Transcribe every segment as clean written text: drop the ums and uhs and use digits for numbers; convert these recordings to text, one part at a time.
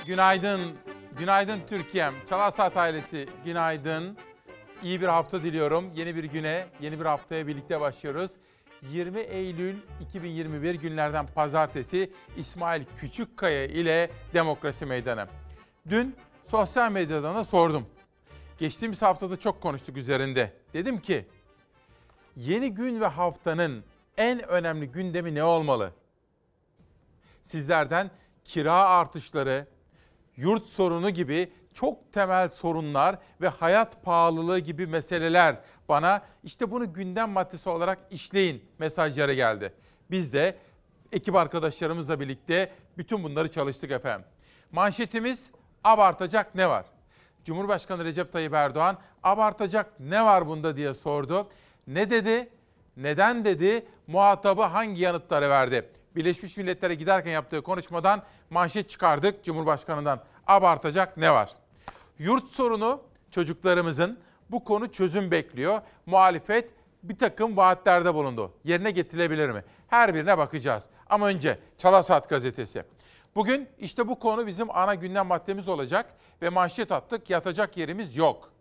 Günaydın. Günaydın Türkiye'm. Çalar Saat ailesi günaydın. İyi bir hafta diliyorum. Yeni bir güne, yeni bir haftaya birlikte başlıyoruz. 20 Eylül 2021 günlerden pazartesi İsmail Küçükkaya ile Demokrasi Meydanı. Dün sosyal medyadan da sordum. Geçtiğimiz haftada çok konuştuk üzerinde. Dedim ki yeni gün ve haftanın en önemli gündemi ne olmalı? Sizlerden kira artışları, yurt sorunu gibi çok temel sorunlar ve hayat pahalılığı gibi meseleler bana işte bunu gündem maddesi olarak işleyin mesajları geldi. Biz de ekip arkadaşlarımızla birlikte bütün bunları çalıştık efendim. Manşetimiz abartacak ne var? Cumhurbaşkanı Recep Tayyip Erdoğan abartacak ne var bunda diye sordu. Ne dedi? Neden dedi? Muhatabı hangi yanıtları verdi? Birleşmiş Milletler'e giderken yaptığı konuşmadan manşet çıkardık Cumhurbaşkanı'ndan. Abartacak ne var? Yurt sorunu çocuklarımızın, bu konu çözüm bekliyor. Muhalefet bir takım vaatlerde bulundu. Yerine getirilebilir mi? Her birine bakacağız. Ama önce Çalar Saat gazetesi. Bugün işte bu konu bizim ana gündem maddemiz olacak ve manşet attık, yatacak yerimiz yok.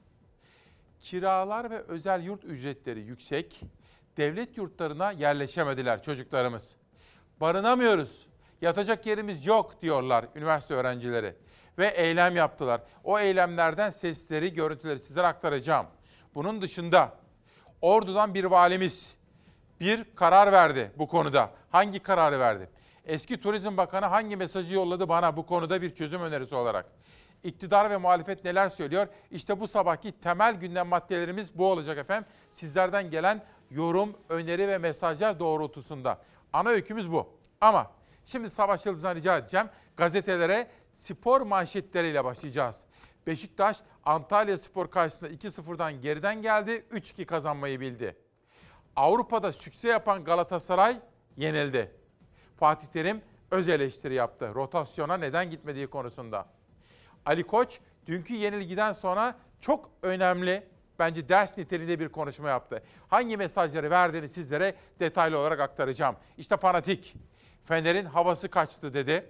Kiralar ve özel yurt ücretleri yüksek, devlet yurtlarına yerleşemediler çocuklarımız. Barınamıyoruz, yatacak yerimiz yok diyorlar üniversite öğrencileri. Ve eylem yaptılar. O eylemlerden sesleri, görüntüleri sizlere aktaracağım. Bunun dışında Ordu'dan bir valimiz bir karar verdi bu konuda. Hangi kararı verdi? Eski Turizm Bakanı hangi mesajı yolladı bana bu konuda bir çözüm önerisi olarak? İktidar ve muhalefet neler söylüyor? İşte bu sabahki temel gündem maddelerimiz bu olacak efendim. Sizlerden gelen yorum, öneri ve mesajlar doğrultusunda. Ana öykümüz bu. Ama şimdi Savaş Yıldız'dan rica edeceğim. Gazetelere spor manşetleriyle başlayacağız. Beşiktaş Antalya Spor karşısında 2-0'dan geriden geldi. 3-2 kazanmayı bildi. Avrupa'da sükse yapan Galatasaray yenildi. Fatih Terim öz eleştiri yaptı. Rotasyona neden gitmediği konusunda. Ali Koç dünkü yenilgiden sonra çok önemli, bence ders niteliğinde bir konuşma yaptı. Hangi mesajları verdiğini sizlere detaylı olarak aktaracağım. İşte fanatik, Fener'in havası kaçtı dedi.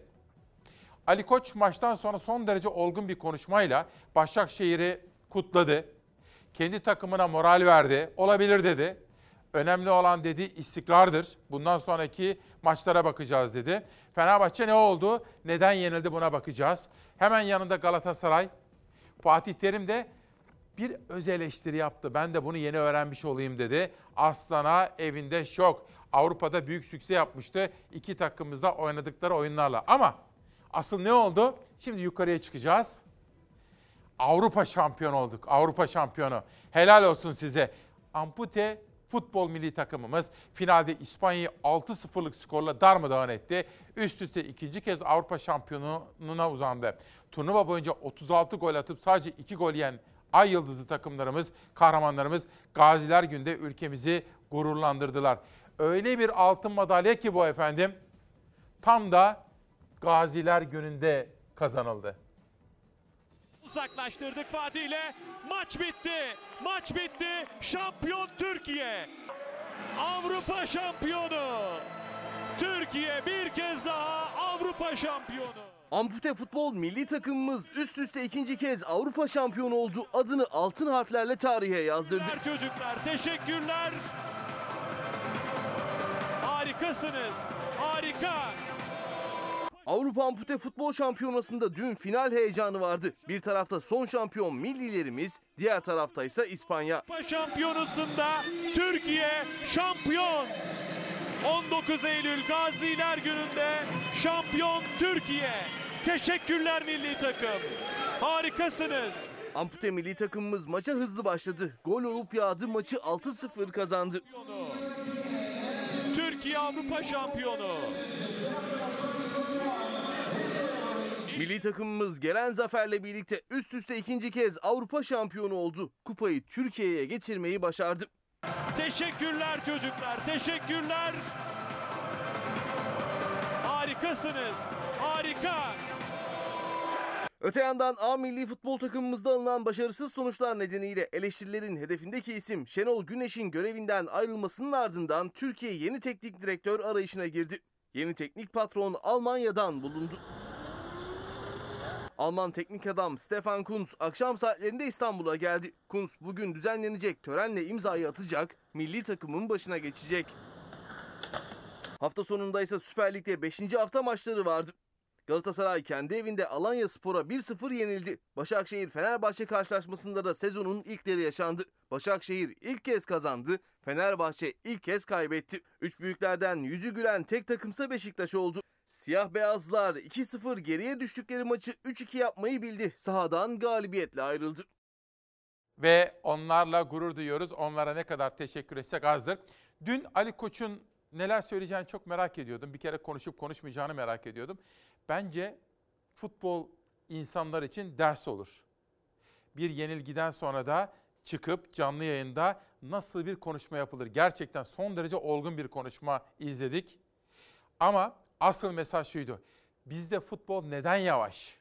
Ali Koç maçtan sonra son derece olgun bir konuşmayla Başakşehir'i kutladı. Kendi takımına moral verdi. Olabilir dedi. Önemli olan dedi istikrardır. Bundan sonraki maçlara bakacağız dedi. Fenerbahçe ne oldu? Neden yenildi buna bakacağız. Hemen yanında Galatasaray. Fatih Terim de bir öz eleştiri yaptı. Ben de bunu yeni öğrenmiş olayım dedi. Aslan'a evinde şok. Avrupa'da büyük sükse yapmıştı. İki takımımızda oynadıkları oyunlarla. Ama asıl ne oldu? Şimdi yukarıya çıkacağız. Avrupa şampiyonu olduk. Avrupa şampiyonu. Helal olsun size. Ampute futbol milli takımımız finalde İspanya'yı 6-0'lık skorla darmadağın etti. Üst üste ikinci kez Avrupa şampiyonluğuna uzandı. Turnuva boyunca 36 gol atıp sadece 2 gol yiyen Ay Yıldızlı takımlarımız, kahramanlarımız Gaziler Günü'nde ülkemizi gururlandırdılar. Öyle bir altın madalya ki bu efendim, tam da Gaziler Günü'nde kazanıldı. Uzaklaştırdık Fatih ile. Maç bitti. Maç bitti. Şampiyon Türkiye. Avrupa şampiyonu. Türkiye bir kez daha Avrupa şampiyonu. Ampute futbol milli takımımız üst üste ikinci kez Avrupa şampiyonu oldu. Adını altın harflerle tarihe yazdırdı. Çocuklar teşekkürler. Harikasınız. Harika. Avrupa Ampute Futbol Şampiyonası'nda dün final heyecanı vardı. Bir tarafta son şampiyon millilerimiz, diğer tarafta ise İspanya. Avrupa Şampiyonası'nda Türkiye şampiyon. 19 Eylül Gaziler Günü'nde şampiyon Türkiye. Teşekkürler milli takım. Harikasınız. Ampute milli takımımız maça hızlı başladı. Gol olup yağdı, maçı 6-0 kazandı. Türkiye Avrupa şampiyonu. Milli takımımız gelen zaferle birlikte üst üste ikinci kez Avrupa şampiyonu oldu. Kupayı Türkiye'ye getirmeyi başardı. Teşekkürler çocuklar, teşekkürler. Harikasınız, harika. Öte yandan A milli futbol takımımızda alınan başarısız sonuçlar nedeniyle eleştirilerin hedefindeki isim Şenol Güneş'in görevinden ayrılmasının ardından Türkiye yeni teknik direktör arayışına girdi. Yeni teknik patron Almanya'dan bulundu. Alman teknik adam Stefan Kuntz akşam saatlerinde İstanbul'a geldi. Kuntz bugün düzenlenecek törenle imzayı atacak, milli takımın başına geçecek. Hafta sonunda ise Süper Lig'de 5. hafta maçları vardı. Galatasaray kendi evinde Alanyaspor'a 1-0 yenildi. Başakşehir-Fenerbahçe karşılaşmasında da sezonun ilkleri yaşandı. Başakşehir ilk kez kazandı, Fenerbahçe ilk kez kaybetti. Üç büyüklerden yüzü gülen tek takımsa Beşiktaş oldu. Siyah beyazlar 2-0 geriye düştükleri maçı 3-2 yapmayı bildi. Sahadan galibiyetle ayrıldı. Ve onlarla gurur duyuyoruz. Onlara ne kadar teşekkür etsek azdır. Dün Ali Koç'un neler söyleyeceğini çok merak ediyordum. Bir kere konuşup konuşmayacağını merak ediyordum. Bence futbol insanlar için ders olur. Bir yenilgiden sonra da çıkıp canlı yayında nasıl bir konuşma yapılır? Gerçekten son derece olgun bir konuşma izledik. Ama asıl mesaj şuydu. Bizde futbol neden yavaş?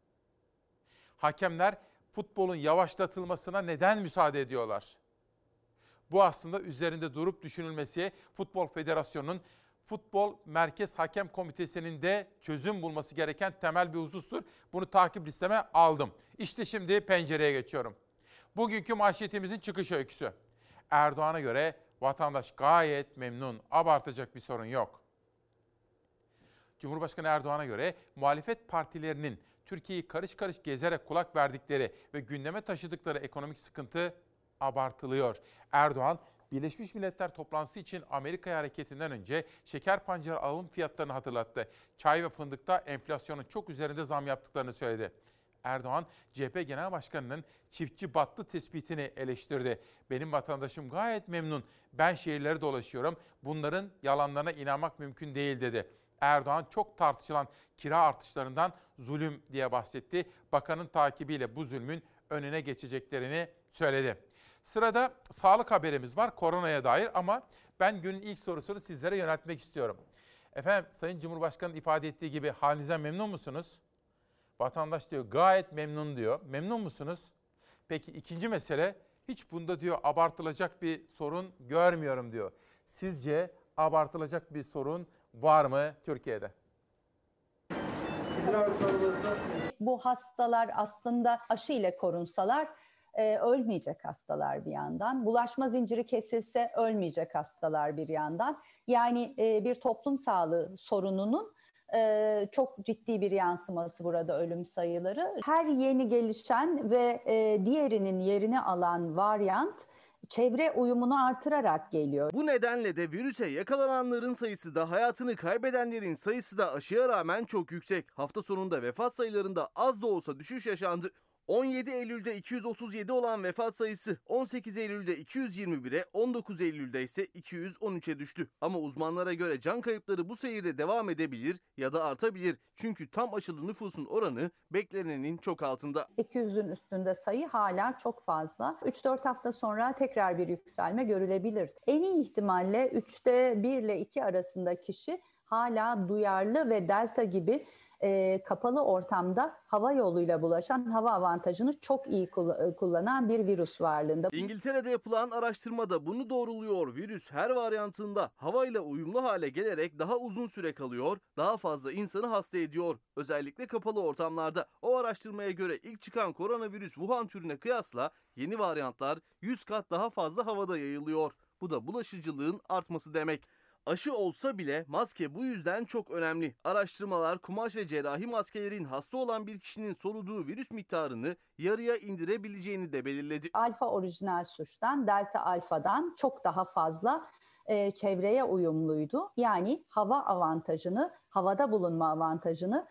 Hakemler futbolun yavaşlatılmasına neden müsaade ediyorlar? Bu aslında üzerinde durup düşünülmesi, Futbol Federasyonu'nun Futbol Merkez Hakem Komitesi'nin de çözüm bulması gereken temel bir husustur. Bunu takip listeme aldım. İşte şimdi pencereye geçiyorum. Bugünkü manşetimizin çıkış öyküsü. Erdoğan'a göre vatandaş gayet memnun, abartacak bir sorun yok. Cumhurbaşkanı Erdoğan'a göre muhalefet partilerinin Türkiye'yi karış karış gezerek kulak verdikleri ve gündeme taşıdıkları ekonomik sıkıntı abartılıyor. Erdoğan, Birleşmiş Milletler toplantısı için Amerika'ya hareketinden önce şeker pancarı alım fiyatlarını hatırlattı. Çay ve fındıkta enflasyonun çok üzerinde zam yaptıklarını söyledi. Erdoğan, CHP Genel Başkanı'nın çiftçi battı tespitini eleştirdi. Benim vatandaşım gayet memnun. Ben şehirleri dolaşıyorum. Bunların yalanlarına inanmak mümkün değil dedi. Erdoğan çok tartışılan kira artışlarından zulüm diye bahsetti. Bakanın takibiyle bu zulmün önüne geçeceklerini söyledi. Sırada sağlık haberimiz var koronaya dair ama ben günün ilk sorusunu sizlere yöneltmek istiyorum. Efendim Sayın Cumhurbaşkanı'nın ifade ettiği gibi halinizden memnun musunuz? Vatandaş diyor gayet memnun diyor. Memnun musunuz? Peki ikinci mesele hiç bunda diyor abartılacak bir sorun görmüyorum diyor. Sizce abartılacak bir sorun var mı Türkiye'de? Bu hastalar aslında aşı ile korunsalar ölmeyecek hastalar bir yandan. Bulaşma zinciri kesilse ölmeyecek hastalar bir yandan. Yani bir toplum sağlığı sorununun çok ciddi bir yansıması burada ölüm sayıları. Her yeni gelişen ve diğerinin yerini alan varyant çevre uyumunu artırarak geliyor. Bu nedenle de virüse yakalananların sayısı da hayatını kaybedenlerin sayısı da aşıya rağmen çok yüksek. Hafta sonunda vefat sayılarında az da olsa düşüş yaşandı. 17 Eylül'de 237 olan vefat sayısı 18 Eylül'de 221'e, 19 Eylül'de ise 213'e düştü. Ama uzmanlara göre can kayıpları bu seyirde devam edebilir ya da artabilir. Çünkü tam aşılı nüfusun oranı beklenenin çok altında. 200'ün üstünde sayı hala çok fazla. 3-4 hafta sonra tekrar bir yükselme görülebilir. En iyi ihtimalle 3'te 1 ile 2 arasında kişi hala duyarlı ve delta gibi kapalı ortamda hava yoluyla bulaşan hava avantajını çok iyi kullanan bir virüs varlığında. İngiltere'de yapılan araştırmada bunu doğruluyor. Virüs her varyantında havayla uyumlu hale gelerek daha uzun süre kalıyor, daha fazla insanı hasta ediyor. Özellikle kapalı ortamlarda. O araştırmaya göre ilk çıkan koronavirüs Wuhan türüne kıyasla yeni varyantlar 100 kat daha fazla havada yayılıyor. Bu da bulaşıcılığın artması demek. Aşı olsa bile maske bu yüzden çok önemli. Araştırmalar kumaş ve cerrahi maskelerin hasta olan bir kişinin soluduğu virüs miktarını yarıya indirebileceğini de belirledi. Alfa orijinal suçtan, delta alfadan çok daha fazla çevreye uyumluydu. Yani hava avantajını, havada bulunma avantajını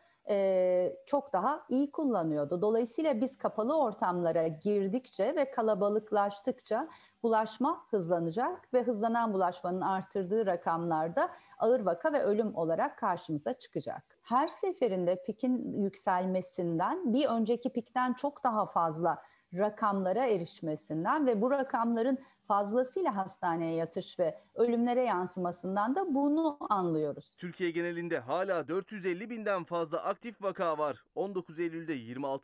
çok daha iyi kullanıyordu. Dolayısıyla biz kapalı ortamlara girdikçe ve kalabalıklaştıkça bulaşma hızlanacak ve hızlanan bulaşmanın artırdığı rakamlarda ağır vaka ve ölüm olarak karşımıza çıkacak. Her seferinde pikin yükselmesinden bir önceki pikten çok daha fazla rakamlara erişmesinden ve bu rakamların fazlasıyla hastaneye yatış ve ölümlere yansımasından da bunu anlıyoruz. Türkiye genelinde hala 450 binden fazla aktif vaka var. 19 Eylül'de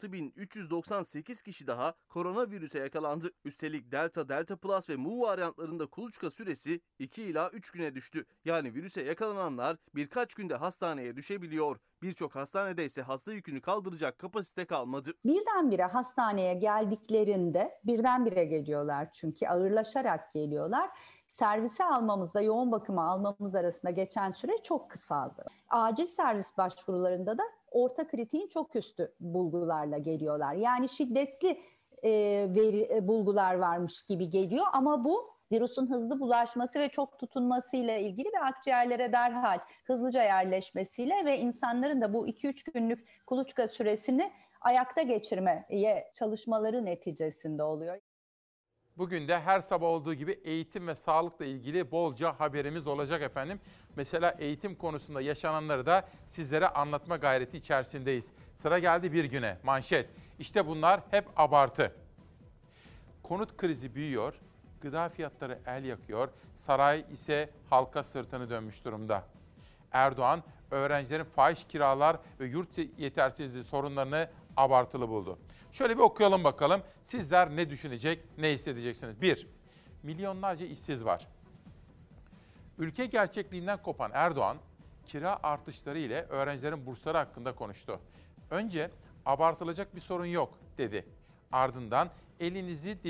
26.398 kişi daha koronavirüse yakalandı. Üstelik Delta Plus ve Mu varyantlarında kuluçka süresi 2 ila 3 güne düştü. Yani virüse yakalananlar birkaç günde hastaneye düşebiliyor. Birçok hastanede ise hasta yükünü kaldıracak kapasite kalmadı. Birdenbire hastaneye geldiklerinde, birdenbire geliyorlar çünkü ağırlaşarak geliyorlar. Servise almamızda, yoğun bakıma almamız arasında geçen süre çok kısaldı. Acil servis başvurularında da orta kritiğin çok üstü bulgularla geliyorlar. Yani şiddetli bulgular varmış gibi geliyor ama bu virüsün hızlı bulaşması ve çok tutunmasıyla ilgili ve akciğerlere derhal hızlıca yerleşmesiyle ve insanların da bu 2-3 günlük kuluçka süresini ayakta geçirmeye çalışmaları neticesinde oluyor. Bugün de her sabah olduğu gibi eğitim ve sağlıkla ilgili bolca haberimiz olacak efendim. Mesela eğitim konusunda yaşananları da sizlere anlatma gayreti içerisindeyiz. Sıra geldi bir güne, manşet. İşte bunlar hep abartı. Konut krizi büyüyor, gıda fiyatları el yakıyor, saray ise halka sırtını dönmüş durumda. Erdoğan, öğrencilerin fahiş kiralar ve yurt yetersizliği sorunlarını abartılı buldu. Şöyle bir okuyalım bakalım. Sizler ne düşünecek, ne hissedeceksiniz? 1. Milyonlarca işsiz var. Ülke gerçekliğinden kopan Erdoğan, kira artışları ile öğrencilerin bursları hakkında konuştu. Önce abartılacak bir sorun yok dedi. Ardından elinize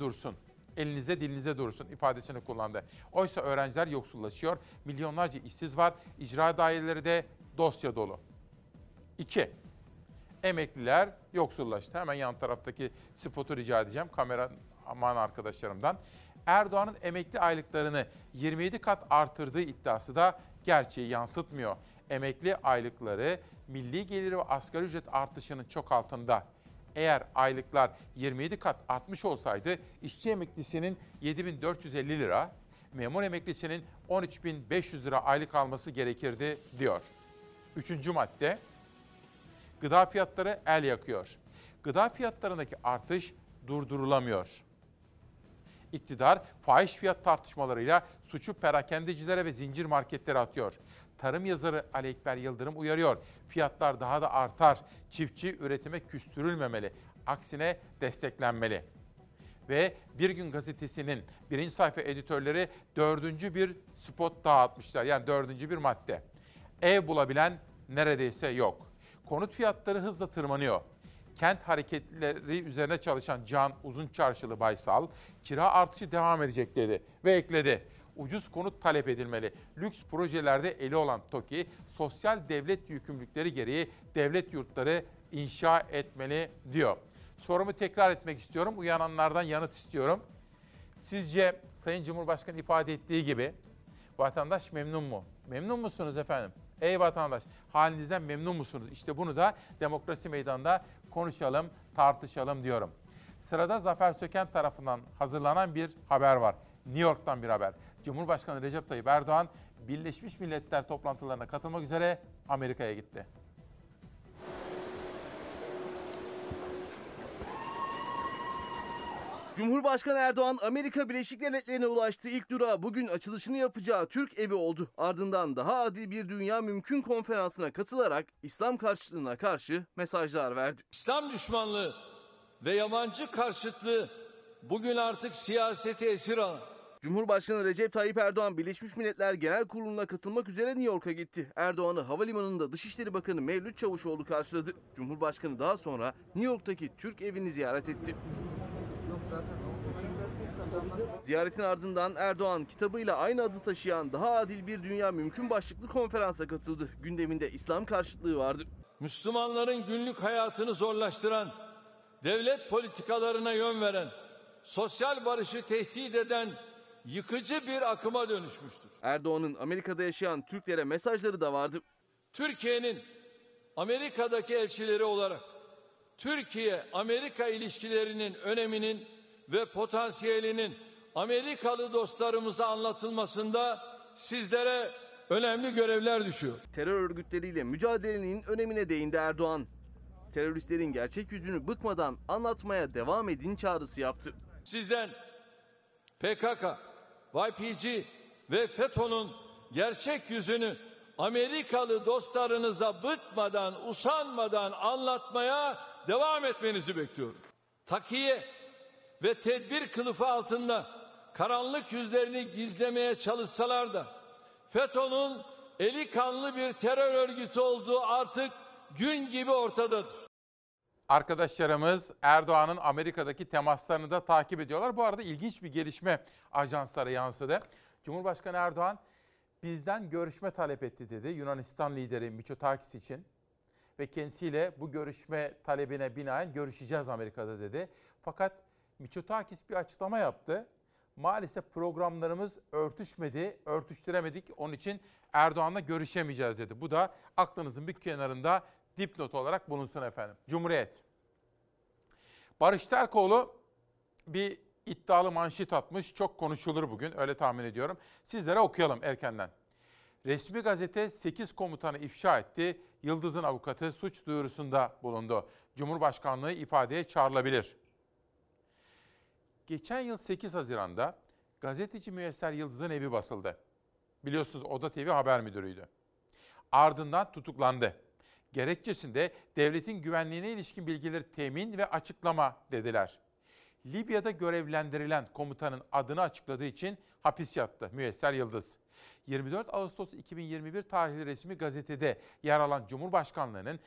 dilinize dursun ifadesini kullandı. Oysa öğrenciler yoksullaşıyor, milyonlarca işsiz var, icra daireleri de dosya dolu. 2. Emekliler yoksullaştı. Hemen yan taraftaki spotu rica edeceğim kameraman arkadaşlarımdan. Erdoğan'ın emekli aylıklarını 27 kat artırdığı iddiası da gerçeği yansıtmıyor. Emekli aylıkları milli gelir ve asgari ücret artışının çok altında. Eğer aylıklar 27 kat artmış olsaydı işçi emeklisinin 7.450 lira, memur emeklisinin 13.500 lira aylık alması gerekirdi diyor. 3. madde, gıda fiyatları el yakıyor. Gıda fiyatlarındaki artış durdurulamıyor. İktidar fahiş fiyat tartışmalarıyla suçu perakendecilere ve zincir marketlere atıyor. Tarım yazarı Ali Ekber Yıldırım uyarıyor. Fiyatlar daha da artar. Çiftçi üretime küstürülmemeli. Aksine desteklenmeli. Ve Bir Gün Gazetesi'nin birinci sayfa editörleri 4. bir spot daha atmışlar. Yani 4. bir madde. Ev bulabilen neredeyse yok. Konut fiyatları hızla tırmanıyor. Kent hareketleri üzerine çalışan Can Uzunçarşılı Baysal, kira artışı devam edecek dedi ve ekledi. Ucuz konut talep edilmeli. Lüks projelerde eli olan TOKİ, sosyal devlet yükümlülükleri gereği devlet yurtları inşa etmeli diyor. Sorumu tekrar etmek istiyorum. Uyananlardan yanıt istiyorum. Sizce Sayın Cumhurbaşkanı ifade ettiği gibi vatandaş memnun mu? Memnun musunuz efendim? Ey vatandaş, halinizden memnun musunuz? İşte bunu da demokrasi meydanında konuşalım, tartışalım diyorum. Sırada Zafer Söken tarafından hazırlanan bir haber var. New York'tan bir haber. Cumhurbaşkanı Recep Tayyip Erdoğan, Birleşmiş Milletler toplantılarına katılmak üzere Amerika'ya gitti. Cumhurbaşkanı Erdoğan Amerika Birleşik Devletleri'ne ulaştığı ilk durağı bugün açılışını yapacağı Türk Evi oldu. Ardından daha adil bir dünya mümkün konferansına katılarak İslam karşıtlığına karşı mesajlar verdi. İslam düşmanlığı ve yabancı karşıtlığı bugün artık siyaseti esir alan. Cumhurbaşkanı Recep Tayyip Erdoğan Birleşmiş Milletler Genel Kurulu'na katılmak üzere New York'a gitti. Erdoğan'ı havalimanında Dışişleri Bakanı Mevlüt Çavuşoğlu karşıladı. Cumhurbaşkanı daha sonra New York'taki Türk Evi'ni ziyaret etti. Ziyaretin ardından Erdoğan kitabıyla aynı adı taşıyan Daha Adil Bir Dünya Mümkün başlıklı konferansa katıldı. Gündeminde İslam karşıtlığı vardı. Müslümanların günlük hayatını zorlaştıran, devlet politikalarına yön veren, sosyal barışı tehdit eden yıkıcı bir akıma dönüşmüştür. Erdoğan'ın Amerika'da yaşayan Türklere mesajları da vardı. Türkiye'nin Amerika'daki elçileri olarak Türkiye-Amerika ilişkilerinin öneminin ve potansiyelinin Amerikalı dostlarımıza anlatılmasında sizlere önemli görevler düşüyor. Terör örgütleriyle mücadelenin önemine değindi Erdoğan. Teröristlerin gerçek yüzünü bıkmadan anlatmaya devam edin çağrısı yaptı. Sizden PKK, YPG ve FETÖ'nün gerçek yüzünü Amerikalı dostlarınıza bıkmadan, usanmadan anlatmaya devam etmenizi bekliyorum. Takiye ve tedbir kılıfı altında karanlık yüzlerini gizlemeye çalışsalar da FETÖ'nün eli kanlı bir terör örgütü olduğu artık gün gibi ortadadır. Arkadaşlarımız Erdoğan'ın Amerika'daki temaslarını da takip ediyorlar. Bu arada ilginç bir gelişme ajanslara yansıdı. Cumhurbaşkanı Erdoğan bizden görüşme talep etti dedi Yunanistan lideri Mitsotakis için. Ve kendisiyle bu görüşme talebine binaen görüşeceğiz Amerika'da dedi. Fakat Mitsotakis bir açıklama yaptı. Maalesef programlarımız örtüşmedi, örtüştüremedik. Onun için Erdoğan'la görüşemeyeceğiz dedi. Bu da aklınızın bir kenarında dipnot olarak bulunsun efendim. Cumhuriyet. Barış Terkoğlu bir iddialı manşet atmış. Çok konuşulur bugün, öyle tahmin ediyorum. Sizlere okuyalım erkenden. Resmi gazete 8 komutanı ifşa etti. Yıldız'ın avukatı suç duyurusunda bulundu. Cumhurbaşkanlığı ifadeye çağrılabilir. Geçen yıl 8 Haziran'da gazeteci Müyesser Yıldız'ın evi basıldı. Biliyorsunuz Oda TV haber müdürüydü. Ardından tutuklandı. Gerekçesinde devletin güvenliğine ilişkin bilgileri temin ve açıklama dediler. Libya'da görevlendirilen komutanın adını açıkladığı için hapis yattı Müyesser Yıldız. 24 Ağustos 2021 tarihli resmi gazetede yer alan Cumhurbaşkanlığı'nın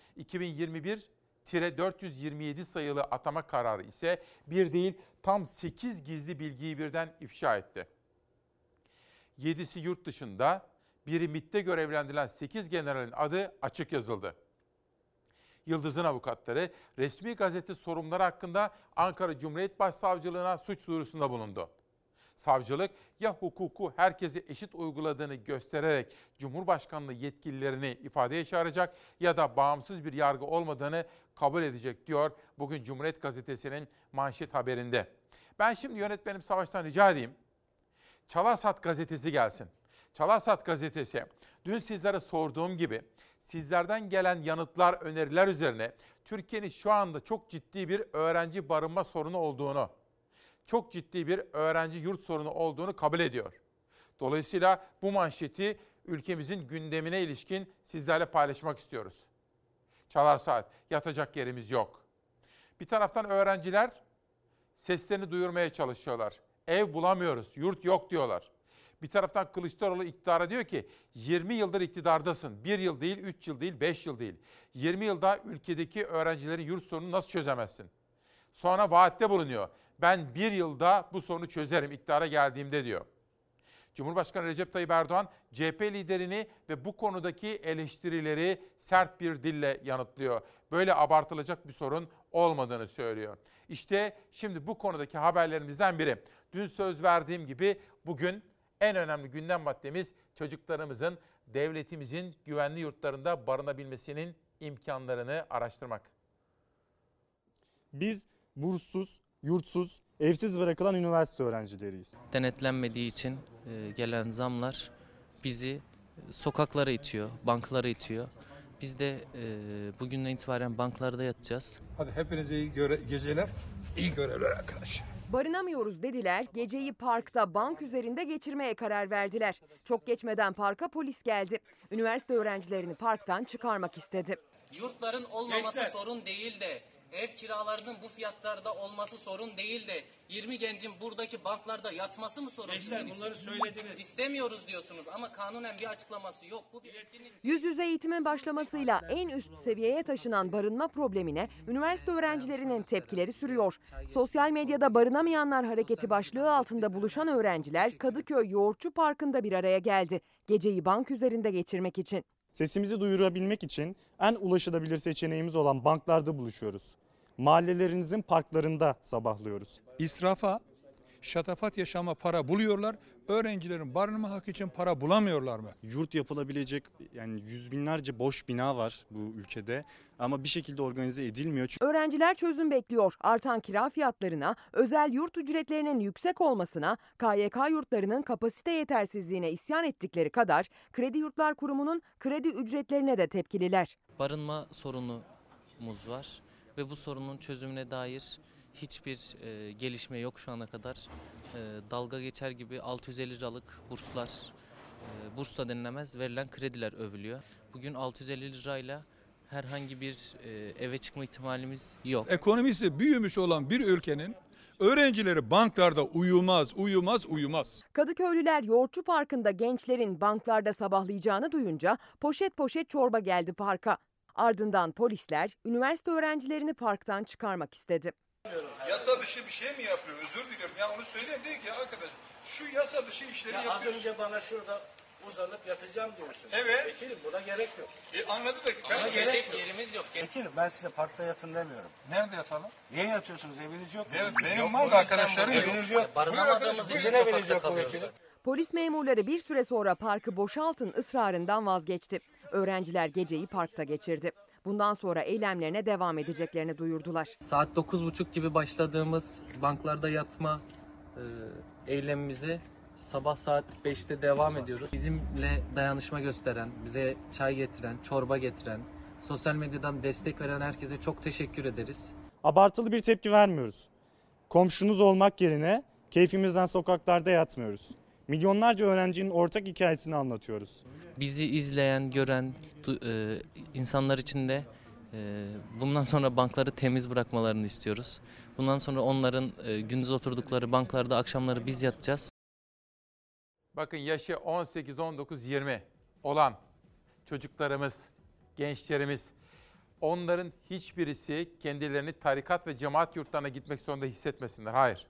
2021-427 sayılı atama kararı ise bir değil tam 8 gizli bilgiyi birden ifşa etti. 7'si yurt dışında, biri MİT'te görevlendirilen 8 generalin adı açık yazıldı. Yıldız'ın avukatları resmi gazete sorumluları hakkında Ankara Cumhuriyet Başsavcılığına suç duyurusunda bulundu. Savcılık ya hukuku herkese eşit uyguladığını göstererek Cumhurbaşkanlığı yetkililerini ifadeye çağıracak ya da bağımsız bir yargı olmadığını kabul edecek diyor bugün Cumhuriyet Gazetesi'nin manşet haberinde. Ben şimdi yönetmenim Savaş'tan rica edeyim. Çalarsat gazetesi gelsin. Çalarsat gazetesi dün sizlere sorduğum gibi sizlerden gelen yanıtlar, öneriler üzerine Türkiye'nin şu anda çok ciddi bir öğrenci barınma sorunu olduğunu, çok ciddi bir öğrenci yurt sorunu olduğunu kabul ediyor. Dolayısıyla bu manşeti ülkemizin gündemine ilişkin sizlerle paylaşmak istiyoruz. Çalarsat, yatacak yerimiz yok. Bir taraftan öğrenciler seslerini duyurmaya çalışıyorlar. Ev bulamıyoruz, yurt yok diyorlar. Bir taraftan Kılıçdaroğlu iktidara diyor ki 20 yıldır iktidardasın. 1 yıl değil, 3 yıl değil, 5 yıl değil. 20 yılda ülkedeki öğrencilerin yurt sorununu nasıl çözemezsin? Sonra vaatte bulunuyor. Ben 1 yılda bu sorunu çözerim iktidara geldiğimde diyor. Cumhurbaşkanı Recep Tayyip Erdoğan CHP liderini ve bu konudaki eleştirileri sert bir dille yanıtlıyor. Böyle abartılacak bir sorun olmadığını söylüyor. İşte şimdi bu konudaki haberlerimizden biri. Dün söz verdiğim gibi bugün en önemli gündem maddemiz çocuklarımızın devletimizin güvenli yurtlarında barınabilmesinin imkanlarını araştırmak. Biz burssuz, yurtsuz, evsiz bırakılan üniversite öğrencileriyiz. Denetlenmediği için gelen zamlar bizi sokaklara itiyor, banklara itiyor. Biz de bugünden itibaren banklarda yatacağız. Hadi hepinize iyi geceler, iyi görevler arkadaşlar. Barınamıyoruz dediler, geceyi parkta bank üzerinde geçirmeye karar verdiler. Çok geçmeden parka polis geldi. Üniversite öğrencilerini parktan çıkarmak istedi. Yurtların olmaması sorun değil de ev kiralarının bu fiyatlarda olması sorun değil de 20 gencin buradaki banklarda yatması mı sorun? Bunları söylediniz. İstemiyoruz diyorsunuz ama kanunen bir açıklaması yok. Bu bir etkinlik. Yüz yüze eğitimin başlamasıyla en üst seviyeye taşınan barınma problemine üniversite öğrencilerinin tepkileri sürüyor. Sosyal medyada barınamayanlar hareketi başlığı altında buluşan öğrenciler Kadıköy Yoğurtçu Parkı'nda bir araya geldi. Geceyi bank üzerinde geçirmek için. Sesimizi duyurabilmek için en ulaşılabilir seçeneğimiz olan banklarda buluşuyoruz. Mahallelerinizin parklarında sabahlıyoruz. İsrafa, şatafat yaşama para buluyorlar. Öğrencilerin barınma hakkı için para bulamıyorlar mı? Yurt yapılabilecek yani yüz binlerce boş bina var bu ülkede ama bir şekilde organize edilmiyor. Öğrenciler çözüm bekliyor. Artan kira fiyatlarına, özel yurt ücretlerinin yüksek olmasına, KYK yurtlarının kapasite yetersizliğine isyan ettikleri kadar Kredi Yurtlar Kurumu'nun kredi ücretlerine de tepkililer. Barınma sorunumuz var ve bu sorunun çözümüne dair hiçbir gelişme yok şu ana kadar. Dalga geçer gibi 650 liralık burslar, burs da denilemez, verilen krediler övülüyor. Bugün 650 lirayla herhangi bir eve çıkma ihtimalimiz yok. Ekonomisi büyümüş olan bir ülkenin öğrencileri banklarda uyumaz. Kadıköylüler Yoğurtçu Parkı'nda gençlerin banklarda sabahlayacağını duyunca poşet poşet çorba geldi parka. Ardından polisler üniversite öğrencilerini parktan çıkarmak istedi. Yasa dışı bir şey mi yapıyor? Özür diliyorum. Ya onu söyleyin değil ki arkadaş. Şu yasa dışı işleri yapıyorsun. Az önce bana şurada uzanıp yatacağım diyorsun. Evet. Vekilim buna gerek yok. Anladık da. Ama gerek yerimiz yok. Vekilim ben size parkta yatın demiyorum. Nerede yatalım? Niye yatıyorsunuz? Eviniz yok mu? Evet, benim var da arkadaşlarım yok. Eviniz yok. Barınamadığımız için sokakta kalıyoruz. Polis memurları bir süre sonra parkı boşaltın ısrarından vazgeçti. Öğrenciler geceyi parkta geçirdi. Bundan sonra eylemlerine devam edeceklerini duyurdular. Saat 9.30 gibi başladığımız banklarda yatma eylemimizi sabah saat 5'te devam ediyoruz. Bizimle dayanışma gösteren, bize çay getiren, çorba getiren, sosyal medyadan destek veren herkese çok teşekkür ederiz. Abartılı bir tepki vermiyoruz. Komşunuz olmak yerine keyfimizden sokaklarda yatmıyoruz. Milyonlarca öğrencinin ortak hikayesini anlatıyoruz. Bizi izleyen, gören insanlar için de bundan sonra bankları temiz bırakmalarını istiyoruz. Bundan sonra onların gündüz oturdukları banklarda akşamları biz yatacağız. Bakın yaşı 18, 19, 20 olan çocuklarımız, gençlerimiz, onların hiçbirisi kendilerini tarikat ve cemaat yurtlarına gitmek zorunda hissetmesinler. Hayır.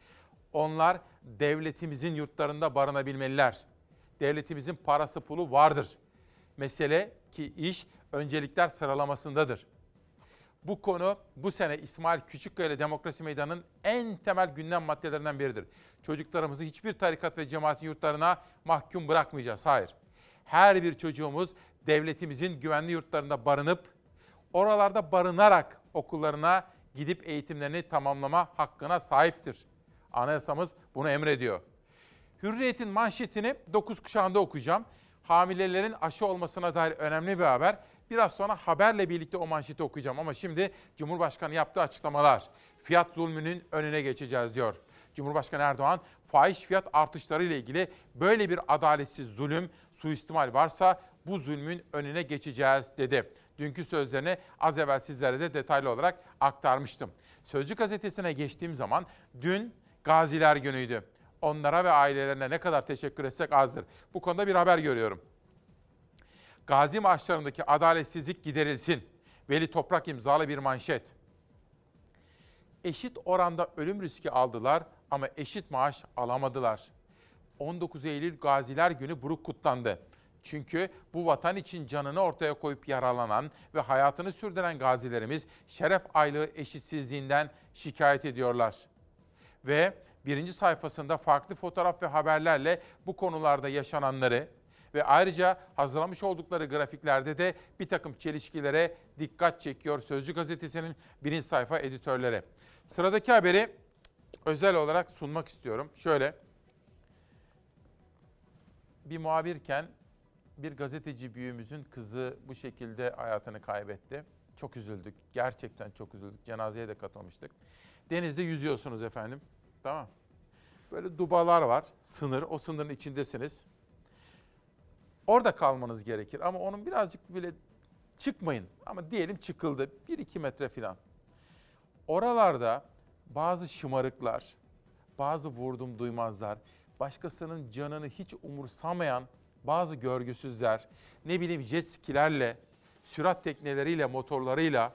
Onlar devletimizin yurtlarında barınabilmeliler. Devletimizin parası pulu vardır. Mesele ki iş öncelikler sıralamasındadır. Bu konu bu sene İsmail Küçükkaya ile Demokrasi Meydanı'nın en temel gündem maddelerinden biridir. Çocuklarımızı hiçbir tarikat ve cemaatin yurtlarına mahkum bırakmayacağız. Hayır. Her bir çocuğumuz devletimizin güvenli yurtlarında barınıp, oralarda barınarak okullarına gidip eğitimlerini tamamlama hakkına sahiptir. Anayasamız bunu emrediyor. Hürriyet'in manşetini 9 kuşağında okuyacağım. Hamilelerin aşı olmasına dair önemli bir haber. Biraz sonra haberle birlikte o manşeti okuyacağım. Ama şimdi Cumhurbaşkanı yaptığı açıklamalar. Fiyat zulmünün önüne geçeceğiz diyor. Cumhurbaşkanı Erdoğan, fahiş fiyat artışları ile ilgili böyle bir adaletsiz zulüm, suistimal varsa bu zulmün önüne geçeceğiz dedi. Dünkü sözlerini az evvel sizlere de detaylı olarak aktarmıştım. Sözcü gazetesine geçtiğim zaman dün Gaziler Günü'ydü. Onlara ve ailelerine ne kadar teşekkür etsek azdır. Bu konuda bir haber görüyorum. Gazi maaşlarındaki adaletsizlik giderilsin. Veli Toprak imzalı bir manşet. Eşit oranda ölüm riski aldılar ama eşit maaş alamadılar. 19 Eylül Gaziler Günü buruk kutlandı. Çünkü bu vatan için canını ortaya koyup yaralanan ve hayatını sürdüren gazilerimiz şeref aylığı eşitsizliğinden şikayet ediyorlar. Ve birinci sayfasında farklı fotoğraf ve haberlerle bu konularda yaşananları ve ayrıca hazırlamış oldukları grafiklerde de bir takım çelişkilere dikkat çekiyor Sözcü Gazetesi'nin birinci sayfa editörleri. Sıradaki haberi özel olarak sunmak istiyorum. Şöyle, bir muhabirken bir gazeteci büyüğümüzün kızı bu şekilde hayatını kaybetti. Çok üzüldük, gerçekten çok üzüldük. Cenazeye de katılmıştık. Denizde yüzüyorsunuz efendim, tamam. Böyle dubalar var, sınır, o sınırın içindesiniz. Orada kalmanız gerekir ama onun birazcık bile çıkmayın. Ama diyelim çıkıldı, 1-2 metre falan. Oralarda bazı şımarıklar, bazı vurdum duymazlar, başkasının canını hiç umursamayan bazı görgüsüzler, ne bileyim jet skilerle, sürat tekneleriyle, motorlarıyla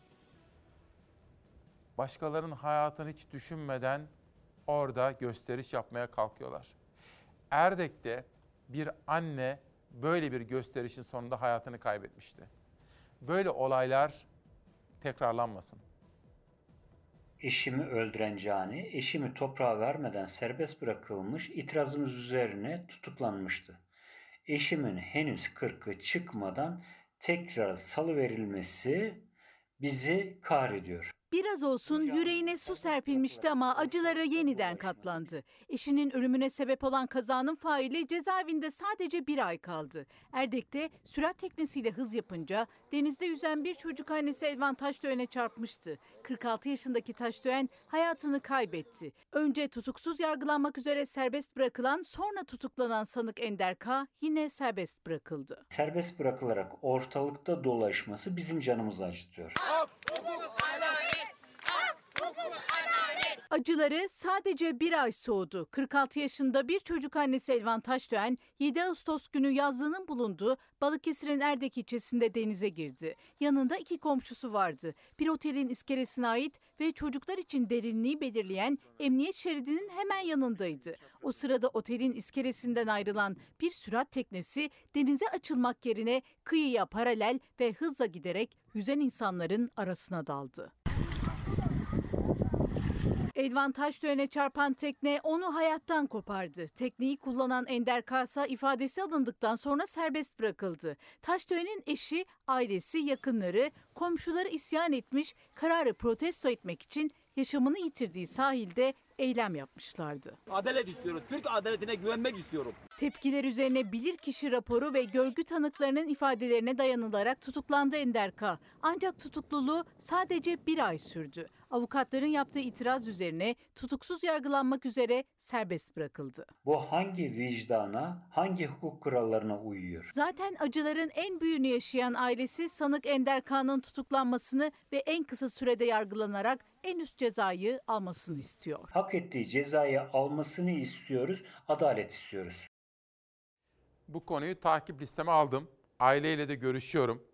başkalarının hayatını hiç düşünmeden orada gösteriş yapmaya kalkıyorlar. Erdek'te bir anne böyle bir gösterişin sonunda hayatını kaybetmişti. Böyle olaylar tekrarlanmasın. Eşimi öldüren cani, eşimi toprağa vermeden serbest bırakılmış, itirazımız üzerine tutuklanmıştı. Eşimin henüz 40'ı çıkmadan tekrar salıverilmesi bizi kahrediyor. Biraz olsun yüreğine su serpilmişti ama acıları yeniden katlandı. Eşinin ölümüne sebep olan kazanın faili cezaevinde sadece 1 ay kaldı. Erdek'te sürat teknesiyle hız yapınca denizde yüzen bir çocuk annesi Elvan Taşdöğen'e çarpmıştı. 46 yaşındaki Taşdöğen hayatını kaybetti. Önce tutuksuz yargılanmak üzere serbest bırakılan, sonra tutuklanan sanık Ender K. yine serbest bırakıldı. Serbest bırakılarak ortalıkta dolaşması bizim canımızı acıtıyor. Acıları sadece bir ay soğudu. 46 yaşında bir çocuk annesi Elvan Taşdöğen 7 Ağustos günü yazlığının bulunduğu Balıkesir'in Erdek ilçesinde denize girdi. Yanında 2 komşusu vardı. Bir otelin iskelesine ait ve çocuklar için derinliği belirleyen emniyet şeridinin hemen yanındaydı. O sırada otelin iskelesinden ayrılan bir sürat teknesi denize açılmak yerine kıyıya paralel ve hızla giderek yüzen insanların arasına daldı. Elvan Taşdöğen'e çarpan tekne onu hayattan kopardı. Tekneyi kullanan Ender Kasa ifadesi alındıktan sonra serbest bırakıldı. Taşdöğen'in eşi, ailesi, yakınları, komşuları isyan etmiş, kararı protesto etmek için yaşamını yitirdiği sahilde eylem yapmışlardı. Adalet istiyoruz. Türk adaletine güvenmek istiyorum. Tepkiler üzerine bilirkişi raporu ve görgü tanıklarının ifadelerine dayanılarak tutuklandı Ender K. Ancak tutukluluğu sadece bir ay sürdü. Avukatların yaptığı itiraz üzerine tutuksuz yargılanmak üzere serbest bırakıldı. Bu hangi vicdana, hangi hukuk kurallarına uyuyor? Zaten acıların en büyüğünü yaşayan ailesi sanık Ender K'nın tutuklanmasını ve en kısa sürede yargılanarak en üst cezayı almasını istiyor. Hak ettiği cezayı almasını istiyoruz, adalet istiyoruz. Bu konuyu takip listeme aldım. Aileyle de görüşüyorum.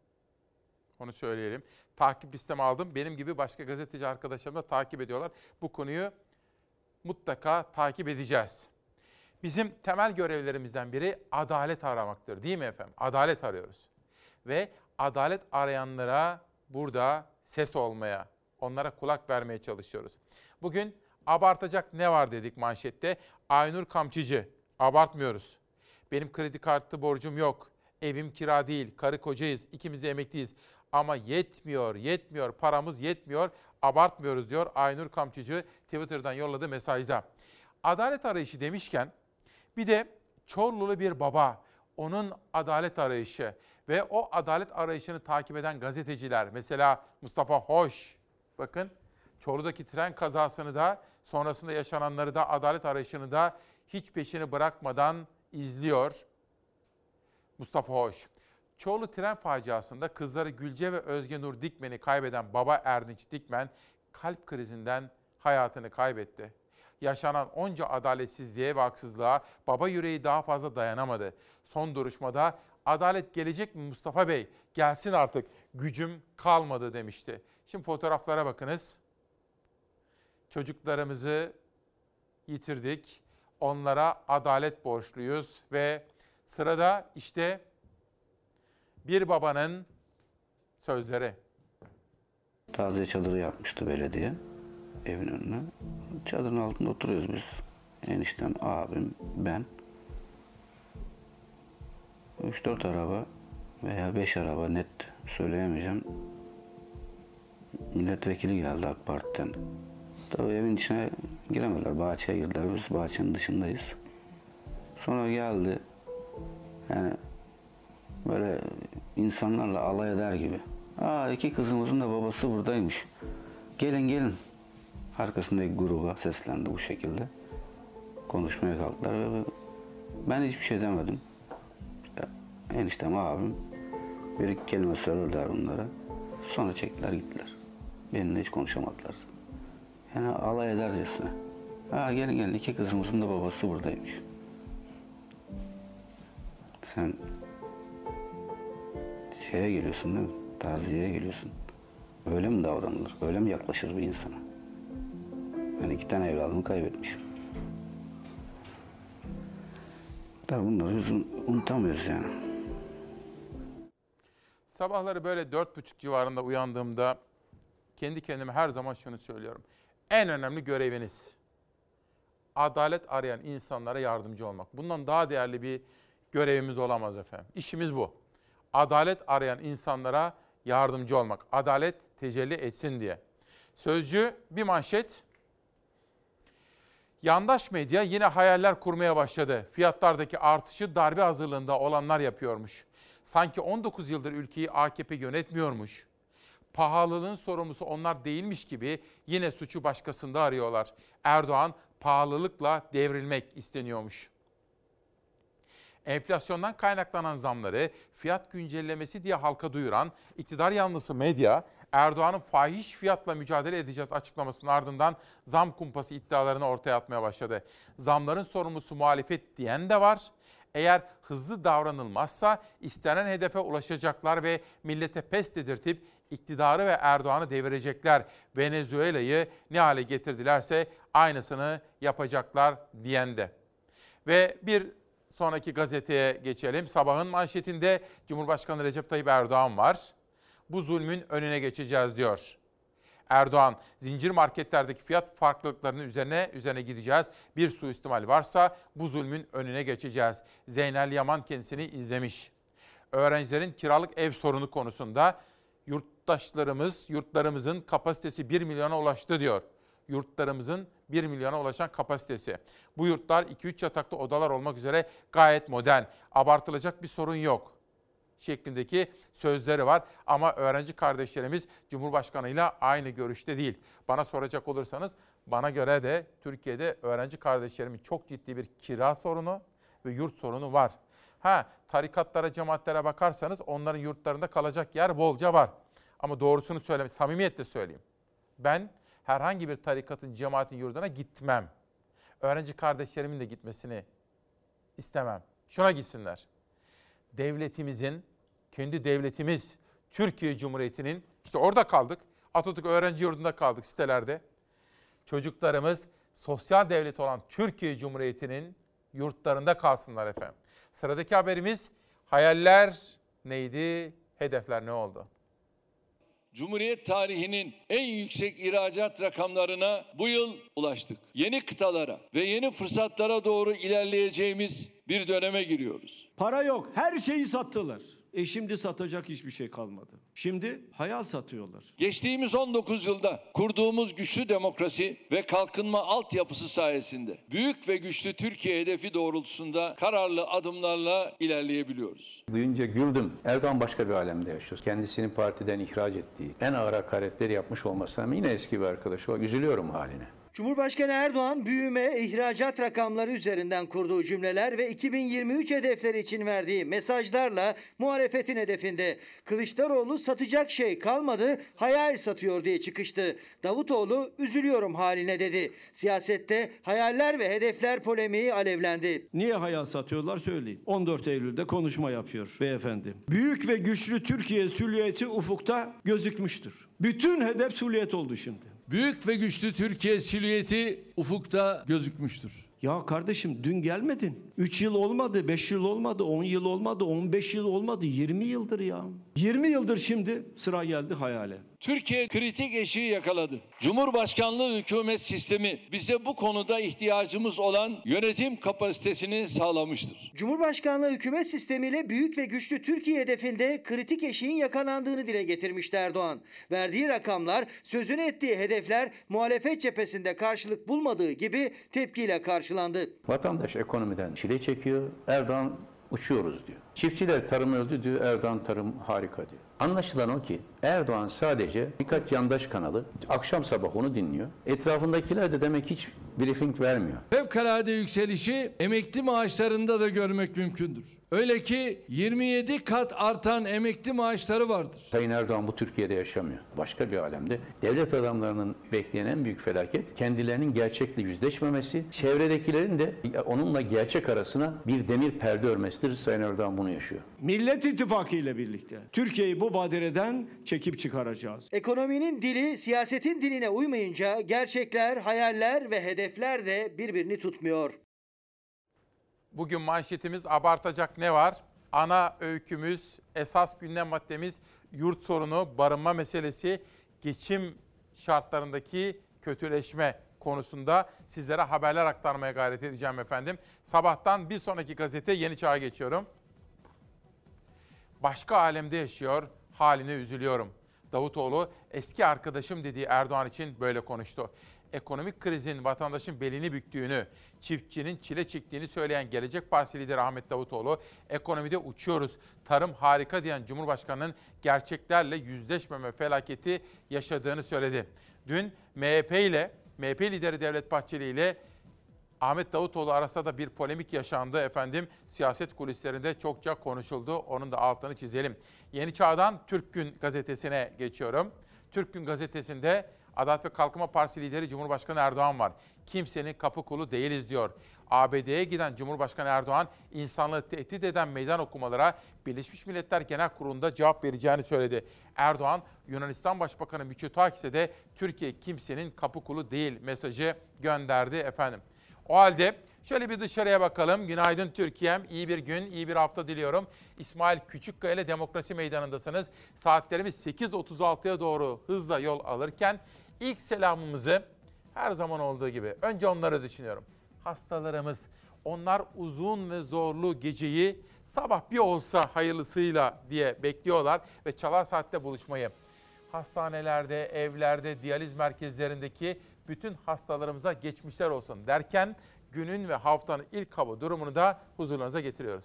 Onu söyleyelim. Takip listeme aldım. Benim gibi başka gazeteci arkadaşlarım da takip ediyorlar. Bu konuyu mutlaka takip edeceğiz. Bizim temel görevlerimizden biri adalet aramaktır, değil mi efendim? Adalet arıyoruz. Ve adalet arayanlara burada ses olmaya, onlara kulak vermeye çalışıyoruz. Bugün abartacak ne var dedik manşette. Aynur Kamçıcı, abartmıyoruz. Benim kredi kartı borcum yok. Evim kira değil, karı kocayız, ikimiz de emekliyiz. Ama yetmiyor, paramız yetmiyor, abartmıyoruz diyor Aynur Kamçıcı Twitter'dan yolladığı mesajda. Adalet arayışı demişken bir de Çorlulu bir baba, onun adalet arayışı ve o adalet arayışını takip eden gazeteciler. Mesela Mustafa Hoş, bakın Çorlu'daki tren kazasını da sonrasında yaşananları da adalet arayışını da hiç peşini bırakmadan izliyor Mustafa Hoş. Çorlu tren faciasında kızları Gülce ve Özge Nur Dikmen'i kaybeden baba Erdinç Dikmen kalp krizinden hayatını kaybetti. Yaşanan onca adaletsizliğe ve haksızlığa baba yüreği daha fazla dayanamadı. Son duruşmada adalet gelecek mi Mustafa Bey? Gelsin artık, gücüm kalmadı demişti. Şimdi fotoğraflara bakınız. Çocuklarımızı yitirdik. Onlara adalet borçluyuz ve sırada işte bir babanın sözleri. Taziye çadırı yapmıştı belediye evin önüne. Çadırın altında oturuyoruz biz. Eniştem, abim, ben. 3-4 araba veya 5 araba net söyleyemeyeceğim. Milletvekili geldi AK Parti'den. Tabii evin içine giremediler. Bahçeye girdiler. Biz bahçenin dışındayız. Sonra geldi. Yani böyle insanlarla alay eder gibi. İki kızımızın da babası buradaymış. Gelin. Arkasındaki gruba seslendi bu şekilde. Konuşmaya kalktılar ve ben hiçbir şey demedim. İşte eniştem, abim bir iki kelime söylediler onlara. Sonra çektiler gittiler. Benimle hiç konuşamadılar. Yani alay edercesine. Gelin iki kızımızın da babası buradaymış. Sen şeye geliyorsun değil mi? Taziyeye geliyorsun. Öyle mi davranılır? Öyle mi yaklaşır bir insana? Ben 2 tane evladımı kaybetmişim. Tabii bunları unutamıyoruz yani. Sabahları böyle 4.30 civarında uyandığımda kendi kendime her zaman şunu söylüyorum. En önemli göreviniz adalet arayan insanlara yardımcı olmak. Bundan daha değerli bir görevimiz olamaz efendim. İşimiz bu. Adalet arayan insanlara yardımcı olmak. Adalet tecelli etsin diye. Sözcü bir manşet. Yandaş medya yine hayaller kurmaya başladı. Fiyatlardaki artışı darbe hazırlığında olanlar yapıyormuş. Sanki 19 yıldır ülkeyi AKP yönetmiyormuş. Pahalılığın sorumlusu onlar değilmiş gibi yine suçu başkasında arıyorlar. Erdoğan pahalılıkla devrilmek isteniyormuş. Enflasyondan kaynaklanan zamları fiyat güncellemesi diye halka duyuran iktidar yanlısı medya, Erdoğan'ın fahiş fiyatla mücadele edeceğiz açıklamasının ardından zam kumpası iddialarını ortaya atmaya başladı. Zamların sorumlusu muhalefet diyen de var. Eğer hızlı davranılmazsa istenen hedefe ulaşacaklar ve millete pes dedirtip iktidarı ve Erdoğan'ı devirecekler. Venezuela'yı ne hale getirdilerse aynısını yapacaklar diyen de. Ve bir sonraki gazeteye geçelim. Sabahın manşetinde Cumhurbaşkanı Recep Tayyip Erdoğan var. Bu zulmün önüne geçeceğiz diyor. Erdoğan, zincir marketlerdeki fiyat farklılıklarının üzerine gideceğiz. Bir suistimal varsa bu zulmün önüne geçeceğiz. Zeynel Yaman kendisini izlemiş. Öğrencilerin kiralık ev sorunu konusunda yurtlarımızın kapasitesi 1 milyona ulaştı diyor. Yurtlarımızın 1 milyona ulaşan kapasitesi. Bu yurtlar 2-3 yataklı odalar olmak üzere gayet modern. Abartılacak bir sorun yok şeklindeki sözleri var. Ama öğrenci kardeşlerimiz Cumhurbaşkanıyla aynı görüşte değil. Bana soracak olursanız bana göre de Türkiye'de öğrenci kardeşlerimin çok ciddi bir kira sorunu ve yurt sorunu var. Tarikatlara, cemaatlere bakarsanız onların yurtlarında kalacak yer bolca var. Ama doğrusunu samimiyetle söyleyeyim. Ben herhangi bir tarikatın, cemaatin yurduna gitmem. Öğrenci kardeşlerimin de gitmesini istemem. Şuna gitsinler. Devletimizin, kendi devletimiz, Türkiye Cumhuriyeti'nin, işte orada kaldık. Atatürk Öğrenci Yurdu'nda kaldık sitelerde. Çocuklarımız sosyal devlet olan Türkiye Cumhuriyeti'nin yurtlarında kalsınlar efendim. Sıradaki haberimiz, hayaller neydi, hedefler ne oldu? Cumhuriyet tarihinin en yüksek ihracat rakamlarına bu yıl ulaştık. Yeni kıtalara ve yeni fırsatlara doğru ilerleyeceğimiz bir döneme giriyoruz. Para yok, her şeyi sattılar. Şimdi satacak hiçbir şey kalmadı. Şimdi hayal satıyorlar. Geçtiğimiz 19 yılda kurduğumuz güçlü demokrasi ve kalkınma altyapısı sayesinde büyük ve güçlü Türkiye hedefi doğrultusunda kararlı adımlarla ilerleyebiliyoruz. Duyunca güldüm. Erdoğan başka bir alemde yaşıyor. Kendisini partiden ihraç ettiği, en ağır hakaretleri yapmış olmasına yine eski bir arkadaşı var. Üzülüyorum haline. Cumhurbaşkanı Erdoğan büyüme, ihracat rakamları üzerinden kurduğu cümleler ve 2023 hedefleri için verdiği mesajlarla muhalefetin hedefinde. Kılıçdaroğlu satacak şey kalmadı, hayal satıyor diye çıkıştı. Davutoğlu üzülüyorum haline dedi. Siyasette hayaller ve hedefler polemiği alevlendi. Niye hayal satıyorlar söyleyin. 14 Eylül'de konuşma yapıyor beyefendi. Büyük ve güçlü Türkiye silüeti ufukta gözükmüştür. Bütün hedef silüet oldu şimdi. Büyük ve güçlü Türkiye silüeti ufukta gözükmüştür. Ya kardeşim dün gelmedin. 3 yıl olmadı, 5 yıl olmadı, 10 yıl olmadı, 15 yıl olmadı, 20 yıldır ya. 20 yıldır şimdi sıra geldi hayale. Türkiye kritik eşiği yakaladı. Cumhurbaşkanlığı hükümet sistemi bize bu konuda ihtiyacımız olan yönetim kapasitesini sağlamıştır. Cumhurbaşkanlığı hükümet sistemiyle büyük ve güçlü Türkiye hedefinde kritik eşiğin yakalandığını dile getirmişti Erdoğan. Verdiği rakamlar, sözünü ettiği hedefler muhalefet cephesinde karşılık bulmadığı gibi tepkiyle karşılandı. Vatandaş ekonomiden çile çekiyor, Erdoğan uçuyoruz diyor. Çiftçiler tarım öldü diyor, Erdoğan tarım harika diyor. Anlaşılan o ki Erdoğan sadece birkaç yandaş kanalı akşam sabah onu dinliyor. Etrafındakiler de demek hiç briefing vermiyor. Fevkalade yükselişi emekli maaşlarında da görmek mümkündür. Öyle ki 27 kat artan emekli maaşları vardır. Sayın Erdoğan bu Türkiye'de yaşamıyor. Başka bir alemde. Devlet adamlarının bekleyen en büyük felaket kendilerinin gerçekle yüzleşmemesi, çevredekilerin de onunla gerçek arasına bir demir perde örmesidir. Sayın Erdoğan bunu yaşıyor. Millet İttifakı ile birlikte Türkiye'yi bu badireden çekip çıkaracağız. Ekonominin dili siyasetin diline uymayınca gerçekler, hayaller ve hedefler de birbirini tutmuyor. Bugün manşetimiz abartacak ne var? Ana öykümüz, esas gündem maddemiz yurt sorunu, barınma meselesi, geçim şartlarındaki kötüleşme konusunda sizlere haberler aktarmaya gayret edeceğim efendim. Sabahtan bir sonraki gazete Yeni Çağ'a geçiyorum. Başka alemde yaşıyor, haline üzülüyorum. Davutoğlu eski arkadaşım dediği Erdoğan için böyle konuştu. Ekonomik krizin vatandaşın belini büktüğünü, çiftçinin çile çektiğini söyleyen Gelecek Partisi lideri Ahmet Davutoğlu, ekonomide uçuyoruz, tarım harika diyen Cumhurbaşkanı'nın gerçeklerle yüzleşmeme felaketi yaşadığını söyledi. Dün MHP lideri Devlet Bahçeli ile Ahmet Davutoğlu arasında da bir polemik yaşandı efendim. Siyaset kulislerinde çokça konuşuldu. Onun da altını çizelim. Yeni Çağ'dan Türk Gün gazetesine geçiyorum. Türk Gün gazetesinde Adalet ve Kalkınma Partisi lideri Cumhurbaşkanı Erdoğan var. Kimsenin kapı kulu değiliz diyor. ABD'ye giden Cumhurbaşkanı Erdoğan, insanlığı tehdit eden meydan okumalara Birleşmiş Milletler Genel Kurulu'nda cevap vereceğini söyledi. Erdoğan, Yunanistan Başbakanı Mitsotakis'e de Türkiye kimsenin kapı kulu değil mesajı gönderdi efendim. O halde şöyle bir dışarıya bakalım. Günaydın Türkiye'm. İyi bir gün, iyi bir hafta diliyorum. İsmail Küçükkaya ile Demokrasi Meydanı'ndasınız. Saatlerimiz 8.36'ya doğru hızla yol alırken ilk selamımızı her zaman olduğu gibi önce onları düşünüyorum. Hastalarımız, onlar uzun ve zorlu geceyi sabah bir olsa hayırlısıyla diye bekliyorlar ve Çalar Saat'te buluşmayı. Hastanelerde, evlerde, diyaliz merkezlerindeki bütün hastalarımıza geçmişler olsun derken günün ve haftanın ilk hava durumunu da huzurlarınıza getiriyoruz.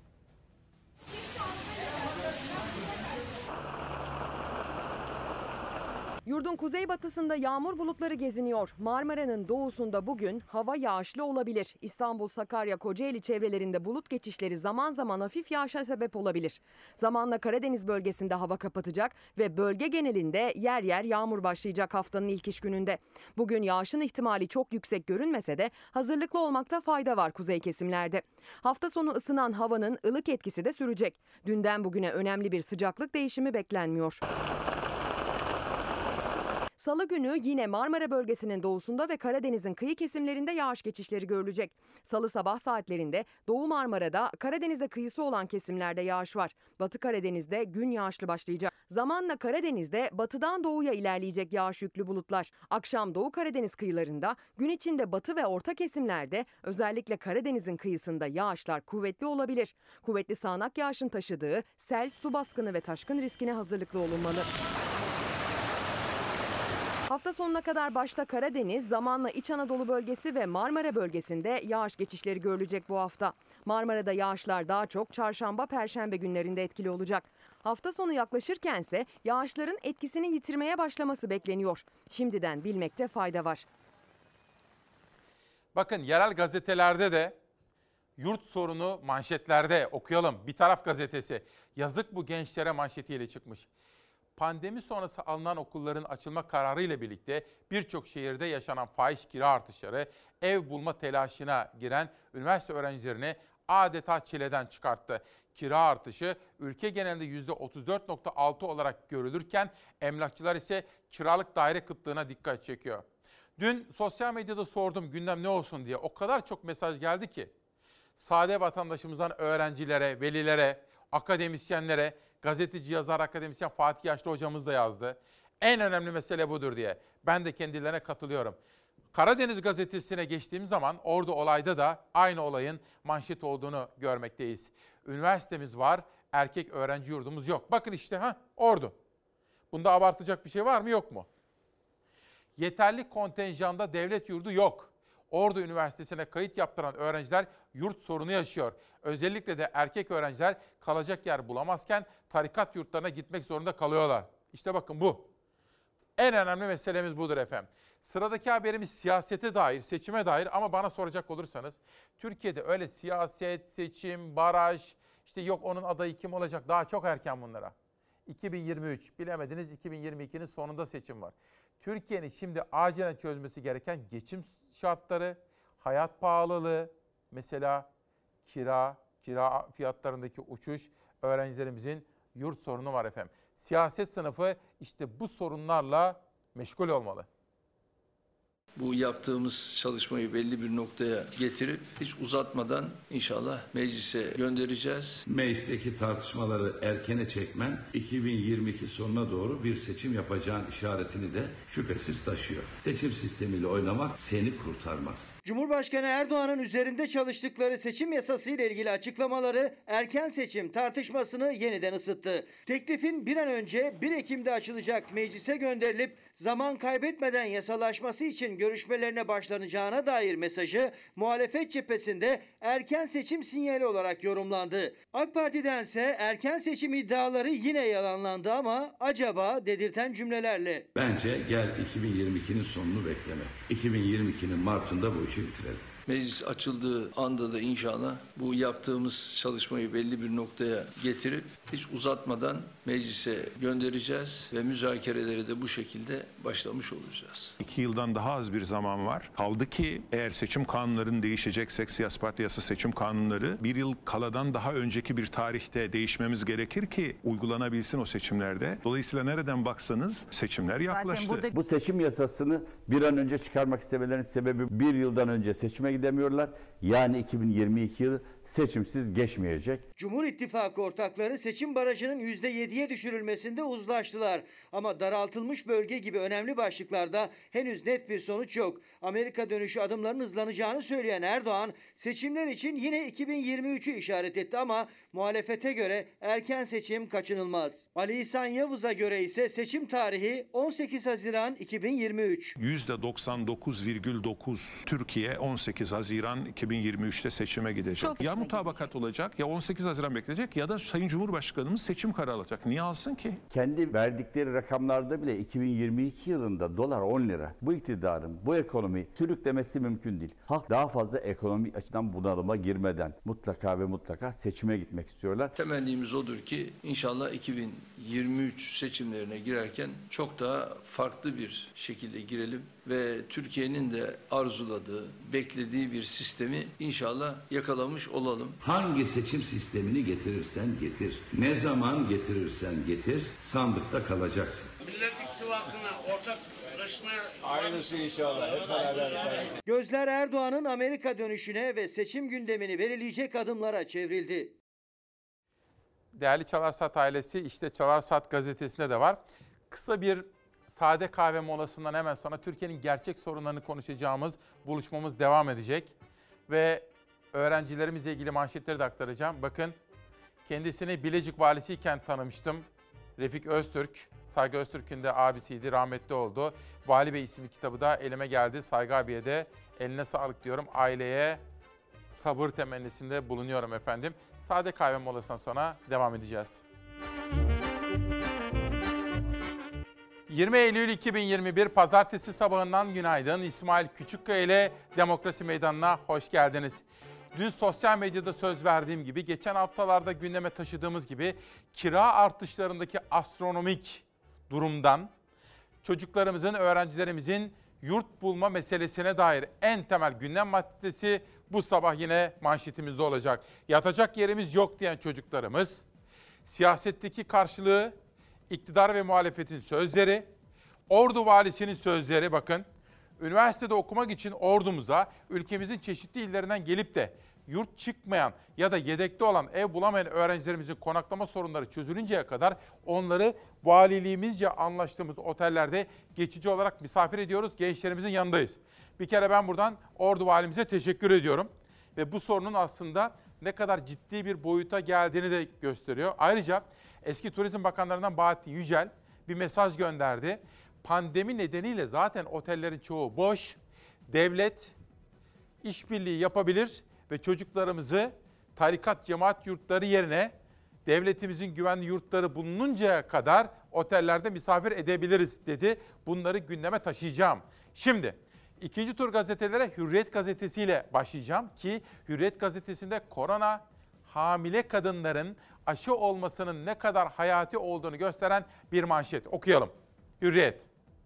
Yurdun kuzeybatısında yağmur bulutları geziniyor. Marmara'nın doğusunda bugün hava yağışlı olabilir. İstanbul, Sakarya, Kocaeli çevrelerinde bulut geçişleri zaman zaman hafif yağışa sebep olabilir. Zamanla Karadeniz bölgesinde hava kapatacak ve bölge genelinde yer yer yağmur başlayacak haftanın ilk iş gününde. Bugün yağışın ihtimali çok yüksek görünmese de hazırlıklı olmakta fayda var kuzey kesimlerde. Hafta sonu ısınan havanın ılık etkisi de sürecek. Dünden bugüne önemli bir sıcaklık değişimi beklenmiyor. Salı günü yine Marmara bölgesinin doğusunda ve Karadeniz'in kıyı kesimlerinde yağış geçişleri görülecek. Salı sabah saatlerinde Doğu Marmara'da, Karadeniz'e kıyısı olan kesimlerde yağış var. Batı Karadeniz'de gün yağışlı başlayacak. Zamanla Karadeniz'de batıdan doğuya ilerleyecek yağış yüklü bulutlar. Akşam Doğu Karadeniz kıyılarında, gün içinde batı ve orta kesimlerde özellikle Karadeniz'in kıyısında yağışlar kuvvetli olabilir. Kuvvetli sağanak yağışın taşıdığı sel, su baskını ve taşkın riskine hazırlıklı olunmalı. Hafta sonuna kadar başta Karadeniz, zamanla İç Anadolu bölgesi ve Marmara bölgesinde yağış geçişleri görülecek bu hafta. Marmara'da yağışlar daha çok çarşamba, perşembe günlerinde etkili olacak. Hafta sonu yaklaşırkense yağışların etkisini yitirmeye başlaması bekleniyor. Şimdiden bilmekte fayda var. Bakın yerel gazetelerde de yurt sorunu manşetlerde okuyalım. Bir Taraf gazetesi yazık bu gençlere manşetiyle çıkmış. Pandemi sonrası alınan okulların açılma kararı ile birlikte birçok şehirde yaşanan fahiş kira artışları ev bulma telaşına giren üniversite öğrencilerini adeta çileden çıkarttı. Kira artışı ülke genelinde %34.6 olarak görülürken emlakçılar ise kiralık daire kıtlığına dikkat çekiyor. Dün sosyal medyada sordum gündem ne olsun diye. O kadar çok mesaj geldi ki sade vatandaşımızdan öğrencilere, velilere, akademisyenlere, gazeteci, yazar, akademisyen Fatih Yaşlı hocamız da yazdı. En önemli mesele budur diye. Ben de kendilerine katılıyorum. Karadeniz gazetesine geçtiğim zaman orada olayda da aynı olayın manşet olduğunu görmekteyiz. Üniversitemiz var, erkek öğrenci yurdumuz yok. Bakın işte Ordu. Bunda abartacak bir şey var mı yok mu? Yeterli kontenjanda devlet yurdu yok. Ordu Üniversitesi'ne kayıt yaptıran öğrenciler yurt sorunu yaşıyor. Özellikle de erkek öğrenciler kalacak yer bulamazken tarikat yurtlarına gitmek zorunda kalıyorlar. İşte bakın bu. En önemli meselemiz budur efendim. Sıradaki haberimiz siyasete dair, seçime dair ama bana soracak olursanız Türkiye'de öyle siyaset, seçim, baraj, işte yok onun adayı kim olacak daha çok erken bunlara. 2023 bilemediniz 2022'nin sonunda seçim var. Türkiye'nin şimdi acilen çözmesi gereken geçim şartları, hayat pahalılığı, mesela kira fiyatlarındaki uçuş, öğrencilerimizin yurt sorunu var efendim. Siyaset sınıfı işte bu sorunlarla meşgul olmalı. Bu yaptığımız çalışmayı belli bir noktaya getirip hiç uzatmadan inşallah meclise göndereceğiz. Meclisteki tartışmaları erkene çekmen 2022 sonuna doğru bir seçim yapacağın işaretini de şüphesiz taşıyor. Seçim sistemiyle oynamak seni kurtarmaz. Cumhurbaşkanı Erdoğan'ın üzerinde çalıştıkları seçim yasası ile ilgili açıklamaları erken seçim tartışmasını yeniden ısıttı. Teklifin bir an önce 1 Ekim'de açılacak meclise gönderilip zaman kaybetmeden yasalaşması için görüşmelerine başlanacağına dair mesajı muhalefet cephesinde erken seçim sinyali olarak yorumlandı. AK Parti'dense erken seçim iddiaları yine yalanlandı ama acaba dedirten cümlelerle. Bence gel 2022'nin sonunu bekleme. 2022'nin Mart'ında bu işi bitirelim. Meclis açıldığı anda da inşallah bu yaptığımız çalışmayı belli bir noktaya getirip hiç uzatmadan meclise göndereceğiz ve müzakereleri de bu şekilde başlamış olacağız. 2 yıldan daha az bir zaman var. Kaldı ki eğer seçim kanunlarının değişeceksek siyasi parti yasa seçim kanunları 1 yıl kaladan daha önceki bir tarihte değişmemiz gerekir ki uygulanabilsin o seçimlerde. Dolayısıyla nereden baksanız seçimler yaklaştı. Bu seçim yasasını bir an önce çıkarmak istemelerinin sebebi 1 yıldan önce seçime gidemiyorlar. Yani 2022 yılı seçimsiz geçmeyecek. Cumhur İttifakı ortakları seçim barajının %7'ye düşürülmesinde uzlaştılar. Ama daraltılmış bölge gibi önemli başlıklarda henüz net bir sonuç yok. Amerika dönüşü adımların hızlanacağını söyleyen Erdoğan, seçimler için yine 2023'ü işaret etti ama muhalefete göre erken seçim kaçınılmaz. Ali İhsan Yavuz'a göre ise seçim tarihi 18 Haziran 2023. %99,9 Türkiye 18 Haziran 2023'te seçime gidecek. Ya mutabakat olacak ya 18 Haziran bekleyecek ya da Sayın Cumhurbaşkanımız seçim kararı alacak. Niye alsın ki? Kendi verdikleri rakamlarda bile 2022 yılında dolar 10 lira. Bu iktidarın bu ekonomi sürüklemesi mümkün değil. Halk daha fazla ekonomi açıdan bunalıma girmeden mutlaka ve mutlaka seçime gitmek istiyorlar. Temennimiz odur ki inşallah 2023 seçimlerine girerken çok daha farklı bir şekilde girelim ve Türkiye'nin de arzuladığı, beklediği bir sistemi inşallah yakalamış olalım. Hangi seçim sistemini getirirsen getir, ne zaman getirirsen getir, sandıkta kalacaksın. Millet İttifakı'na ortak Aynısı inşallah. Hep beraber. Gözler Erdoğan'ın Amerika dönüşüne ve seçim gündemini belirleyecek adımlara çevrildi. Değerli Çalarsat ailesi, işte Çalarsat gazetesinde de var. Kısa bir sade kahve molasından hemen sonra Türkiye'nin gerçek sorunlarını konuşacağımız buluşmamız devam edecek. Ve öğrencilerimizle ilgili manşetleri de aktaracağım. Bakın, kendisini Bilecik valisiyken tanımıştım. Refik Öztürk, Saygı Öztürk'ün de abisiydi, rahmetli oldu. Vali Bey isimli kitabı da elime geldi. Saygı abiye de eline sağlık diyorum. Aileye sabır temennisinde bulunuyorum efendim. Sade kahve molasından sonra devam edeceğiz. 20 Eylül 2021 Pazartesi sabahından günaydın. İsmail Küçükkaya ile Demokrasi Meydanı'na hoş geldiniz. Dün sosyal medyada söz verdiğim gibi, geçen haftalarda gündeme taşıdığımız gibi kira artışlarındaki astronomik durumdan, çocuklarımızın, öğrencilerimizin yurt bulma meselesine dair en temel gündem maddesi bu sabah yine manşetimizde olacak. Yatacak yerimiz yok diyen çocuklarımız, siyasetteki karşılığı, iktidar ve muhalefetin sözleri, Ordu valisinin sözleri bakın. Üniversitede okumak için Ordumuza, ülkemizin çeşitli illerinden gelip de yurt çıkmayan ya da yedekte olan, ev bulamayan öğrencilerimizin konaklama sorunları çözülünceye kadar onları valiliğimizce anlaştığımız otellerde geçici olarak misafir ediyoruz. Gençlerimizin yanındayız. Bir kere ben buradan Ordu valimize teşekkür ediyorum. Ve bu sorunun aslında ne kadar ciddi bir boyuta geldiğini de gösteriyor. Ayrıca eski Turizm Bakanlarından Bahattin Yücel bir mesaj gönderdi. Pandemi nedeniyle zaten otellerin çoğu boş. Devlet işbirliği yapabilir ve çocuklarımızı tarikat cemaat yurtları yerine devletimizin güvenli yurtları bulununcaya kadar otellerde misafir edebiliriz dedi. Bunları gündeme taşıyacağım. Şimdi ikinci tur gazetelere Hürriyet gazetesiyle başlayacağım ki Hürriyet gazetesinde korona hamile kadınların aşı olmasının ne kadar hayati olduğunu gösteren bir manşet. Okuyalım. Hürriyet.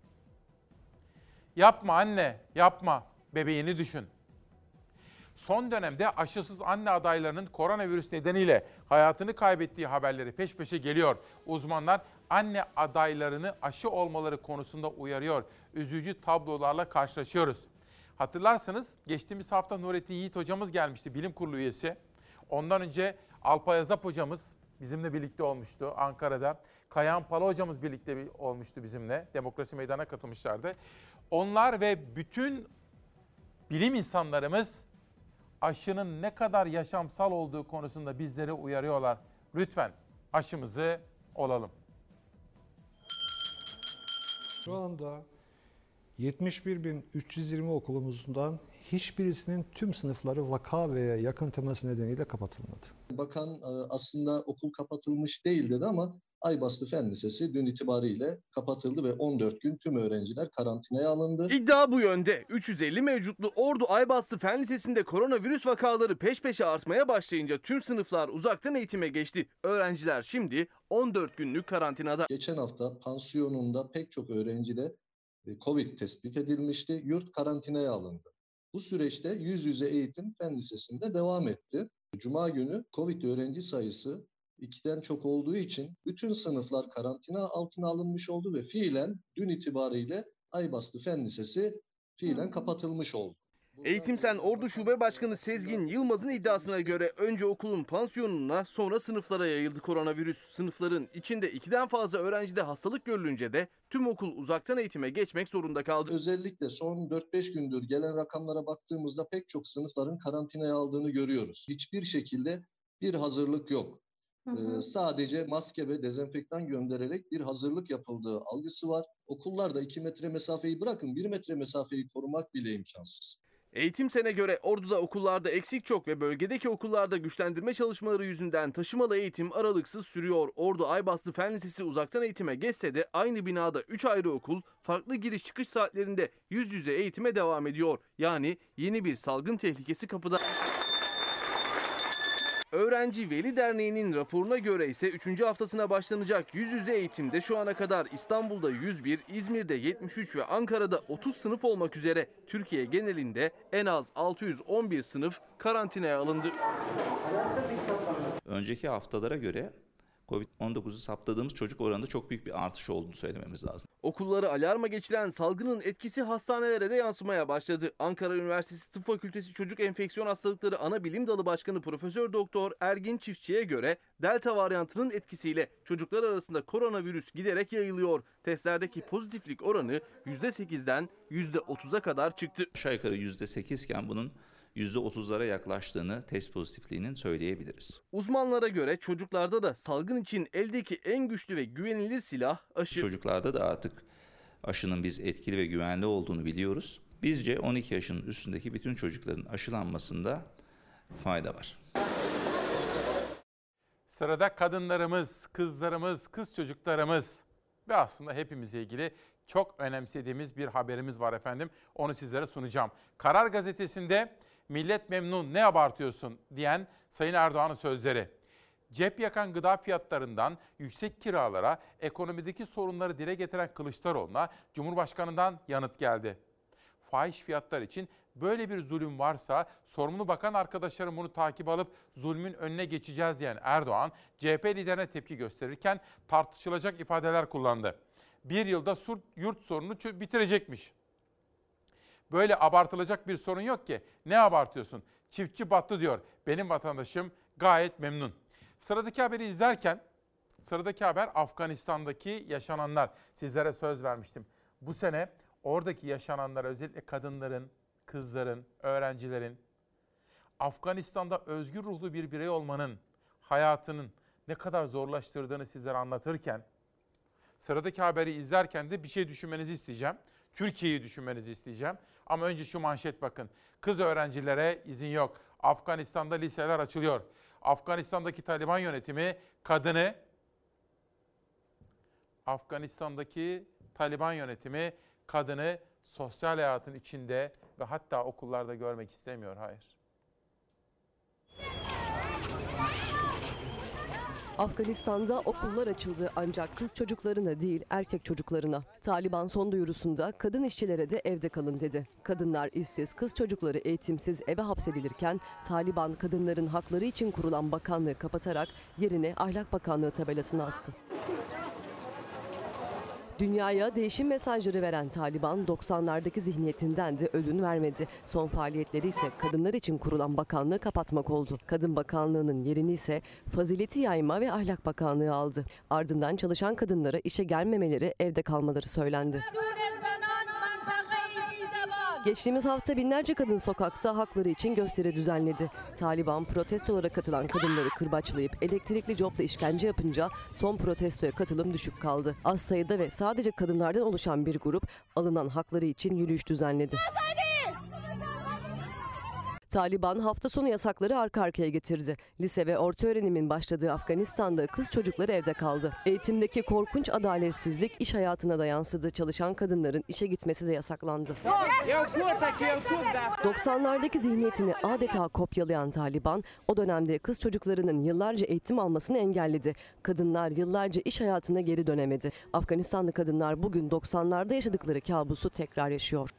Yapma anne, yapma. Bebeğini düşün. Son dönemde aşısız anne adaylarının koronavirüs nedeniyle hayatını kaybettiği haberleri peş peşe geliyor. Uzmanlar anne adaylarını aşı olmaları konusunda uyarıyor. Üzücü tablolarla karşılaşıyoruz. Hatırlarsınız geçtiğimiz hafta Nurettin Yiğit hocamız gelmişti, bilim kurulu üyesi. Ondan önce Alpay Azap hocamız bizimle birlikte olmuştu Ankara'da. Kayahan Pala hocamız birlikte olmuştu bizimle. Demokrasi Meydanı'na katılmışlardı. Onlar ve bütün bilim insanlarımız aşının ne kadar yaşamsal olduğu konusunda bizleri uyarıyorlar. Lütfen aşımızı olalım. Şu anda 71.320 okulumuzdan hiçbirisinin tüm sınıfları vaka veya yakın temas nedeniyle kapatılmadı. Bakan aslında okul kapatılmış değil dedi ama Aybastı Fen Lisesi dün itibariyle kapatıldı ve 14 gün tüm öğrenciler karantinaya alındı. İddia bu yönde. 350 mevcutlu Ordu Aybastı Fen Lisesi'nde koronavirüs vakaları peş peşe artmaya başlayınca tüm sınıflar uzaktan eğitime geçti. Öğrenciler şimdi 14 günlük karantinada. Geçen hafta pansiyonunda pek çok öğrencide Covid tespit edilmişti. Yurt karantinaya alındı. Bu süreçte yüz yüze eğitim Fen Lisesi'nde devam etti. Cuma günü Covid öğrenci sayısı 2'den çok olduğu için bütün sınıflar karantina altına alınmış oldu ve fiilen dün itibariyle Aybastı Fen Lisesi fiilen kapatılmış oldu. Eğitimsen Ordu Şube Başkanı Sezgin Yılmaz'ın iddiasına göre önce okulun pansiyonuna sonra sınıflara yayıldı koronavirüs. Sınıfların içinde 2'den fazla öğrencide hastalık görülünce de tüm okul uzaktan eğitime geçmek zorunda kaldı. Özellikle son 4-5 gündür gelen rakamlara baktığımızda pek çok sınıfların karantinaya aldığını görüyoruz. Hiçbir şekilde bir hazırlık yok. Sadece maske ve dezenfektan göndererek bir hazırlık yapıldığı algısı var. Okullarda 2 metre mesafeyi bırakın 1 metre mesafeyi korumak bile imkansız. Eğitimsen'e göre Ordu'da okullarda eksik çok ve bölgedeki okullarda güçlendirme çalışmaları yüzünden taşımalı eğitim aralıksız sürüyor. Ordu Aybastı Fen Lisesi uzaktan eğitime geçse de aynı binada 3 ayrı okul farklı giriş çıkış saatlerinde yüz yüze eğitime devam ediyor. Yani yeni bir salgın tehlikesi kapıda. Öğrenci Veli Derneği'nin raporuna göre ise 3. haftasına başlanacak yüz yüze eğitimde şu ana kadar İstanbul'da 101, İzmir'de 73 ve Ankara'da 30 sınıf olmak üzere Türkiye genelinde en az 611 sınıf karantinaya alındı. Önceki haftalara göre Covid-19'u saptadığımız çocuk oranında çok büyük bir artış olduğunu söylememiz lazım. Okulları alarma geçiren salgının etkisi hastanelere de yansımaya başladı. Ankara Üniversitesi Tıp Fakültesi Çocuk Enfeksiyon Hastalıkları Anabilim Dalı Başkanı Profesör Doktor Ergin Çiftçi'ye göre Delta varyantının etkisiyle çocuklar arasında koronavirüs giderek yayılıyor. Testlerdeki pozitiflik oranı %8'den %30'a kadar çıktı. Aşağı yukarı %8 iken bunun %30'lara yaklaştığını test pozitifliğinin söyleyebiliriz. Uzmanlara göre çocuklarda da salgın için eldeki en güçlü ve güvenilir silah aşı. Çocuklarda da artık aşının biz etkili ve güvenli olduğunu biliyoruz. Bizce 12 yaşının üstündeki bütün çocukların aşılanmasında fayda var. Sırada kadınlarımız, kızlarımız, kız çocuklarımız ve aslında hepimizle ilgili çok önemsediğimiz bir haberimiz var efendim. Onu sizlere sunacağım. Karar Gazetesi'nde "Millet memnun, ne abartıyorsun?" diyen Sayın Erdoğan'ın sözleri. Cep yakan gıda fiyatlarından yüksek kiralara, ekonomideki sorunları dile getiren Kılıçdaroğlu'na Cumhurbaşkanı'ndan yanıt geldi. Fahiş fiyatlar için böyle bir zulüm varsa sorumlu bakan arkadaşlarım bunu takip alıp zulmün önüne geçeceğiz diyen Erdoğan, CHP liderine tepki gösterirken tartışılacak ifadeler kullandı. Bir yılda yurt sorununu bitirecekmiş. Böyle abartılacak bir sorun yok ki. Ne abartıyorsun? Çiftçi battı diyor. Benim vatandaşım gayet memnun. Sıradaki haberi izlerken, sıradaki haber Afganistan'daki yaşananlar. Sizlere söz vermiştim. Bu sene oradaki yaşananlar, özellikle kadınların, kızların, öğrencilerin Afganistan'da özgür ruhlu bir birey olmanın hayatının ne kadar zorlaştırdığını sizlere anlatırken, sıradaki haberi izlerken de bir şey düşünmenizi isteyeceğim. Türkiye'yi düşünmenizi isteyeceğim. Ama önce şu manşet bakın. Kız öğrencilere izin yok. Afganistan'da liseler açılıyor. Afganistan'daki Taliban yönetimi kadını sosyal hayatın içinde ve hatta okullarda görmek istemiyor. Hayır. Afganistan'da okullar açıldı ancak kız çocuklarına değil erkek çocuklarına. Taliban son duyurusunda kadın işçilere de evde kalın dedi. Kadınlar işsiz, kız çocukları eğitimsiz eve hapsedilirken Taliban kadınların hakları için kurulan bakanlığı kapatarak yerine Ahlak Bakanlığı tabelasını astı. Dünyaya değişim mesajları veren Taliban 90'lardaki zihniyetinden de ödün vermedi. Son faaliyetleri ise kadınlar için kurulan bakanlığı kapatmak oldu. Kadın Bakanlığı'nın yerini ise Fazileti Yayma ve Ahlak Bakanlığı aldı. Ardından çalışan kadınlara işe gelmemeleri, evde kalmaları söylendi. Geçtiğimiz hafta binlerce kadın sokakta hakları için gösteri düzenledi. Taliban protestolara katılan kadınları kırbaçlayıp elektrikli copla işkence yapınca son protestoya katılım düşük kaldı. Az sayıda ve sadece kadınlardan oluşan bir grup alınan hakları için yürüyüş düzenledi. Taliban hafta sonu yasakları arka arkaya getirdi. Lise ve orta öğrenimin başladığı Afganistan'da kız çocukları evde kaldı. Eğitimdeki korkunç adaletsizlik iş hayatına da yansıdı. Çalışan kadınların işe gitmesi de yasaklandı. 90'lardaki zihniyetini adeta kopyalayan Taliban, o dönemde kız çocuklarının yıllarca eğitim almasını engelledi. Kadınlar yıllarca iş hayatına geri dönemedi. Afganistanlı kadınlar bugün 90'larda yaşadıkları kabusu tekrar yaşıyor.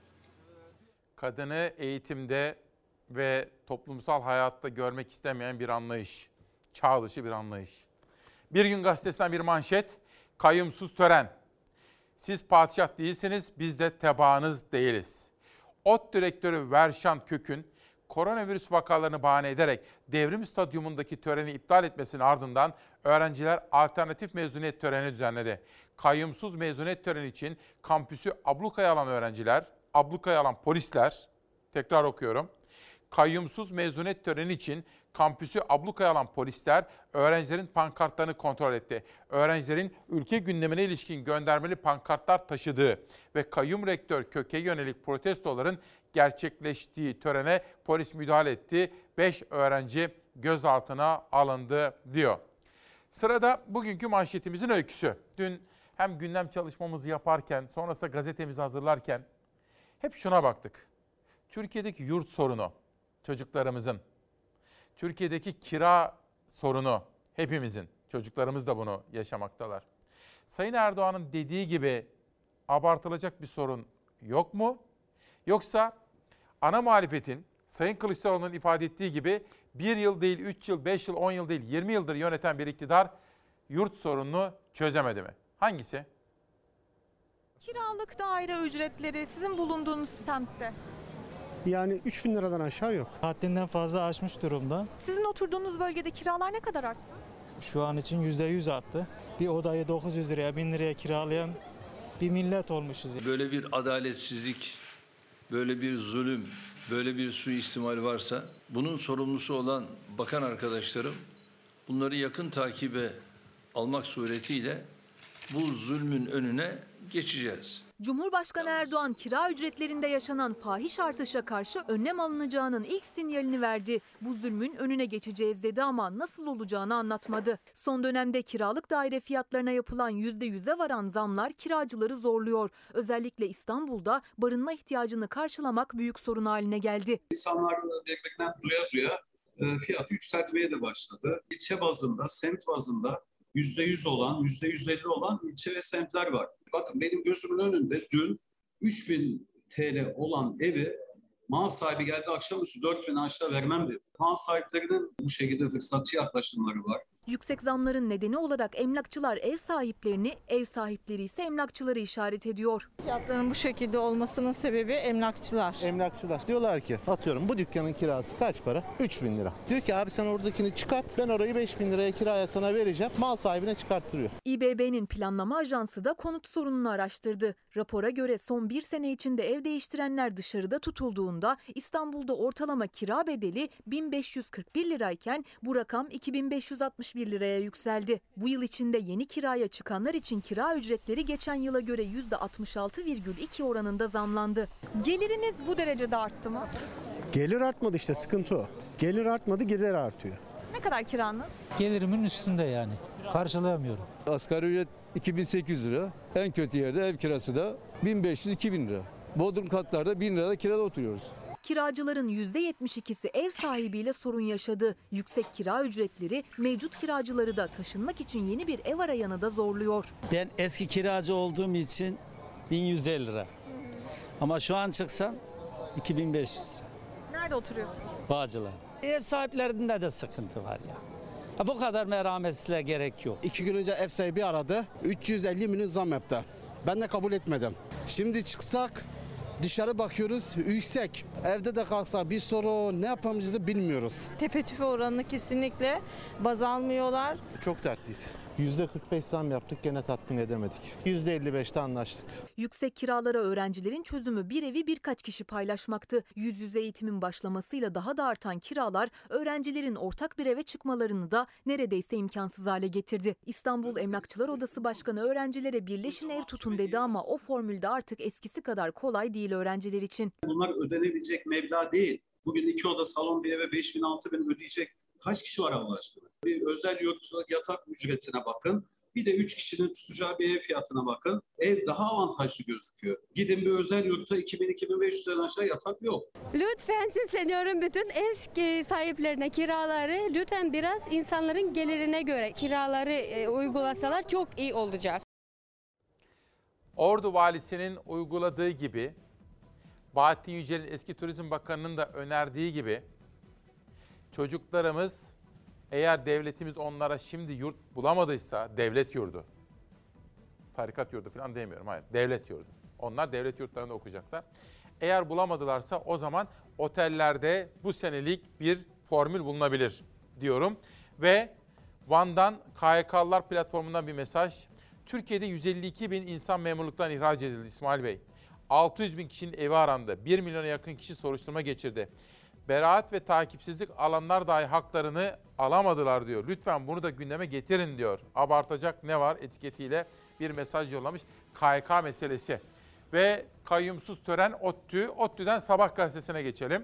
Kadını eğitimde ve toplumsal hayatta görmek istemeyen bir anlayış. Çağ dışı bir anlayış. Bir Gün Gazetesi'nden bir manşet. Kayyumsuz tören. Siz padişah değilsiniz, biz de tebaanız değiliz. ODTÜ direktörü Verşan Kök'ün koronavirüs vakalarını bahane ederek Devrim Stadyumundaki töreni iptal etmesinin ardından öğrenciler alternatif mezuniyet töreni düzenledi. Kayyumsuz mezuniyet töreni için kampüsü ablukaya alan öğrenciler, ablukaya alan polisler, tekrar okuyorum. Kayyumsuz mezuniyet töreni için kampüsü ablukaya alan polisler öğrencilerin pankartlarını kontrol etti. Öğrencilerin ülke gündemine ilişkin göndermeli pankartlar taşıdığı ve kayyum rektör Kök'e yönelik protestoların gerçekleştiği törene polis müdahale etti. 5 öğrenci gözaltına alındı diyor. Sırada bugünkü manşetimizin öyküsü. Dün hem gündem çalışmamızı yaparken, sonrasında gazetemizi hazırlarken hep şuna baktık. Türkiye'deki yurt sorunu, çocuklarımızın, Türkiye'deki kira sorunu, hepimizin, çocuklarımız da bunu yaşamaktalar. Sayın Erdoğan'ın dediği gibi abartılacak bir sorun yok mu? Yoksa ana muhalefetin, Sayın Kılıçdaroğlu'nun ifade ettiği gibi 1 yıl değil, 3 yıl, 5 yıl, 10 yıl değil, 20 yıldır yöneten bir iktidar yurt sorununu çözemedi mi? Hangisi? Kiralık daire ücretleri sizin bulunduğunuz semtte. Yani 3.000 liradan aşağı yok. Haddinden fazla aşmış durumda. Sizin oturduğunuz bölgede kiralar ne kadar arttı? Şu an için %100 arttı. Bir odayı 900 liraya, 1000 liraya kiralayan bir millet olmuşuz. Böyle bir adaletsizlik, böyle bir zulüm, böyle bir suistimal varsa bunun sorumlusu olan bakan arkadaşlarım bunları yakın takibe almak suretiyle bu zulmün önüne geçeceğiz. Cumhurbaşkanı Erdoğan kira ücretlerinde yaşanan fahiş artışa karşı önlem alınacağının ilk sinyalini verdi. Bu zulmün önüne geçeceğiz dedi ama nasıl olacağını anlatmadı. Son dönemde kiralık daire fiyatlarına yapılan %100'e varan zamlar kiracıları zorluyor. Özellikle İstanbul'da barınma ihtiyacını karşılamak büyük sorun haline geldi. İnsanlar ekmekten duya fiyatı yükseltmeye de başladı. İlçe bazında, semt bazında %100 olan, %150 olan ilçe ve semtler var. Bakın benim gözümün önünde dün 3.000 TL olan evi mal sahibi geldi akşamüstü 4.000 aşağı vermem dedi. Mal sahiplerinin bu şekilde fırsatçı yaklaşımları var. Yüksek zamların nedeni olarak emlakçılar ev sahiplerini, ev sahipleri ise emlakçıları işaret ediyor. Fiyatların bu şekilde olmasının sebebi emlakçılar. Emlakçılar diyorlar ki atıyorum bu dükkanın kirası kaç para? 3.000 lira. Diyor ki abi sen oradakini çıkart, ben orayı 5.000 liraya kiraya sana vereceğim. Mal sahibine çıkarttırıyor. İBB'nin planlama ajansı da konut sorununu araştırdı. Rapora göre son bir sene içinde ev değiştirenler dışarıda tutulduğunda İstanbul'da ortalama kira bedeli 1541 lirayken bu rakam 2561 liraya yükseldi. Bu yıl içinde yeni kiraya çıkanlar için kira ücretleri geçen yıla göre %66,2 oranında zamlandı. Geliriniz bu derecede arttı mı? Gelir artmadı işte, sıkıntı o. Gelir artmadı, gider artıyor. Ne kadar kiranız? Gelirimin üstünde yani. Karşılayamıyorum. Asgari ücret 2800 lira. En kötü yerde ev kirası da 1500-2000 lira. Bodrum katlarda 1000 lirada kirada oturuyoruz. Kiracıların %72'si ev sahibiyle sorun yaşadı. Yüksek kira ücretleri mevcut kiracıları da taşınmak için yeni bir ev arayanı da zorluyor. Ben eski kiracı olduğum için 1150 lira. Ama şu an çıksam 2500 lira. Nerede oturuyorsunuz? Bağcılar. Ev sahiplerinde de sıkıntı var ya. Bu kadar merhametsizliğe gerek yok. 2 gün önce ev sahibi aradı. 350 milyon zam yaptı. Ben de kabul etmedim. Şimdi çıksak dışarı bakıyoruz yüksek. Evde de kalksa bir sorun, ne yapacağımızı bilmiyoruz. Tepe tüfe oranını kesinlikle baz almıyorlar. Çok dertliyiz. %45 zam yaptık, gene tatmin edemedik. %55'te anlaştık. Yüksek kiralara öğrencilerin çözümü bir evi birkaç kişi paylaşmaktı. Yüz yüze eğitimin başlamasıyla daha da artan kiralar öğrencilerin ortak bir eve çıkmalarını da neredeyse imkansız hale getirdi. İstanbul Emlakçılar Odası Başkanı öğrencilere birleşin ev tutun dedi ama o formülde artık eskisi kadar kolay değil öğrenciler için. Bunlar ödenebilecek meblağ değil. Bugün 2 oda salon bir eve 5.000 6.000 ödeyecek kaç kişi var Allah aşkına? Bir özel yurt yatak ücretine bakın. Bir de 3 kişinin tutacağı bir ev fiyatına bakın. Ev daha avantajlı gözüküyor. Gidin bir özel yurtta 2000-2500'den aşağı yatak yok. Lütfen sesleniyorum bütün ev sahiplerine, kiraları lütfen biraz insanların gelirine göre kiraları uygulasalar çok iyi olacak. Ordu Valisi'nin uyguladığı gibi, Bahattin Yücel'in eski Turizm Bakanı'nın da önerdiği gibi çocuklarımız eğer devletimiz onlara şimdi yurt bulamadıysa, devlet yurdu, tarikat yurdu falan demiyorum, hayır, devlet yurdu. Onlar devlet yurtlarında okuyacaklar. Eğer bulamadılarsa o zaman otellerde bu senelik bir formül bulunabilir diyorum. Ve Van'dan KYK'lılar platformundan bir mesaj. Türkiye'de 152 bin insan memurluktan ihraç edildi İsmail Bey. 600 bin kişinin evi arandı. 1 milyona yakın kişi soruşturma geçirdi. Beraat ve takipsizlik alanlar dahi haklarını alamadılar diyor. Lütfen bunu da gündeme getirin diyor. Abartacak ne var etiketiyle bir mesaj yollamış. KYK meselesi. Ve kayyumsuz tören ODTÜ. ODTÜ'den Sabah gazetesine geçelim.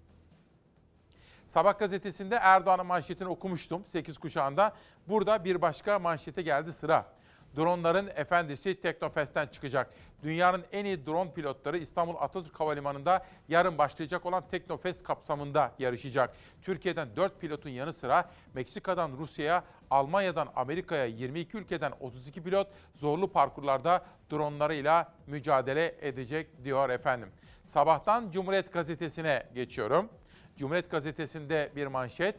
Sabah gazetesinde Erdoğan'ın manşetini okumuştum 8 kuşağında. Burada bir başka manşete geldi sıra. Dronların efendisi Teknofest'ten çıkacak. Dünyanın en iyi drone pilotları İstanbul Atatürk Havalimanı'nda yarın başlayacak olan Teknofest kapsamında yarışacak. Türkiye'den 4 pilotun yanı sıra Meksika'dan Rusya'ya, Almanya'dan Amerika'ya 22 ülkeden 32 pilot zorlu parkurlarda dronlarıyla mücadele edecek diyor efendim. Sabahtan Cumhuriyet Gazetesi'ne geçiyorum. Cumhuriyet Gazetesi'nde bir manşet.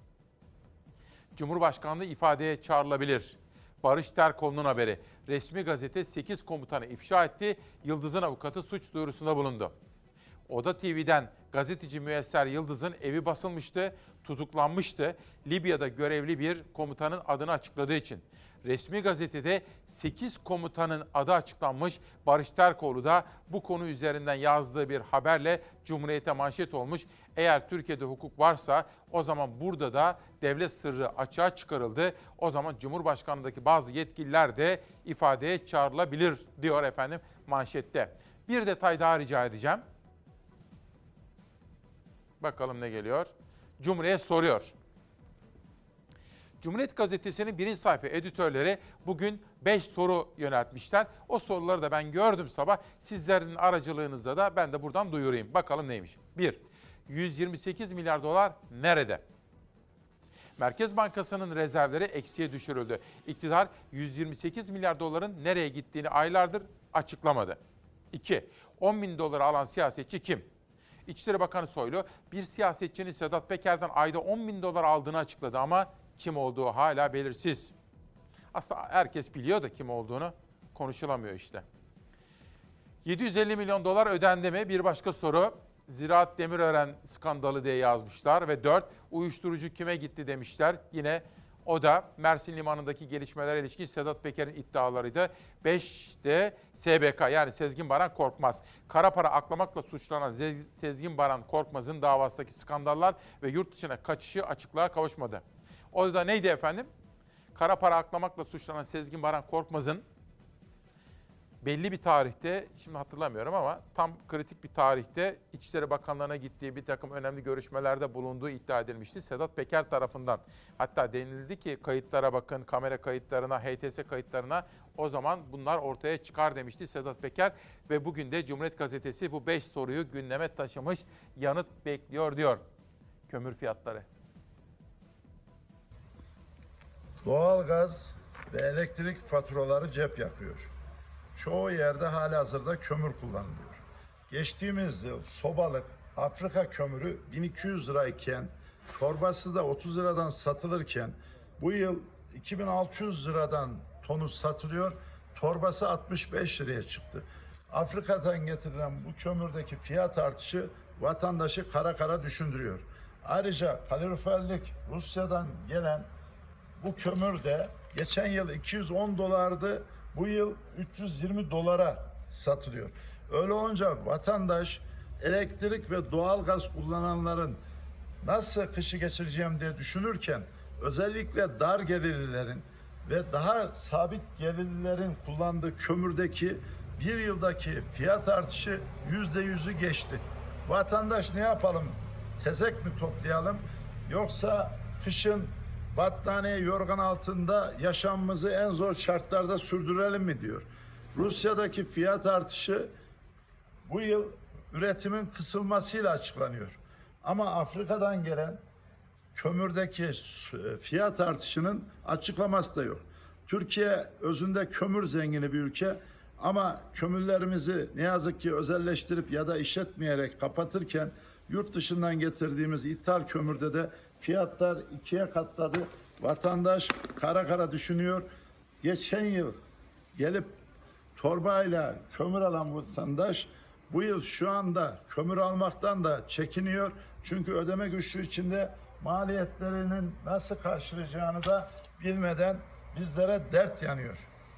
Cumhurbaşkanlığı ifadeye çağrılabilir. Barış Terkoğlu'nun haberi. Resmi gazete 8 komutanı ifşa etti. Yıldız'ın avukatı suç duyurusunda bulundu. Oda TV'den gazeteci Müyesser Yıldız'ın evi basılmıştı, tutuklanmıştı. Libya'da görevli bir komutanın adını açıkladığı için. Resmi gazetede 8 komutanın adı açıklanmış. Barış Terkoğlu da bu konu üzerinden yazdığı bir haberle Cumhuriyet'e manşet olmuş. Eğer Türkiye'de hukuk varsa o zaman burada da devlet sırrı açığa çıkarıldı. O zaman Cumhurbaşkanlığındaki bazı yetkililer de ifadeye çağrılabilir diyor efendim manşette. Bir detay daha rica edeceğim. Bakalım ne geliyor. Cumhuriyet soruyor. Cumhuriyet Gazetesi'nin birinci sayfa editörleri bugün 5 soru yöneltmişler. O soruları da ben gördüm sabah. Sizlerin aracılığınızla da ben de buradan duyurayım. Bakalım neymiş. 1. 128 milyar dolar nerede? Merkez Bankası'nın rezervleri eksiye düşürüldü. İktidar 128 milyar doların nereye gittiğini aylardır açıklamadı. 2. 10 bin doları alan siyasetçi kim? İçişleri Bakanı Soylu bir siyasetçinin Sedat Peker'den ayda 10 bin dolar aldığını açıkladı ama kim olduğu hala belirsiz. Aslında herkes biliyor da kim olduğunu, konuşulamıyor işte. 750 milyon dolar ödendi mi? Bir başka soru. Ziraat Demirören skandalı diye yazmışlar ve 4. Uyuşturucu kime gitti demişler. Yine o da Mersin Limanı'ndaki gelişmelere ilişkin Sedat Peker'in iddialarıydı. 5'te SBK yani Sezgin Baran Korkmaz. Kara para aklamakla suçlanan Sezgin Baran Korkmaz'ın davasındaki skandallar ve yurt dışına kaçışı açıklığa kavuşmadı. O da neydi efendim? Kara para aklamakla suçlanan Sezgin Baran Korkmaz'ın belli bir tarihte, şimdi hatırlamıyorum ama tam kritik bir tarihte İçişleri Bakanlığı'na gittiği bir takım önemli görüşmelerde bulunduğu iddia edilmişti Sedat Peker tarafından. Hatta denildi ki kayıtlara bakın, kamera kayıtlarına, HTS kayıtlarına, o zaman bunlar ortaya çıkar demişti Sedat Peker. Ve bugün de Cumhuriyet Gazetesi bu 5 soruyu gündeme taşımış, yanıt bekliyor diyor. Kömür fiyatları. Doğalgaz ve elektrik faturaları cep yakıyor. Çoğu yerde halihazırda kömür kullanılıyor. Geçtiğimiz yıl sobalık Afrika kömürü 1200 lirayken, torbası da 30 liradan satılırken bu yıl 2600 liradan tonu satılıyor, torbası 65 liraya çıktı. Afrika'dan getirilen bu kömürdeki fiyat artışı vatandaşı kara kara düşündürüyor. Ayrıca kaloriferlik Rusya'dan gelen bu kömür de geçen yıl 210 dolardı, bu yıl 320 dolara satılıyor. Öyle olunca vatandaş elektrik ve doğalgaz kullananların nasıl kışı geçireceğim diye düşünürken özellikle dar gelirlilerin ve daha sabit gelirlilerin kullandığı kömürdeki bir yıldaki fiyat artışı %100'ü geçti. Vatandaş ne yapalım tezek mi toplayalım yoksa kışın battaniye yorgan altında yaşamımızı en zor şartlarda sürdürelim mi diyor. Rusya'daki fiyat artışı bu yıl üretimin kısılmasıyla açıklanıyor. Ama Afrika'dan gelen kömürdeki fiyat artışının açıklaması da yok. Türkiye özünde kömür zengini bir ülke ama kömürlerimizi ne yazık ki özelleştirip ya da işletmeyerek kapatırken yurt dışından getirdiğimiz ithal kömürde de fiyatlar 2'ye katladı. Vatandaş kara kara düşünüyor. Geçen yıl gelip torbayla kömür alan vatandaş bu yıl şu anda kömür almaktan da çekiniyor. Çünkü ödeme güçlüğü içinde maliyetlerinin nasıl karşılayacağını da bilmeden bizlere dert yanıyor.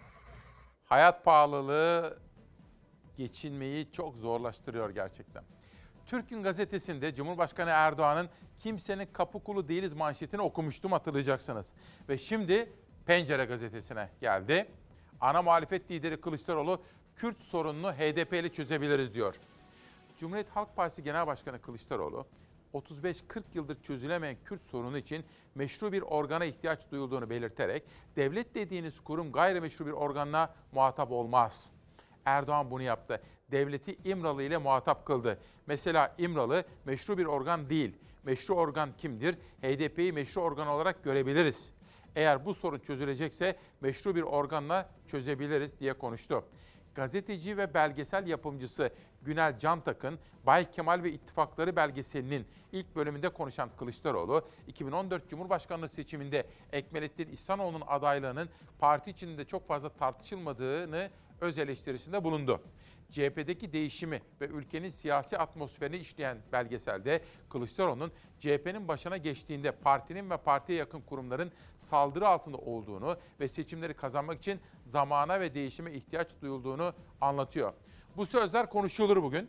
Hayat pahalılığı geçinmeyi çok zorlaştırıyor gerçekten. Türk Gün Gazetesi'nde Cumhurbaşkanı Erdoğan'ın "Kimsenin kapı kulu değiliz" manşetini okumuştum, hatırlayacaksınız. Ve şimdi Pencere Gazetesi'ne geldi. Ana muhalefet lideri Kılıçdaroğlu Kürt sorununu HDP ile çözebiliriz diyor. Cumhuriyet Halk Partisi Genel Başkanı Kılıçdaroğlu, 35-40 yıldır çözülemeyen Kürt sorunu için meşru bir organa ihtiyaç duyulduğunu belirterek, devlet dediğiniz kurum gayrimeşru bir organla muhatap olmaz. Erdoğan bunu yaptı. Devleti İmralı ile muhatap kıldı. Mesela İmralı meşru bir organ değil. Meşru organ kimdir? HDP'yi meşru organ olarak görebiliriz. Eğer bu sorun çözülecekse meşru bir organla çözebiliriz diye konuştu. Gazeteci ve belgesel yapımcısı Günel Cantak'ın Bay Kemal ve İttifakları belgeselinin ilk bölümünde konuşan Kılıçdaroğlu, 2014 Cumhurbaşkanlığı seçiminde Ekmelettin İhsanoğlu'nun adaylığının parti içinde çok fazla tartışılmadığını öz eleştirisinde bulundu. CHP'deki değişimi ve ülkenin siyasi atmosferini işleyen belgeselde Kılıçdaroğlu'nun CHP'nin başına geçtiğinde partinin ve partiye yakın kurumların saldırı altında olduğunu ve seçimleri kazanmak için zamana ve değişime ihtiyaç duyulduğunu anlatıyor. Bu sözler konuşulur bugün.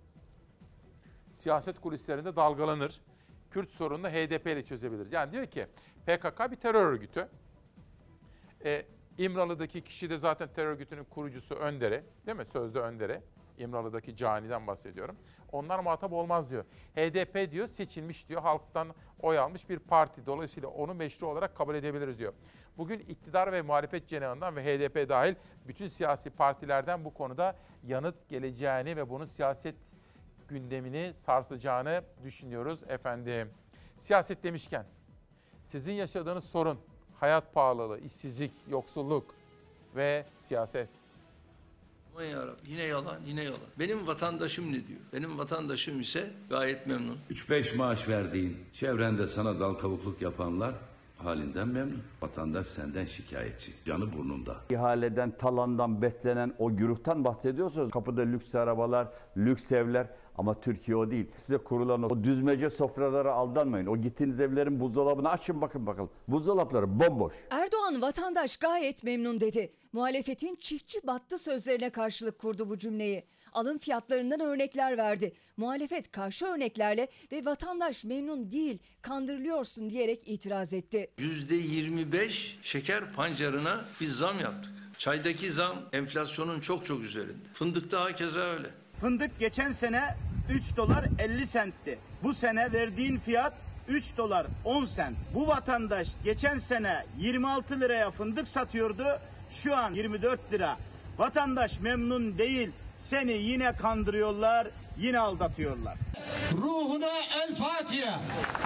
Siyaset kulislerinde dalgalanır. Kürt sorununu HDP ile çözebiliriz. Yani diyor ki PKK bir terör örgütü. İmralı'daki kişi de zaten terör örgütünün kurucusu, önderi, değil mi? Sözde önderi. İmralı'daki caniden bahsediyorum. Onlar muhatap olmaz diyor. HDP diyor seçilmiş diyor, halktan oy almış bir parti. Dolayısıyla onu meşru olarak kabul edebiliriz diyor. Bugün iktidar ve muhalefet cenahından ve HDP dahil bütün siyasi partilerden bu konuda yanıt geleceğini ve bunun siyaset gündemini sarsacağını düşünüyoruz efendim. Siyaset demişken sizin yaşadığınız sorun, hayat pahalılığı, işsizlik, yoksulluk ve siyaset. Aman yarabbim, yine yalan, yine yalan. Benim vatandaşım ne diyor? Benim vatandaşım ise gayet memnun. 3-5 maaş verdiğin, çevrende sana dal kavukluk yapanlar halinden memnun. Vatandaş senden şikayetçi, canı burnunda. İhaleden, talandan beslenen o güruhtan bahsediyorsunuz. Kapıda lüks arabalar, lüks evler. Ama Türkiye o değil. Size kurulan o düzmece sofralara aldanmayın. O gittiğiniz evlerin buzdolabını açın bakın bakalım. Buzdolapları bomboş. Erdoğan vatandaş gayet memnun dedi. Muhalefetin çiftçi battı sözlerine karşılık kurdu bu cümleyi. Alım fiyatlarından örnekler verdi. Muhalefet karşı örneklerle ve vatandaş memnun değil, kandırılıyorsun diyerek itiraz etti. %25 şeker pancarına biz zam yaptık. Çaydaki zam enflasyonun çok üzerinde. Fındıkta hakeza öyle. Fındık geçen sene 3 dolar 50 sentti. Bu sene verdiğin fiyat 3 dolar 10 sent. Bu vatandaş geçen sene 26 liraya fındık satıyordu. Şu an 24 lira. Vatandaş memnun değil. Seni yine kandırıyorlar, yine aldatıyorlar. Ruhuna el Fatiha.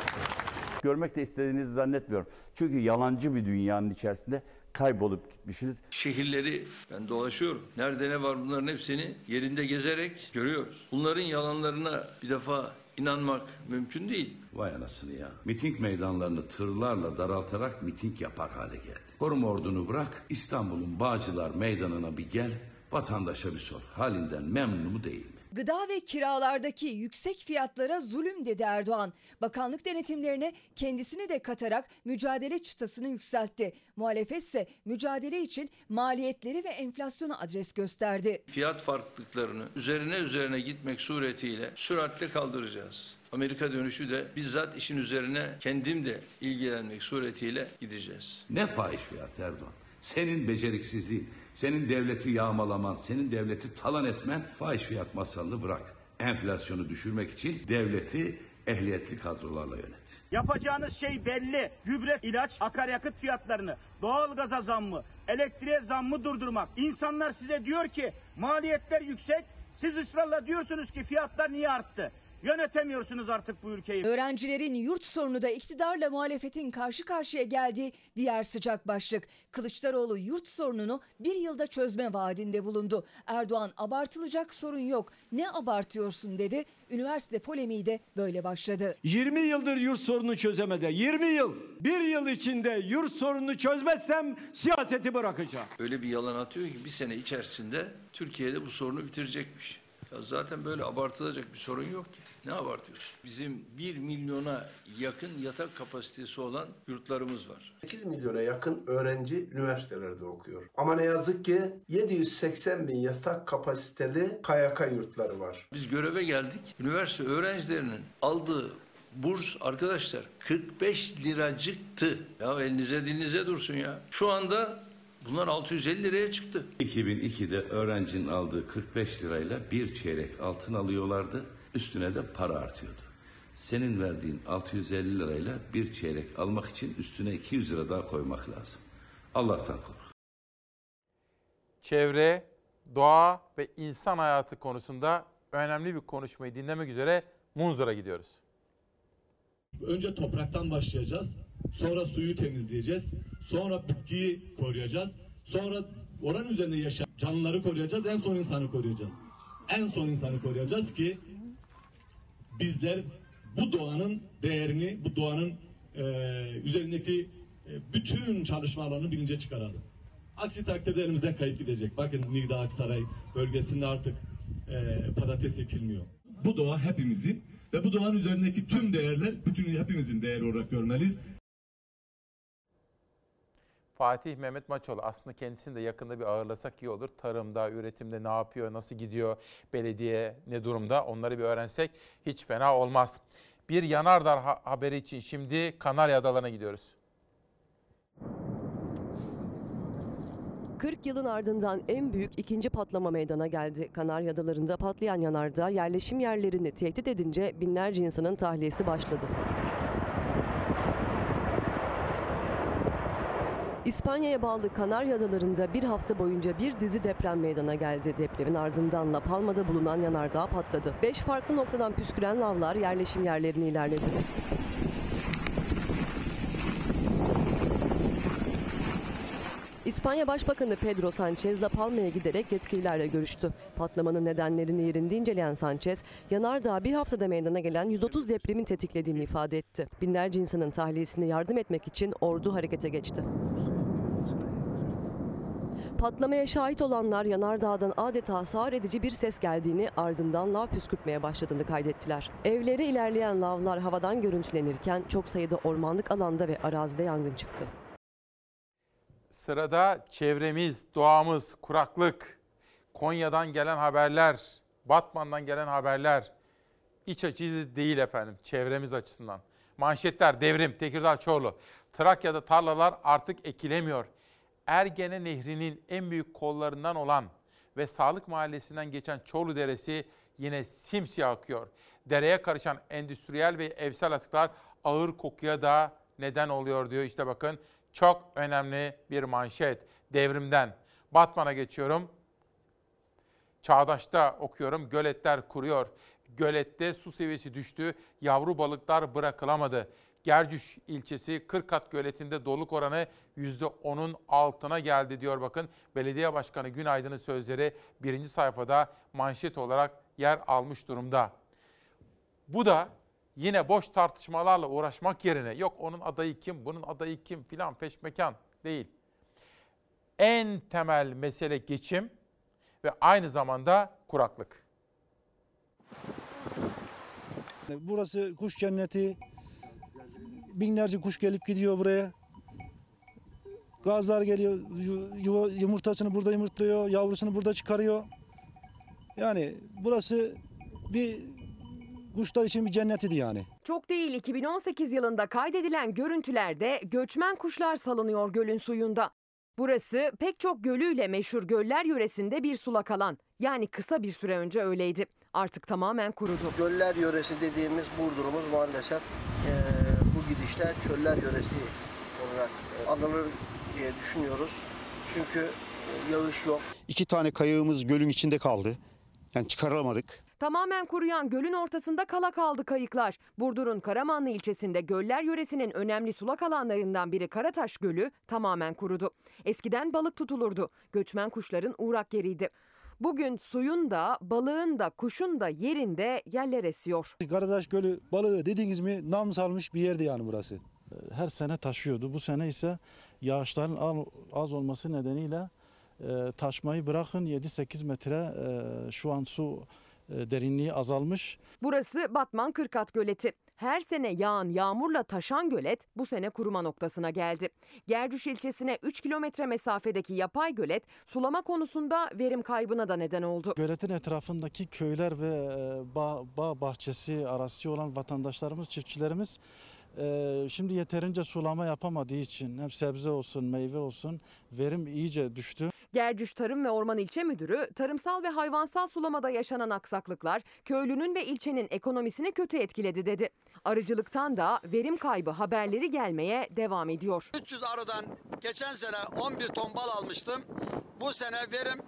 Görmek de istediğinizi zannetmiyorum. Çünkü yalancı bir dünyanın içerisinde kaybolup gitmişsiniz. Şehirleri ben dolaşıyorum. Nerede ne var bunların hepsini yerinde gezerek görüyoruz. Bunların yalanlarına bir defa inanmak mümkün değil. Vay anasını ya. Miting meydanlarını tırlarla daraltarak miting yapar hale geldi. Koruma ordunu bırak, İstanbul'un Bağcılar Meydanı'na bir gel, vatandaşa bir sor. Halinden memnun mu değil mi? Gıda ve kiralardaki yüksek fiyatlara zulüm dedi Erdoğan. Bakanlık denetimlerine kendisini de katarak mücadele çıtasını yükseltti. Muhalefet ise mücadele için maliyetleri ve enflasyona adres gösterdi. Fiyat farklılıklarını üzerine gitmek suretiyle süratle kaldıracağız. Amerika dönüşü de bizzat işin üzerine kendim de ilgilenmek suretiyle gideceğiz. Ne fahiş fiyat Erdoğan? Senin beceriksizliğin, senin devleti yağmalaman, senin devleti talan etmen fahiş fiyat masalını bırak. Enflasyonu düşürmek için devleti ehliyetli kadrolarla yönet. Yapacağınız şey belli. Gübre, ilaç, akaryakıt fiyatlarını, doğalgaza zammı, elektriğe zammı durdurmak. İnsanlar size diyor ki maliyetler yüksek. Siz ısrarla diyorsunuz ki fiyatlar niye arttı? Yönetemiyorsunuz artık bu ülkeyi. Öğrencilerin yurt sorunu da iktidarla muhalefetin karşı karşıya geldiği diğer sıcak başlık. Kılıçdaroğlu yurt sorununu bir yılda çözme vaadinde bulundu. Erdoğan abartılacak sorun yok. Ne abartıyorsun dedi. Üniversite polemiği de böyle başladı. 20 yıldır yurt sorununu çözemedi. 20 yıl. Bir yıl içinde yurt sorununu çözmezsem siyaseti bırakacağım. Öyle bir yalan atıyor ki bir sene içerisinde Türkiye'de bu sorunu bitirecekmiş. Ya zaten böyle abartılacak bir sorun yok ki. Ne abartıyorsun? Bizim 1 milyona yakın yatak kapasitesi olan yurtlarımız var. 8 milyona yakın öğrenci üniversitelerde okuyor. Ama ne yazık ki 780 bin yatak kapasiteli KYK yurtları var. Biz göreve geldik. Üniversite öğrencilerinin aldığı burs arkadaşlar 45 liracıktı. Ya elinize dilinize dursun ya. Şu anda bunlar 650 liraya çıktı. 2002'de öğrencinin aldığı 45 lirayla bir çeyrek altın alıyorlardı. Üstüne de para artıyordu. Senin verdiğin 650 lirayla bir çeyrek almak için üstüne 200 lira daha koymak lazım. Allah'tan kork. Çevre, doğa ve insan hayatı konusunda önemli bir konuşmayı dinlemek üzere Munzur'a gidiyoruz. Önce topraktan başlayacağız. Sonra suyu temizleyeceğiz. Sonra bitkiyi koruyacağız. Sonra oranın üzerinde yaşayan canlıları koruyacağız. En son insanı koruyacağız. En son insanı koruyacağız ki bizler bu doğanın değerini, bu doğanın üzerindeki bütün çalışma alanını bilince çıkaralım. Aksi takdirde elimizden kayıp gidecek. Bakın Niğde Aksaray bölgesinde artık patates ekilmiyor. Bu doğa hepimizin ve bu doğanın üzerindeki tüm değerler bütün hepimizin değeri olarak görmeliyiz. Fatih Mehmet Maçoğlu, aslında kendisini de yakında bir ağırlasak iyi olur. Tarımda, üretimde ne yapıyor, nasıl gidiyor, belediye ne durumda, onları bir öğrensek hiç fena olmaz. Bir yanardağ haberi için şimdi Kanarya Adaları'na gidiyoruz. 40 yılın ardından en büyük ikinci patlama meydana geldi. Kanarya Adaları'nda patlayan yanardağ yerleşim yerlerini tehdit edince binlerce insanın tahliyesi başladı. İspanya'ya bağlı Kanarya Adaları'nda bir hafta boyunca bir dizi deprem meydana geldi. Depremin ardından La Palma'da bulunan yanardağ patladı. 5 farklı noktadan püsküren lavlar yerleşim yerlerini ilerledi. İspanya Başbakanı Pedro Sánchez La Palma'ya giderek yetkililerle görüştü. Patlamanın nedenlerini yerinde inceleyen Sánchez, yanardağ bir haftada meydana gelen 130 depremin tetiklediğini ifade etti. Binlerce insanın tahliyesine yardım etmek için ordu harekete geçti. Patlamaya şahit olanlar yanardağdan adeta sağır edici bir ses geldiğini, ardından lav püskürtmeye başladığını kaydettiler. Evlere ilerleyen lavlar havadan görüntülenirken çok sayıda ormanlık alanda ve arazide yangın çıktı. Sırada çevremiz, doğamız, kuraklık, Konya'dan gelen haberler, Batman'dan gelen haberler. İç açıcı değil efendim, çevremiz açısından. Manşetler, devrim, Tekirdağ Çorlu. Trakya'da tarlalar artık ekilemiyor. Ergene Nehri'nin en büyük kollarından olan ve Sağlık Mahallesi'nden geçen Çorlu Deresi yine simsiyah akıyor. Dereye karışan endüstriyel ve evsel atıklar ağır kokuya da neden oluyor diyor. İşte bakın, çok önemli bir manşet devrimden. Batman'a geçiyorum. Çağdaş'ta okuyorum. Göletler kuruyor. Gölette su seviyesi düştü. Yavru balıklar bırakılamadı. Gercüş ilçesi Kırkat Göleti'nde doluluk oranı %10'un altına geldi diyor bakın. Belediye Başkanı Günaydın'ın sözleri birinci sayfada manşet olarak yer almış durumda. Bu da yine boş tartışmalarla uğraşmak yerine yok onun adayı kim, bunun adayı kim filan peşmekan değil. En temel mesele geçim ve aynı zamanda kuraklık. Burası kuş cenneti. Binlerce kuş gelip gidiyor buraya. Gazlar geliyor, yumurtasını burada yumurtluyor, yavrusunu burada çıkarıyor. Yani burası bir kuşlar için bir cennetiydi yani. Çok değil, 2018 yılında kaydedilen görüntülerde göçmen kuşlar salınıyor gölün suyunda. Burası pek çok gölüyle meşhur Göller yöresinde bir sulak alan. Yani kısa bir süre önce öyleydi. artık tamamen kurudu. Göller yöresi dediğimiz Burdur'umuz maalesef bu gidişle çöller yöresi olarak anılır diye düşünüyoruz. Çünkü yağış yok. 2 tane kayığımız gölün içinde kaldı. Yani çıkaramadık. Tamamen kuruyan gölün ortasında kala kaldı kayıklar. Burdur'un Karamanlı ilçesinde göller yöresinin önemli sulak alanlarından biri Karataş Gölü tamamen kurudu. Eskiden balık tutulurdu. Göçmen kuşların uğrak yeriydi. Bugün suyun da, balığın da, kuşun da yerinde yeller esiyor. Karataş Gölü balığı dediğiniz mi nam salmış bir yerdi yani burası. Her sene taşıyordu. Bu sene ise yağışların az olması nedeniyle taşmayı bırakın 7-8 metre şu an su derinliği azalmış. Burası Batman Kırkat Göleti. Her sene yağan yağmurla taşan gölet bu sene kuruma noktasına geldi. Gercüş ilçesine 3 kilometre mesafedeki yapay gölet sulama konusunda verim kaybına da neden oldu. Göletin etrafındaki köyler ve bağ bahçesi arazisi olan vatandaşlarımız, çiftçilerimiz şimdi yeterince sulama yapamadığı için hem sebze olsun meyve olsun verim iyice düştü. Gercüş Tarım ve Orman İlçe Müdürü, tarımsal ve hayvansal sulamada yaşanan aksaklıklar köylünün ve ilçenin ekonomisini kötü etkiledi dedi. Arıcılıktan da verim kaybı haberleri gelmeye devam ediyor. 300 arıdan geçen sene 11 ton bal almıştım. Bu sene verim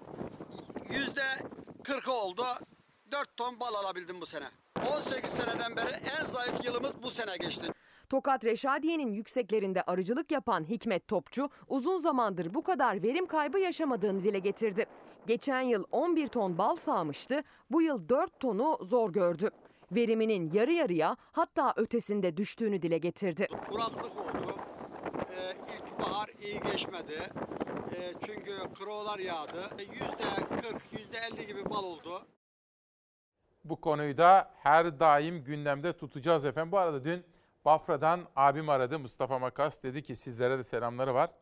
%40'ı oldu. 4 ton bal alabildim bu sene. 18 seneden beri en zayıf yılımız bu sene geçti. Tokat Reşadiye'nin yükseklerinde arıcılık yapan Hikmet Topçu uzun zamandır bu kadar verim kaybı yaşamadığını dile getirdi. Geçen yıl 11 ton bal sağmıştı, bu yıl 4 tonu zor gördü. Veriminin yarı yarıya hatta ötesinde düştüğünü dile getirdi. Kuraklık oldu. İlkbahar iyi geçmedi. Çünkü kıroğlar yağdı. %40, %50 gibi bal oldu. Bu konuyu da her daim gündemde tutacağız efendim. Bu arada dün Bafra'dan abim aradı, Mustafa Makas, dedi ki sizlere de selamları var.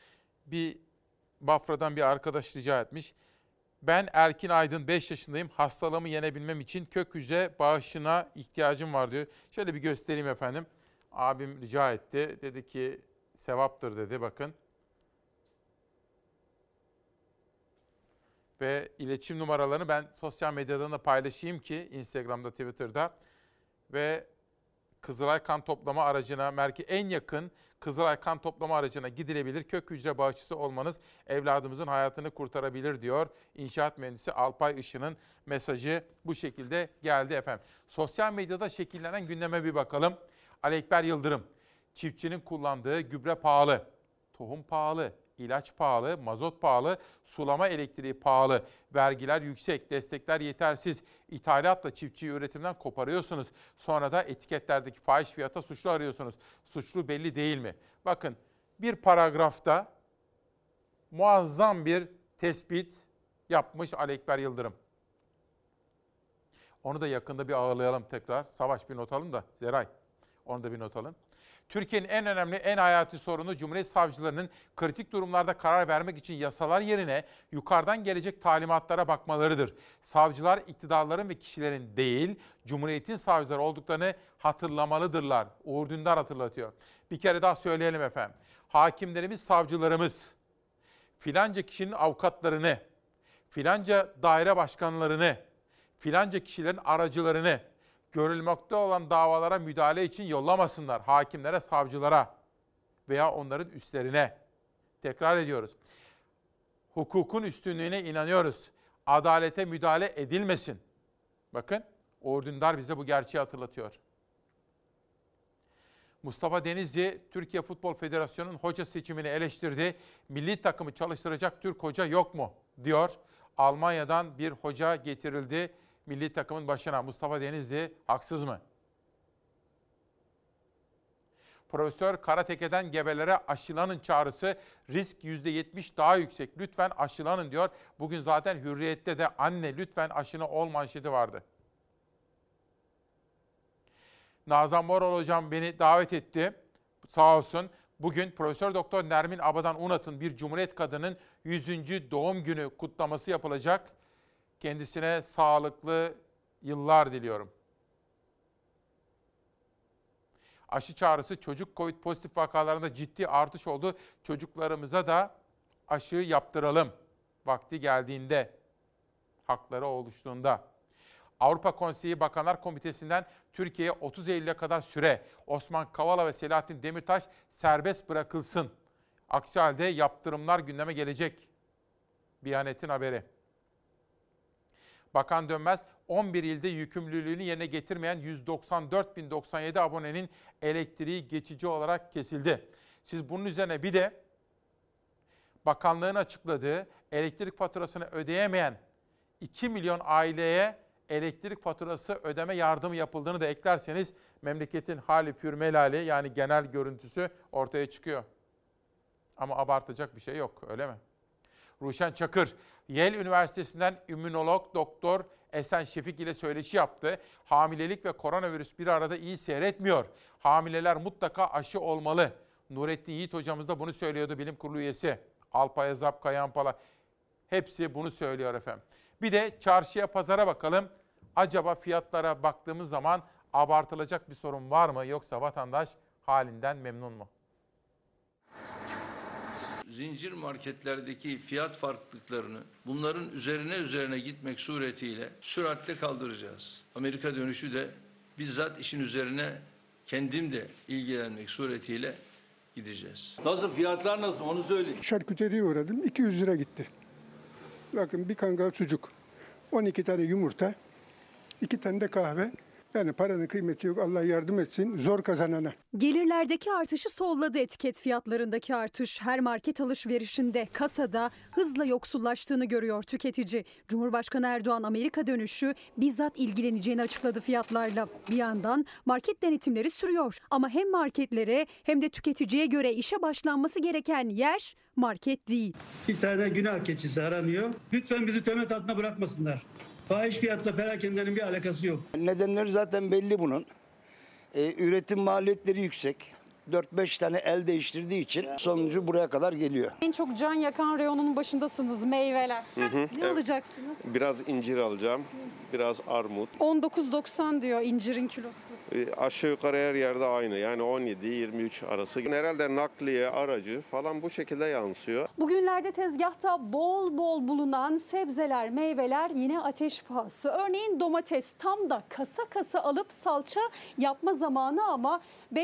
Bafra'dan bir arkadaş rica etmiş. Ben Erkin Aydın, 5 yaşındayım. Hastalığımı yenebilmem için kök hücre bağışına ihtiyacım var diyor. Şöyle bir göstereyim efendim. Abim rica etti. Dedi ki sevaptır dedi, bakın. Ve iletişim numaralarını ben sosyal medyadan da paylaşayım ki Instagram'da, Twitter'da. Ve Kızılay kan toplama aracına, en yakın Kızılay kan toplama aracına gidilebilir. Kök hücre bağışçısı olmanız evladımızın hayatını kurtarabilir diyor. İnşaat mühendisi Alpay Işın'ın mesajı bu şekilde geldi efendim. Sosyal medyada şekillenen gündeme bir bakalım. Ali Ekber Yıldırım, çiftçinin kullandığı gübre pahalı, tohum pahalı, ilaç pahalı, mazot pahalı, sulama elektriği pahalı, vergiler yüksek, destekler yetersiz, ithalatla çiftçiyi üretimden koparıyorsunuz. Sonra da etiketlerdeki fahiş fiyata suçlu arıyorsunuz. Suçlu belli değil mi? Bakın bir paragrafta muazzam bir tespit yapmış Ali Ekber Yıldırım. Onu da yakında bir ağırlayalım tekrar. Savaş bir not alın da Zeray, onu da bir not alın. Türkiye'nin en önemli, en hayati sorunu Cumhuriyet savcılarının kritik durumlarda karar vermek için yasalar yerine yukarıdan gelecek talimatlara bakmalarıdır. Savcılar iktidarların ve kişilerin değil, Cumhuriyet'in savcıları olduklarını hatırlamalıdırlar. Uğur Dündar hatırlatıyor. Bir kere daha söyleyelim efendim. Hakimlerimiz, savcılarımız, filanca kişinin avukatlarını, filanca daire başkanlarını, filanca kişilerin aracılarını, görülmekte olan davalara müdahale için yollamasınlar hakimlere, savcılara veya onların üstlerine. Tekrar ediyoruz. Hukukun üstünlüğüne inanıyoruz. Adalete müdahale edilmesin. Bakın, Uğur Dündar bize bu gerçeği hatırlatıyor. Mustafa Denizli, Türkiye Futbol Federasyonu'nun hoca seçimini eleştirdi. Milli takımı çalıştıracak Türk hoca yok mu diyor. Almanya'dan bir hoca getirildi milli takımın başına. Mustafa Denizli haksız mı? Profesör Karateke'den gebelere aşılanın çağrısı, risk %70 daha yüksek. Lütfen aşılanın diyor. Bugün zaten Hürriyet'te de anne lütfen aşını ol manşeti vardı. Nazan Moral hocam beni davet etti. Sağ olsun. Bugün Profesör Doktor Nermin Abadan Unat'ın bir Cumhuriyet kadının 100. doğum günü kutlaması yapılacak. Kendisine sağlıklı yıllar diliyorum. Aşı çağrısı, çocuk Covid pozitif vakalarında ciddi artış oldu. Çocuklarımıza da aşı yaptıralım. Vakti geldiğinde, hakları oluştuğunda. Avrupa Konseyi Bakanlar Komitesi'nden Türkiye'ye 30 Eylül'e kadar süre Osman Kavala ve Selahattin Demirtaş serbest bırakılsın. Aksi halde yaptırımlar gündeme gelecek. Biyanet'in haberi. Bakan Dönmez, 11 ilde yükümlülüğünü yerine getirmeyen 194.097 abonenin elektriği geçici olarak kesildi. Siz bunun üzerine bir de bakanlığın açıkladığı elektrik faturasını ödeyemeyen 2 milyon aileye elektrik faturası ödeme yardımı yapıldığını da eklerseniz memleketin hali pür melali, yani genel görüntüsü ortaya çıkıyor. Ama abartacak bir şey yok, öyle mi? Ruşen Çakır, Yale Üniversitesi'nden immünolog doktor Esen Şefik ile söyleşi yaptı. Hamilelik ve koronavirüs bir arada iyi seyretmiyor. Hamileler mutlaka aşı olmalı. Nurettin Yiğit hocamız da bunu söylüyordu, bilim kurulu üyesi. Alpay Azap, Kayampala, hepsi bunu söylüyor efendim. Bir de çarşıya, pazara bakalım. Acaba fiyatlara baktığımız zaman abartılacak bir sorun var mı, yoksa vatandaş halinden memnun mu? Zincir marketlerdeki fiyat farklılıklarını bunların üzerine gitmek suretiyle süratle kaldıracağız. Amerika dönüşü de bizzat işin üzerine kendim de ilgilenmek suretiyle gideceğiz. Nasıl, fiyatlar nasıl, onu söyleyin. Şarküteriye uğradım, 200 lira gitti. Bakın, bir kangal sucuk, 12 tane yumurta, 2 tane de kahve. Yani paranın kıymeti yok, Allah yardım etsin zor kazanana. Gelirlerdeki artışı solladı etiket fiyatlarındaki artış. Her market alışverişinde, kasada hızla yoksullaştığını görüyor tüketici. Cumhurbaşkanı Erdoğan Amerika dönüşü bizzat ilgileneceğini açıkladı fiyatlarla. Bir yandan market denetimleri sürüyor. Ama hem marketlere hem de tüketiciye göre işe başlanması gereken yer market değil. Bir tane günah keçisi aranıyor. Lütfen bizi töhmet altına bırakmasınlar. Fahiş fiyatla perakendenin bir alakası yok. Nedenleri zaten belli bunun. Üretim maliyetleri yüksek. 4-5 tane el değiştirdiği için sonucu buraya kadar geliyor. En çok can yakan reyonunun başındasınız, meyveler. Ne alacaksınız? Biraz incir alacağım, biraz armut. 19.90 diyor incirin kilosu. Aşağı yukarı her yerde aynı, yani 17-23 arası. Herhalde nakliye aracı falan bu şekilde yansıyor. Bugünlerde tezgahta bol bol bulunan sebzeler, meyveler yine ateş pahası. Örneğin domates tam da kasa kasa alıp salça yapma zamanı ama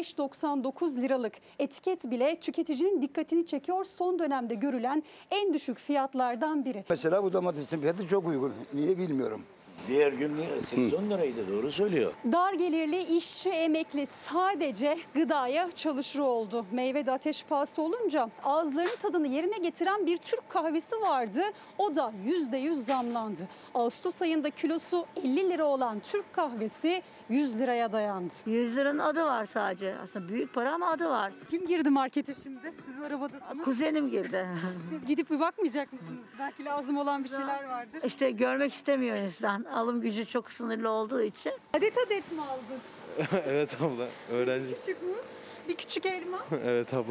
5.99 liralık. Etiket bile tüketicinin dikkatini çekiyor. Son dönemde görülen en düşük fiyatlardan biri. Mesela bu domatesin fiyatı çok uygun. Niye bilmiyorum. Diğer gün 8-10 liraydı, doğru söylüyor. Dar gelirli, işçi, emekli sadece gıdaya çalışır oldu. Meyve de ateş pahası olunca ağızlarının tadını yerine getiren bir Türk kahvesi vardı. O da %100 zamlandı. Ağustos ayında kilosu 50 lira olan Türk kahvesi 100 liraya dayandı. 100 liranın adı var sadece. Aslında büyük para ama adı var. Kim girdi markete şimdi? Siz arabadasınız. Kuzenim girdi. Siz gidip bir bakmayacak mısınız? Belki lazım olan bir şeyler vardır. İşte görmek istemiyor insan. Alım gücü çok sınırlı olduğu için. Adet adet mi aldın? Evet abla, öğrenci. Küçük muz, bir küçük elma. Evet abla.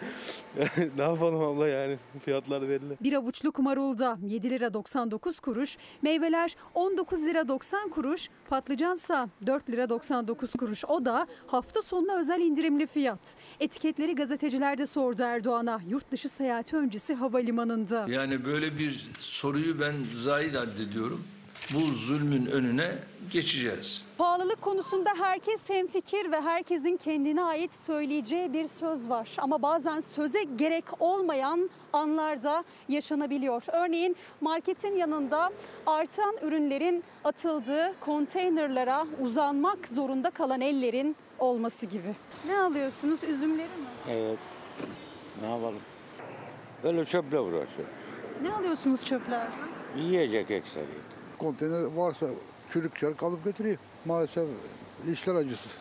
Ne yapalım abla, yani fiyatlar belli. Bir avuçluk marulda 7 lira 99 kuruş, meyveler 19 lira 90 kuruş, patlıcansa 4 lira 99 kuruş. O da hafta sonuna özel indirimli fiyat. Etiketleri gazeteciler de sordu Erdoğan'a yurt dışı seyahati öncesi havalimanında. Yani böyle bir soruyu ben zahid addediyorum. Bu zulmün önüne geçeceğiz. Pahalılık konusunda herkes hemfikir ve herkesin kendine ait söyleyeceği bir söz var. Ama bazen söze gerek olmayan anlar da yaşanabiliyor. Örneğin marketin yanında artan ürünlerin atıldığı konteynerlara uzanmak zorunda kalan ellerin olması gibi. Ne alıyorsunuz? Üzümleri mi? Evet. Ne yapalım? Böyle çöple uğraşıyoruz. Ne alıyorsunuz çöplerden? Yiyecek ekseri. Konteyner varsa çürük çarık alıp götürüyor. Maalesef işler acısı.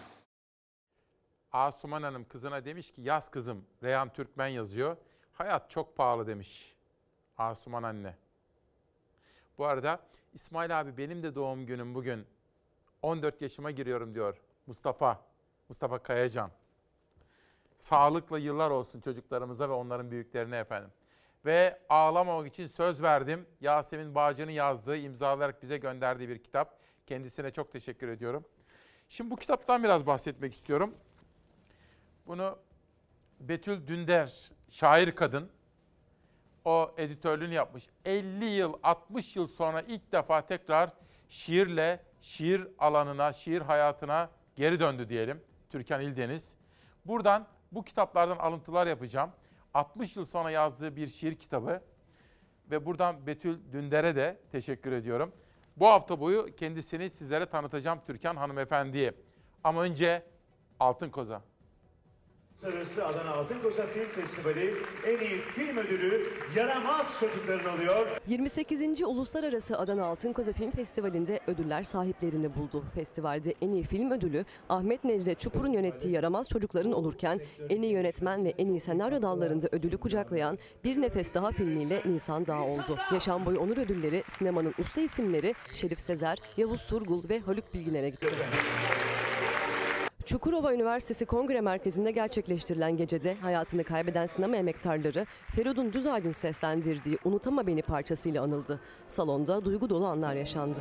Asuman Hanım kızına demiş ki yaz kızım, Reyhan Türkmen yazıyor. Hayat çok pahalı demiş Asuman anne. Bu arada İsmail abi benim de doğum günüm bugün. 14 yaşıma giriyorum diyor Mustafa Kayacan. Sağlıklı yıllar olsun çocuklarımıza ve onların büyüklerine efendim. Ve ağlamamak için söz verdim. Yasemin Bağcı'nın yazdığı, imzalayarak bize gönderdiği bir kitap. Kendisine çok teşekkür ediyorum. Şimdi bu kitaptan biraz bahsetmek istiyorum. Bunu Betül Dünder, şair kadın, o editörlüğünü yapmış. 50 yıl, 60 yıl sonra ilk defa tekrar şiirle şiir alanına, şiir hayatına geri döndü diyelim. Türkan İldeniz. Buradan bu kitaplardan alıntılar yapacağım. 60 yıl sonra yazdığı bir şiir kitabı ve buradan Betül Dünder'e de teşekkür ediyorum. Bu hafta boyu kendisini sizlere tanıtacağım Türkan hanımefendiye. Ama önce Altın Koza. Uluslararası Adana Altın Koza Film Festivali en iyi film ödülü Yaramaz Çocukların alıyor. 28. Uluslararası Adana Altın Koza Film Festivali'nde ödüller sahiplerini buldu. Festivalde en iyi film ödülü Ahmet Necdet Çupur'un yönettiği Yaramaz Çocukların olurken en iyi yönetmen ve en iyi senaryo dallarında ödülü kucaklayan Bir Nefes Daha filmiyle Nisan Dağ oldu. Yaşam boyu onur ödülleri sinemanın usta isimleri Şerif Sezer, Yavuz Turgul ve Haluk Bilginer'e gitti. Çukurova Üniversitesi Kongre Merkezi'nde gerçekleştirilen gecede hayatını kaybeden sinema emektarları Feridun Düzağ'ın seslendirdiği Unutama Beni parçasıyla anıldı. Salonda duygu dolu anlar yaşandı.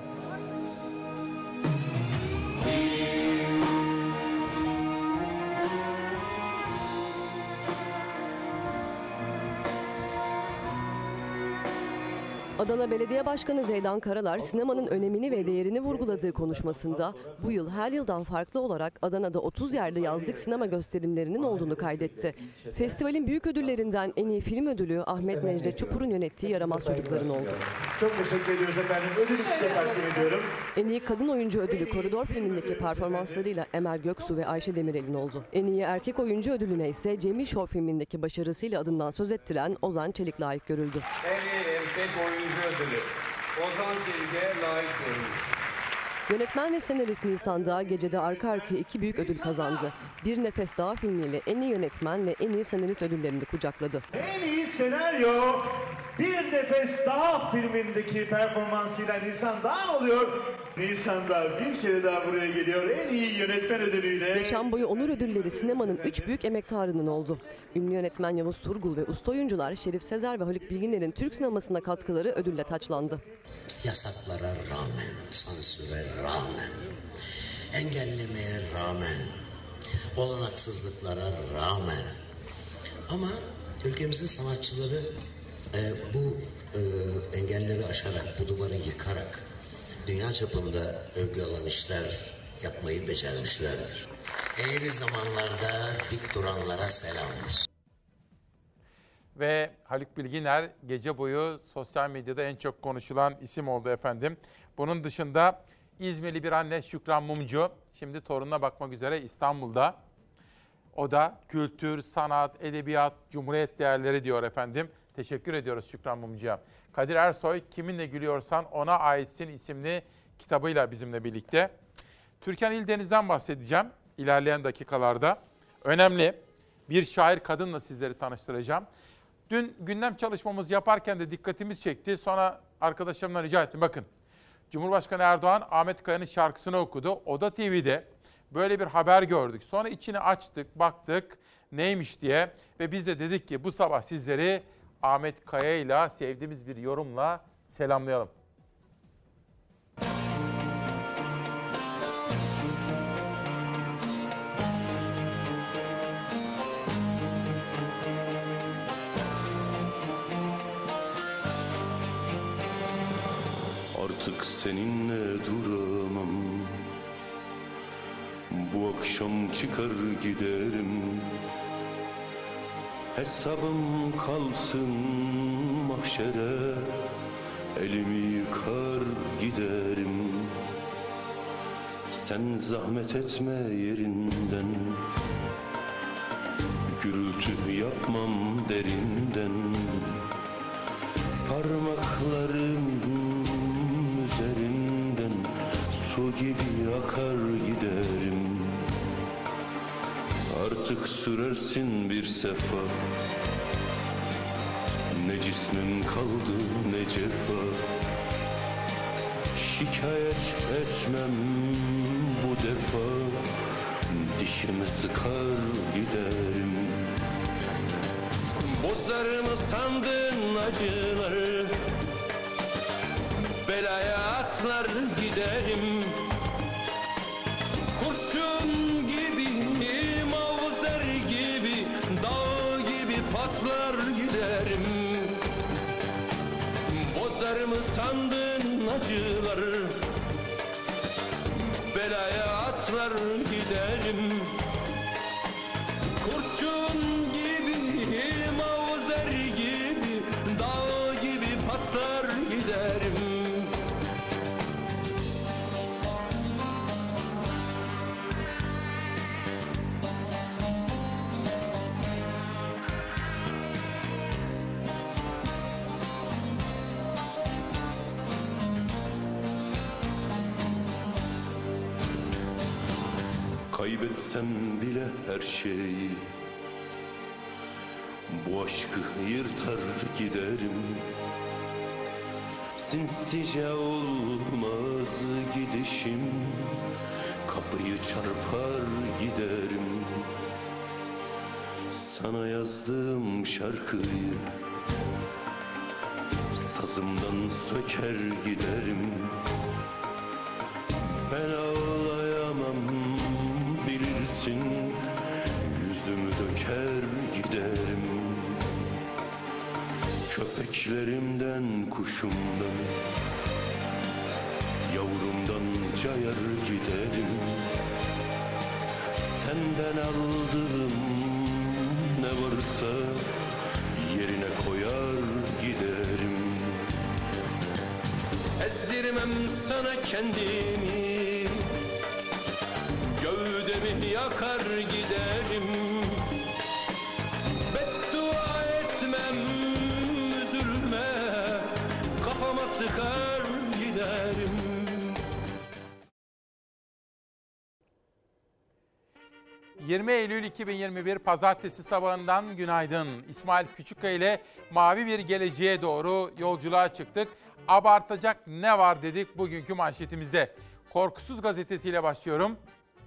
Adana Belediye Başkanı Zeydan Karalar sinemanın önemini ve değerini vurguladığı konuşmasında bu yıl her yıldan farklı olarak Adana'da 30 yerde yazlık sinema gösterimlerinin olduğunu kaydetti. Festivalin büyük ödüllerinden en iyi film ödülü Ahmet Necdet Çupur'un yönettiği Yaramaz Çocukların oldu. Çok teşekkür ediyoruz efendim. Ödülü size takdim ediyorum. En iyi kadın oyuncu ödülü Koridor filmindeki performanslarıyla Emel Göksu ve Ayşe Demirel'in oldu. En iyi erkek oyuncu ödülüne ise Cemil Show filmindeki başarısıyla adından söz ettiren Ozan Çelik layık görüldü. En iyi erkek oyuncu ödülü Ozan Çelik'e layık görülmüş. Yönetmen ve senarist Nisan Dağ gecede arka arkaya 2 büyük ödül kazandı. Bir Nefes Daha filmiyle en iyi yönetmen ve en iyi senarist ödüllerini kucakladı. En iyi senaryo Bir Nefes Daha filmindeki performansıyla Nisan Dağ oluyor. Nisan Dağ bir kere daha buraya geliyor. En iyi yönetmen ödülüyle. Yaşam boyu onur ödülleri sinemanın 3 büyük emektarının oldu. Ünlü yönetmen Yavuz Turgul ve usta oyuncular Şerif Sezer ve Haluk Bilginer'in Türk sinemasına katkıları ödülle taçlandı. Yasaklara rağmen, sansüre rağmen, engellemeye rağmen, olanaksızlıklara rağmen ama ülkemizin sanatçıları bu engelleri aşarak, bu duvarı yıkarak dünya çapında övgü alan işler yapmayı becermişlerdir. Eğri zamanlarda dik duranlara selam olsun. Ve Haluk Bilginer gece boyu sosyal medyada en çok konuşulan isim oldu efendim. Bunun dışında İzmirli bir anne Şükran Mumcu şimdi torununa bakmak üzere İstanbul'da. O da kültür, sanat, edebiyat, cumhuriyet değerleri diyor efendim. Teşekkür ediyoruz Şükran Mumcu'ya. Kadir Ersoy Kiminle Gülüyorsan Ona Aitsin isimli kitabıyla bizimle birlikte. Türkan İldeniz'den bahsedeceğim ilerleyen dakikalarda. Önemli bir şair kadınla sizleri tanıştıracağım. Dün gündem çalışmamız yaparken de dikkatimiz çekti. Sonra arkadaşlarımdan rica ettim. Bakın Cumhurbaşkanı Erdoğan Ahmet Kaya'nın şarkısını okudu. Oda TV'de böyle bir haber gördük. Sonra içini açtık, baktık neymiş diye. Ve biz de dedik ki bu sabah sizleri Ahmet Kaya'yla sevdiğimiz bir yorumla selamlayalım. Artık seninle duramam. Bu akşam çıkar giderim. Hesabım kalsın mahşere. Elimi yıkar giderim. Sen zahmet etme yerinden. Gürültü yapmam derinden. Parmaklarım üzerinden su gibi akar giderim. Artık sürersin bir sefa. Ne cismin kaldı ne cefa. Şikayet etmem bu defa. Dişimi sıkar giderim. Bozar mı sandın acıları? Belaya atlar giderim. Kurşun gibi, mavzer gibi, dağ gibi patlar giderim. Bozar mı sandın acıları? belaya atlar giderim. Kurşun gibi, mavzer gibi, dağ gibi patlar giderim. Kaybetsem bile her şeyi, bu aşkı yırtar giderim. Sinsice olmaz gidişim, kapıyı çarpar giderim. Sana yazdığım şarkıyı sazımdan söker giderim. Ben ağlayamam bilirsin, yüzümü döker giderim. Köpeklerimden, kuşumdan, yavrumdan cayar giderim. Senden aldığım ne varsa yerine koyar giderim. Ezdirmem sana kendimi, gövdemi yakar giderim. Beddua etmem, üzülme, kafama sıkar giderim. ...20 Eylül 2021 Pazartesi sabahından günaydın. İsmail Küçükkaya ile mavi bir geleceğe doğru yolculuğa çıktık. Abartacak ne var dedik bugünkü manşetimizde. Korkusuz gazetesiyle başlıyorum.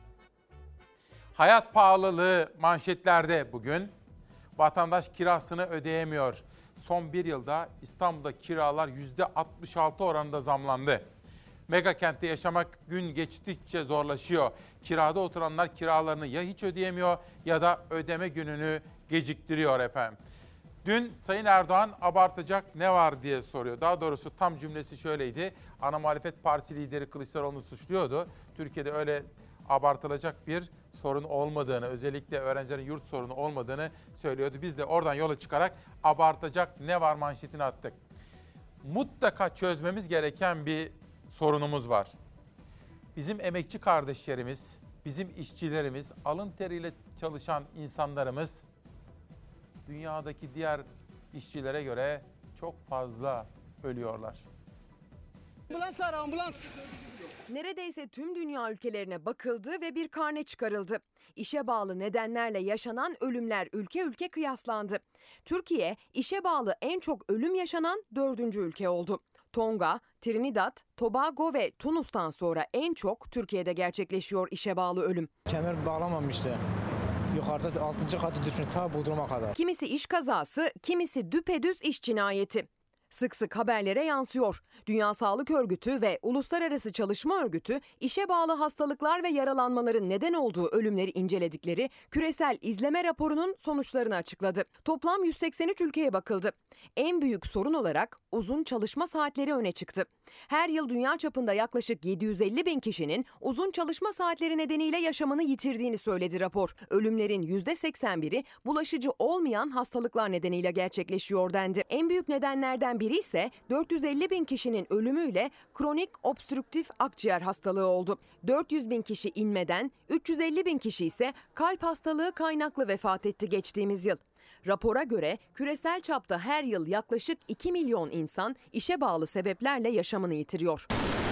Hayat pahalılığı manşetlerde bugün. Vatandaş kirasını ödeyemiyor. Son bir yılda İstanbul'da kiralar %66 oranında zamlandı. Mega kentte yaşamak gün geçtikçe zorlaşıyor. Kirada oturanlar kiralarını ya hiç ödeyemiyor ya da ödeme gününü geciktiriyor efendim. Dün Sayın Erdoğan abartacak ne var diye soruyor. Daha doğrusu tam cümlesi şöyleydi. Ana Muhalefet Partisi lideri Kılıçdaroğlu'nu suçluyordu. Türkiye'de öyle abartılacak bir sorun olmadığını, özellikle öğrencilerin yurt sorunu olmadığını söylüyordu. Biz de oradan yola çıkarak abartacak ne var manşetini attık. Mutlaka çözmemiz gereken bir sorunumuz var. Bizim emekçi kardeşlerimiz, bizim işçilerimiz, alın teriyle çalışan insanlarımız dünyadaki diğer işçilere göre çok fazla ölüyorlar. Ambulans ara, ambulans. Neredeyse tüm dünya ülkelerine bakıldı ve bir karne çıkarıldı. İşe bağlı nedenlerle yaşanan ölümler ülke ülke kıyaslandı. Türkiye, işe bağlı en çok ölüm yaşanan 4. ülke oldu. Tonga, Trinidad, Tobago ve Tunus'tan sonra en çok Türkiye'de gerçekleşiyor işe bağlı ölüm. Kemer bağlamamıştı. Yukarıda 6. katı düşün ta Bodrum'a kadar. Kimisi iş kazası, kimisi düpedüz iş cinayeti. Sık sık haberlere yansıyor. Dünya Sağlık Örgütü ve Uluslararası Çalışma Örgütü işe bağlı hastalıklar ve yaralanmaların neden olduğu ölümleri inceledikleri küresel izleme raporunun sonuçlarını açıkladı. Toplam 183 ülkeye bakıldı. En büyük sorun olarak uzun çalışma saatleri öne çıktı. Her yıl dünya çapında yaklaşık 750 bin kişinin uzun çalışma saatleri nedeniyle yaşamını yitirdiğini söyledi rapor. Ölümlerin %81'i bulaşıcı olmayan hastalıklar nedeniyle gerçekleşiyor dendi. En büyük nedenlerden biri ise 450 bin kişinin ölümüyle kronik obstrüktif akciğer hastalığı oldu. 400 bin kişi inmeden, 350 bin kişi ise kalp hastalığı kaynaklı vefat etti geçtiğimiz yıl. Rapora göre küresel çapta her yıl yaklaşık 2 milyon insan işe bağlı sebeplerle yaşamını yitiriyor.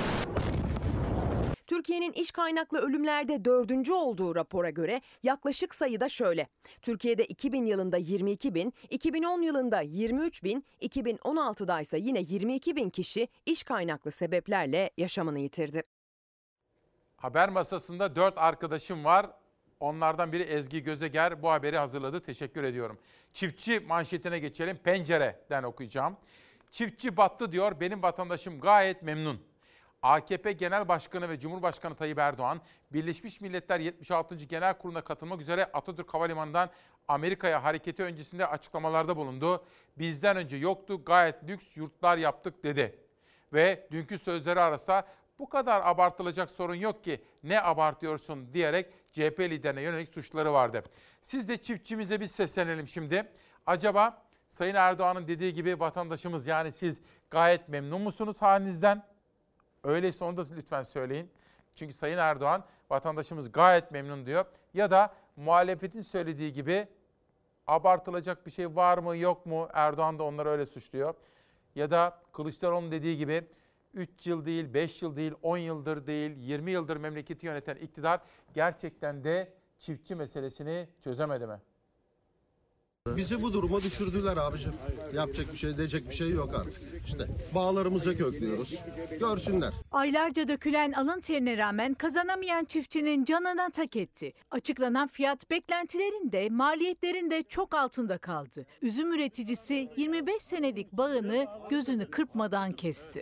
Türkiye'nin iş kaynaklı ölümlerde 4. olduğu rapora göre yaklaşık sayı da şöyle. Türkiye'de 2000 yılında 22 bin, 2010 yılında 23 bin, 2016'da ise yine 22 bin kişi iş kaynaklı sebeplerle yaşamını yitirdi. Haber masasında 4 arkadaşım var. Onlardan biri Ezgi Gözeger bu haberi hazırladı. Teşekkür ediyorum. Çiftçi manşetine geçelim. Pencere'den okuyacağım. Çiftçi battı diyor. Benim vatandaşım gayet memnun. AKP Genel Başkanı ve Cumhurbaşkanı Tayyip Erdoğan, Birleşmiş Milletler 76. Genel Kurulu'na katılmak üzere Atatürk Havalimanı'ndan Amerika'ya hareketi öncesinde açıklamalarda bulundu. Bizden önce yoktu, gayet lüks yurtlar yaptık dedi. Ve dünkü sözleri arasında Bu kadar abartılacak sorun yok ki ne abartıyorsun diyerek CHP liderine yönelik suçları vardı. Siz de çiftçimize bir seslenelim şimdi. Acaba Sayın Erdoğan'ın dediği gibi vatandaşımız yani siz gayet memnun musunuz halinizden? Öyleyse onu da lütfen söyleyin. Çünkü Sayın Erdoğan vatandaşımız gayet memnun diyor. Ya da muhalefetin söylediği gibi abartılacak bir şey var mı yok mu? Erdoğan da onları öyle suçluyor. Ya da Kılıçdaroğlu'nun dediği gibi 3 yıl değil, 5 yıl değil, 10 yıldır değil, 20 yıldır memleketi yöneten iktidar gerçekten de çiftçi meselesini çözemedi mi? Bizi bu duruma düşürdüler abicim. Yapacak bir şey, diyecek bir şey yok artık. İşte bağlarımıza köklüyoruz. Görsünler. Aylarca dökülen alın terine rağmen kazanamayan çiftçinin canına tak etti. Açıklanan fiyat beklentilerin de maliyetlerin de çok altında kaldı. Üzüm üreticisi 25 senelik bağını gözünü kırpmadan kesti.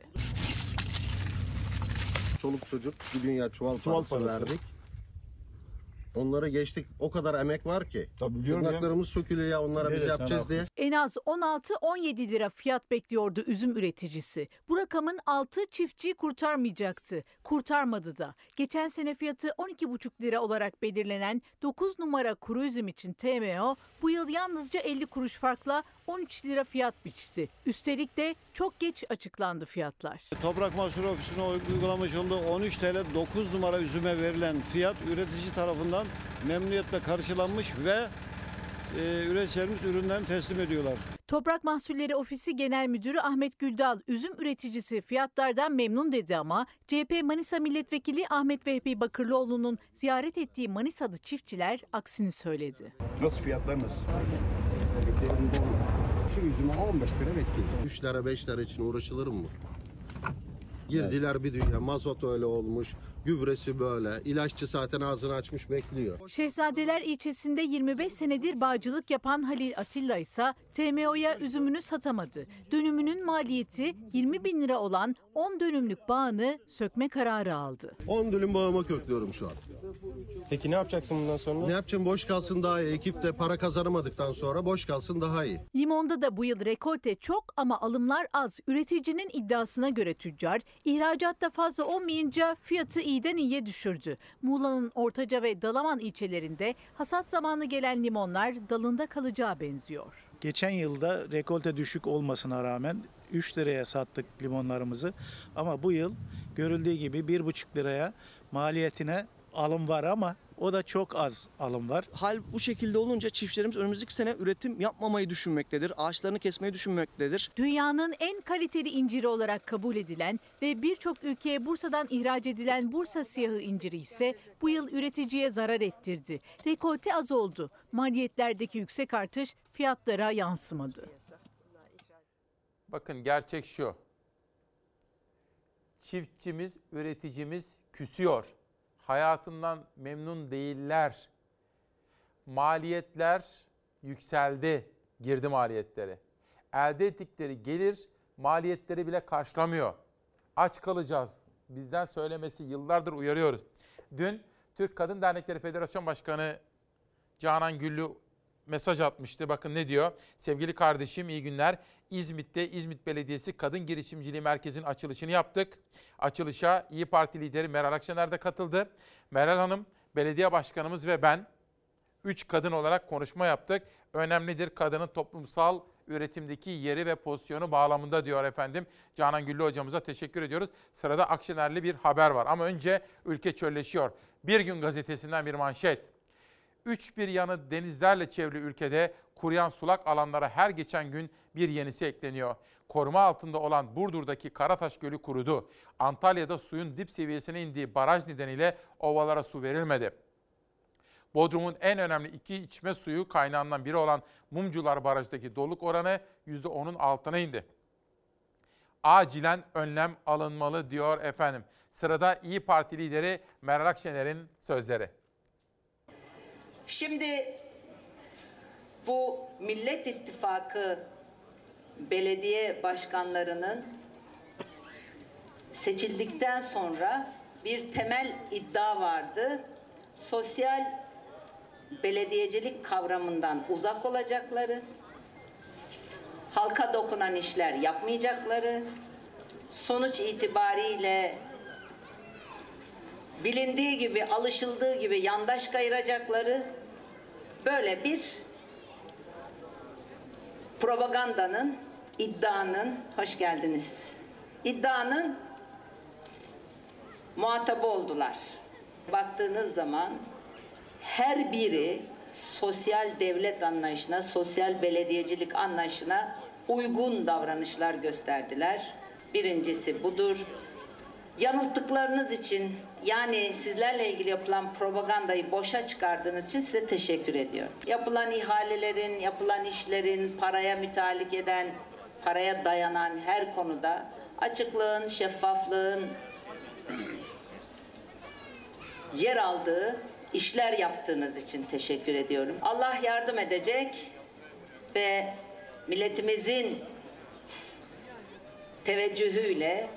Çoluk çocuk bir dünya çuval parası verdik. Onları geçtik. O kadar emek var ki. Tırnaklarımız sökülüyor ya onlara biz yapacağız diye. En az 16-17 lira fiyat bekliyordu üzüm üreticisi. Bu rakamın altı çiftçiyi kurtarmayacaktı. Kurtarmadı da. Geçen sene fiyatı 12,5 lira olarak belirlenen 9 numara kuru üzüm için TMO bu yıl yalnızca 50 kuruş farkla 13 lira fiyat biçti. Üstelik de çok geç açıklandı fiyatlar. Toprak Mahsulü Ofisi'ne uygulamış olduğu 13 TL 9 numara üzüme verilen fiyat üretici tarafından memnuniyetle karşılanmış ve üreticilerimiz ürünlerini teslim ediyorlar. Toprak Mahsulleri Ofisi Genel Müdürü Ahmet Güldal, üzüm üreticisi fiyatlardan memnun dedi ama CHP Manisa Milletvekili Ahmet Vehbi Bakırlıoğlu'nun ziyaret ettiği Manisa'da çiftçiler aksini söyledi. Nasıl fiyatlar nasıl? Şu üzüme 15 lira bekliyor. 3 lira 5 lira için uğraşılır mı? Girdiler bir dünya. Mazot öyle olmuş. Gübresi böyle. İlaççı zaten ağzını açmış bekliyor. Şehzadeler ilçesinde 25 senedir bağcılık yapan Halil Atilla ise TMO'ya üzümünü satamadı. Dönümünün maliyeti 20 bin lira olan 10 dönümlük bağını sökme kararı aldı. 10 dönüm bağıma köklüyorum şu an. Peki ne yapacaksın bundan sonra? Ne yapacağım? Boş kalsın daha iyi. Ekip de para kazanamadıktan sonra boş kalsın daha iyi. Limonda da bu yıl rekolte çok ama alımlar az. Üreticinin iddiasına göre tüccar, ihracatta fazla olmayınca fiyatı iyiden iyiye düşürdü. Muğla'nın Ortaca ve Dalaman ilçelerinde hasat zamanı gelen limonlar dalında kalacağı benziyor. Geçen yılda rekolte düşük olmasına rağmen 3 liraya sattık limonlarımızı. Ama bu yıl görüldüğü gibi 1,5 liraya maliyetine alım var ama o da çok az alım var. Hal bu şekilde olunca çiftçilerimiz önümüzdeki sene üretim yapmamayı düşünmektedir. Ağaçlarını kesmeyi düşünmektedir. Dünyanın en kaliteli inciri olarak kabul edilen ve birçok ülkeye Bursa'dan ihraç edilen Bursa siyahı inciri ise bu yıl üreticiye zarar ettirdi. Rekolte az oldu. Maliyetlerdeki yüksek artış fiyatlara yansımadı. Bakın gerçek şu. Çiftçimiz, üreticimiz küsüyor. Hayatından memnun değiller. Maliyetler yükseldi, girdi maliyetleri. Elde ettikleri gelir maliyetleri bile karşılamıyor. Aç kalacağız. Bizden söylemesi yıllardır uyarıyoruz. Dün Türk Kadın Dernekleri Federasyon Başkanı Canan Güllü mesaj atmıştı. Bakın ne diyor? Sevgili kardeşim iyi günler. İzmit'te İzmit Belediyesi Kadın Girişimciliği Merkezi'nin açılışını yaptık. Açılışa İYİ Parti lideri Meral Akşener de katıldı. Meral Hanım, belediye başkanımız ve ben 3 kadın olarak konuşma yaptık. Önemlidir kadının toplumsal üretimdeki yeri ve pozisyonu bağlamında diyor efendim. Canan Güllü hocamıza teşekkür ediyoruz. Sırada Akşener'li bir haber var ama önce ülke çölleşiyor. Bir Gün gazetesinden bir manşet. 3 yanı denizlerle çevrili ülkede kuruyan sulak alanlara her geçen gün bir yenisi ekleniyor. Koruma altında olan Burdur'daki Karataş Gölü kurudu. Antalya'da suyun dip seviyesine indiği baraj nedeniyle ovalara su verilmedi. Bodrum'un en önemli 2 içme suyu kaynağından biri olan Mumcular Barajı'ndaki doluluk oranı %10'un altına indi. Acilen önlem alınmalı diyor efendim. Sırada İYİ Parti lideri Meral Akşener'in sözleri. Şimdi bu Millet İttifakı belediye başkanlarının seçildikten sonra bir temel iddia vardı. Sosyal belediyecilik kavramından uzak olacakları, halka dokunan işler yapmayacakları, sonuç itibariyle bilindiği gibi, alışıldığı gibi yandaş kayıracakları böyle bir propagandanın, iddianın, hoş geldiniz, iddianın muhatabı oldular. Baktığınız zaman her biri sosyal devlet anlayışına, sosyal belediyecilik anlayışına uygun davranışlar gösterdiler. Birincisi budur. Yanılttıklarınız için, yani sizlerle ilgili yapılan propagandayı boşa çıkardığınız için size teşekkür ediyorum. Yapılan ihalelerin, yapılan işlerin, paraya müteallik eden, paraya dayanan her konuda açıklığın, şeffaflığın yer aldığı işler yaptığınız için teşekkür ediyorum. Allah yardım edecek ve milletimizin teveccühüyle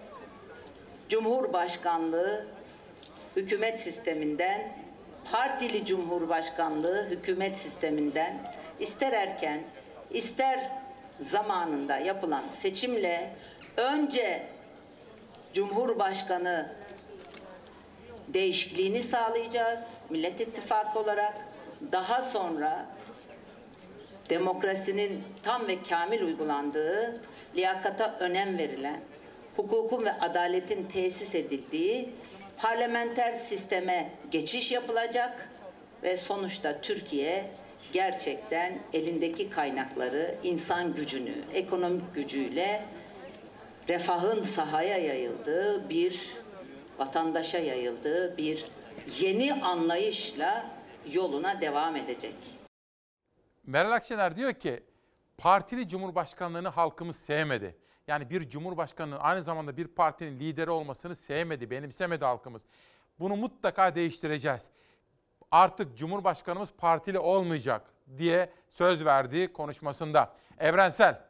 Cumhurbaşkanlığı hükümet sisteminden, partili Cumhurbaşkanlığı hükümet sisteminden ister erken, ister zamanında yapılan seçimle önce Cumhurbaşkanı değişikliğini sağlayacağız Millet İttifakı olarak. Daha sonra demokrasinin tam ve kamil uygulandığı, liyakata önem verilen, hukukun ve adaletin tesis edildiği parlamenter sisteme geçiş yapılacak ve sonuçta Türkiye gerçekten elindeki kaynakları, insan gücünü, ekonomik gücüyle refahın sahaya yayıldığı bir, vatandaşa yayıldığı bir yeni anlayışla yoluna devam edecek. Meral Akşener diyor ki partili cumhurbaşkanlığını halkımız sevmedi. Yani bir cumhurbaşkanının aynı zamanda bir partinin lideri olmasını sevmedi, benimsemedi halkımız. Bunu mutlaka değiştireceğiz. Artık Cumhurbaşkanımız partili olmayacak diye söz verdiği konuşmasında. Evrensel,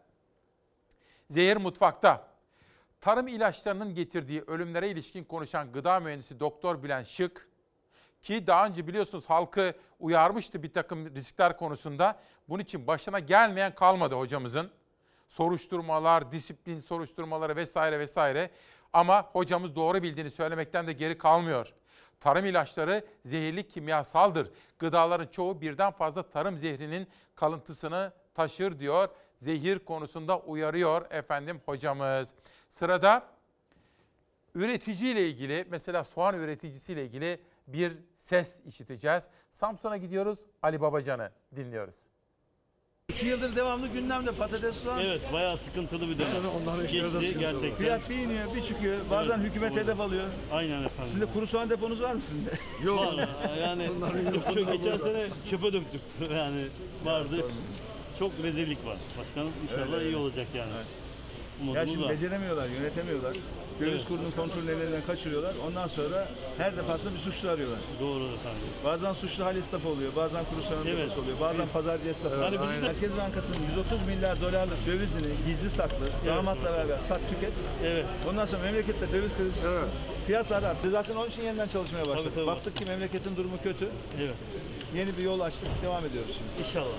zehir mutfakta. Tarım ilaçlarının getirdiği ölümlere ilişkin konuşan gıda mühendisi Doktor Bülent Şık, ki daha önce biliyorsunuz halkı uyarmıştı bir takım riskler konusunda. Bunun için başına gelmeyen kalmadı hocamızın. Soruşturmalar, disiplin soruşturmaları vesaire vesaire. Ama hocamız doğru bildiğini söylemekten de geri kalmıyor. Tarım ilaçları zehirli kimyasaldır. Gıdaların çoğu birden fazla tarım zehrinin kalıntısını taşır diyor. Zehir konusunda uyarıyor efendim hocamız. Sırada üreticiyle ilgili, mesela soğan üreticisiyle ilgili bir ses işiteceğiz. Samsun'a gidiyoruz, Ali Babacan'ı dinliyoruz. 2 yıldır devamlı gündemde patates soğan. Evet, bayağı sıkıntılı bir dönem. Ondan Geçti gerçekten. Fiyat bir iniyor, bir çıkıyor. Bazen Evet, hükümet doğru. hedef alıyor. Aynen efendim. Sizde kuru soğan deponuz var mı sizde? Yok. Var, yani geçen sene çöpe döktük. Yani vardı. Çok rezillik var. Başkanım inşallah Öyle. iyi olacak yani. Evet. Umudumuz Ya şimdi var. beceremiyorlar, yönetemiyorlar. Döviz kurunun kontrolünü ellerinden kaçırıyorlar. Ondan sonra her defasında bir suçlu arıyorlar. Doğru efendim. Bazen suçlu hal esnafı oluyor, bazen kuru soğan deposu oluyor, bazen pazarcı esnafı. Yani bizim de- Merkez Bankası'nın 130 milyar dolarlık dövizini gizli saklı, damatla beraber sat tüket. Evet. Ondan sonra memlekette döviz krizi çıksın. Fiyatlar arttı. Zaten onun için yeniden çalışmaya başladık. Tabii. Baktık ki memleketin durumu kötü. Evet. Yeni bir yol açtık, devam ediyoruz şimdi. İnşallah.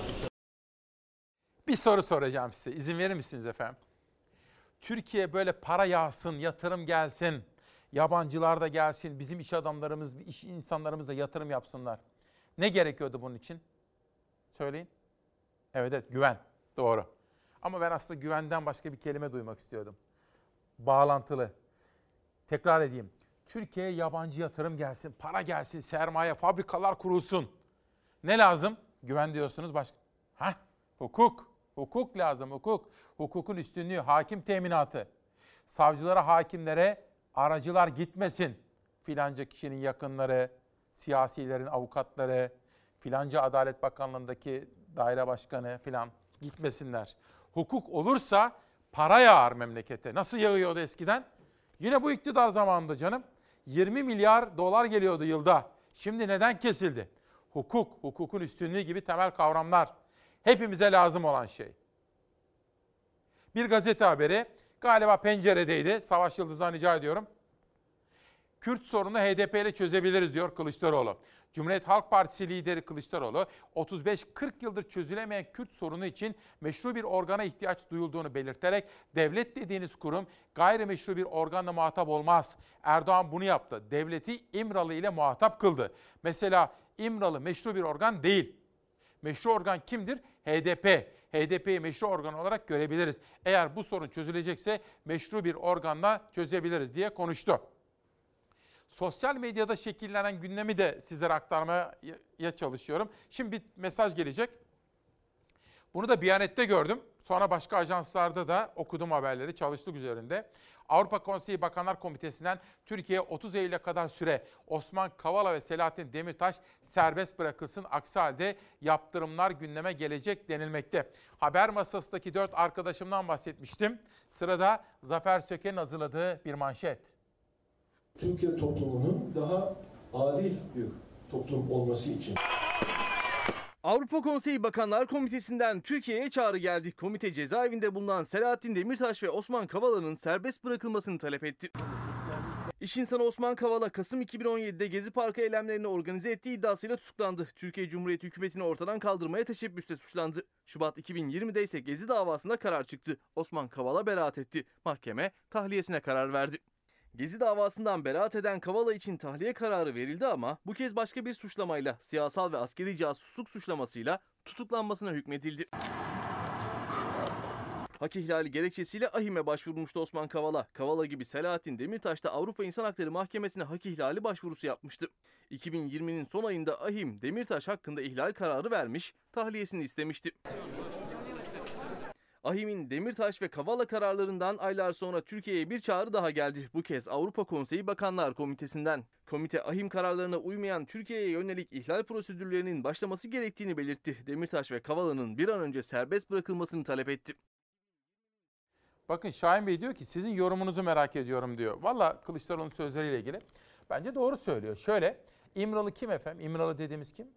Bir soru soracağım size. İzin verir misiniz efendim? Türkiye böyle para yağsın, yatırım gelsin, yabancılar da gelsin, bizim iş adamlarımız, iş insanlarımız da yatırım yapsınlar. Ne gerekiyordu bunun için? Söyleyin. Evet, güven. Doğru. Ama ben aslında güvenden başka bir kelime duymak istiyordum. Bağlantılı. Tekrar edeyim. Türkiye'ye yabancı yatırım gelsin, para gelsin, sermaye, fabrikalar kurulsun. Ne lazım? Güven diyorsunuz başka. Hukuk. Hukuk lazım, hukuk. Hukukun üstünlüğü, hakim teminatı. Savcılara, hakimlere aracılar gitmesin. Filanca kişinin yakınları, siyasilerin avukatları, filanca Adalet Bakanlığı'ndaki daire başkanı filan gitmesinler. Hukuk olursa para yağar memlekete. Nasıl yağıyordu eskiden? Yine bu iktidar zamanında canım. 20 milyar dolar geliyordu yılda. Şimdi neden kesildi? Hukuk, hukukun üstünlüğü gibi temel kavramlar. Hepimize lazım olan şey. Bir gazete haberi, galiba Pencere'deydi. Savaş Yıldız'dan rica ediyorum. Kürt sorunu HDP ile çözebiliriz diyor Kılıçdaroğlu. Cumhuriyet Halk Partisi lideri Kılıçdaroğlu, 35-40 yıldır çözülemeyen Kürt sorunu için meşru bir organa ihtiyaç duyulduğunu belirterek devlet dediğiniz kurum gayrimeşru bir organla muhatap olmaz. Erdoğan bunu yaptı. Devleti İmralı ile muhatap kıldı. Mesela İmralı meşru bir organ değil. Meşru organ kimdir? HDP. HDP'yi meşru organ olarak görebiliriz. Eğer bu sorun çözülecekse meşru bir organla çözebiliriz diye konuştu. Sosyal medyada şekillenen gündemi de sizlere aktarmaya çalışıyorum. Şimdi bir mesaj gelecek. Bunu da Biyanet'te gördüm. Sonra başka ajanslarda da okudum haberleri, çalıştık üzerinde. Avrupa Konseyi Bakanlar Komitesi'nden Türkiye'ye 30 Eylül'e kadar süre Osman Kavala ve Selahattin Demirtaş serbest bırakılsın. Aksi halde yaptırımlar gündeme gelecek denilmekte. Haber masasındaki 4 arkadaşımdan bahsetmiştim. Sırada Zafer Söken'in hazırladığı bir manşet. Türkiye toplumunun daha adil bir toplum olması için. Avrupa Konseyi Bakanlar Komitesi'nden Türkiye'ye çağrı geldi. Komite cezaevinde bulunan Selahattin Demirtaş ve Osman Kavala'nın serbest bırakılmasını talep etti. İş insanı Osman Kavala, Kasım 2017'de Gezi Parkı eylemlerini organize ettiği iddiasıyla tutuklandı. Türkiye Cumhuriyeti hükümetini ortadan kaldırmaya teşebbüsle suçlandı. Şubat 2020'de ise Gezi davasında karar çıktı. Osman Kavala beraat etti. Mahkeme tahliyesine karar verdi. Gezi davasından beraat eden Kavala için tahliye kararı verildi ama bu kez başka bir suçlamayla, siyasal ve askeri casusluk suçlamasıyla tutuklanmasına hükmedildi. Hak ihlali gerekçesiyle AİHM'e başvurmuştu Osman Kavala. Kavala gibi Selahattin Demirtaş da Avrupa İnsan Hakları Mahkemesi'ne hak ihlali başvurusu yapmıştı. 2020'nin son ayında AİHM, Demirtaş hakkında ihlal kararı vermiş, tahliyesini istemişti. AİHM'in Demirtaş ve Kavala kararlarından aylar sonra Türkiye'ye bir çağrı daha geldi. Bu kez Avrupa Konseyi Bakanlar Komitesi'nden. Komite AİHM kararlarına uymayan Türkiye'ye yönelik ihlal prosedürlerinin başlaması gerektiğini belirtti. Demirtaş ve Kavala'nın bir an önce serbest bırakılmasını talep etti. Bakın Şahin Bey diyor ki sizin yorumunuzu merak ediyorum diyor. Valla Kılıçdaroğlu'nun sözleriyle ilgili. Bence doğru söylüyor. Şöyle, İmralı kim efendim? İmralı dediğimiz kim?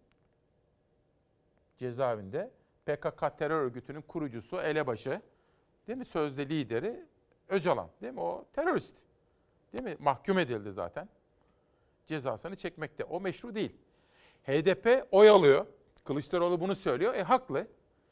Cezaevinde. PKK terör örgütünün kurucusu, elebaşı, değil mi? Sözde lideri Öcalan, değil mi? O terörist, değil mi? Mahkum edildi zaten. Cezasını çekmekte. O meşru değil. HDP oy alıyor. Kılıçdaroğlu bunu söylüyor. Haklı.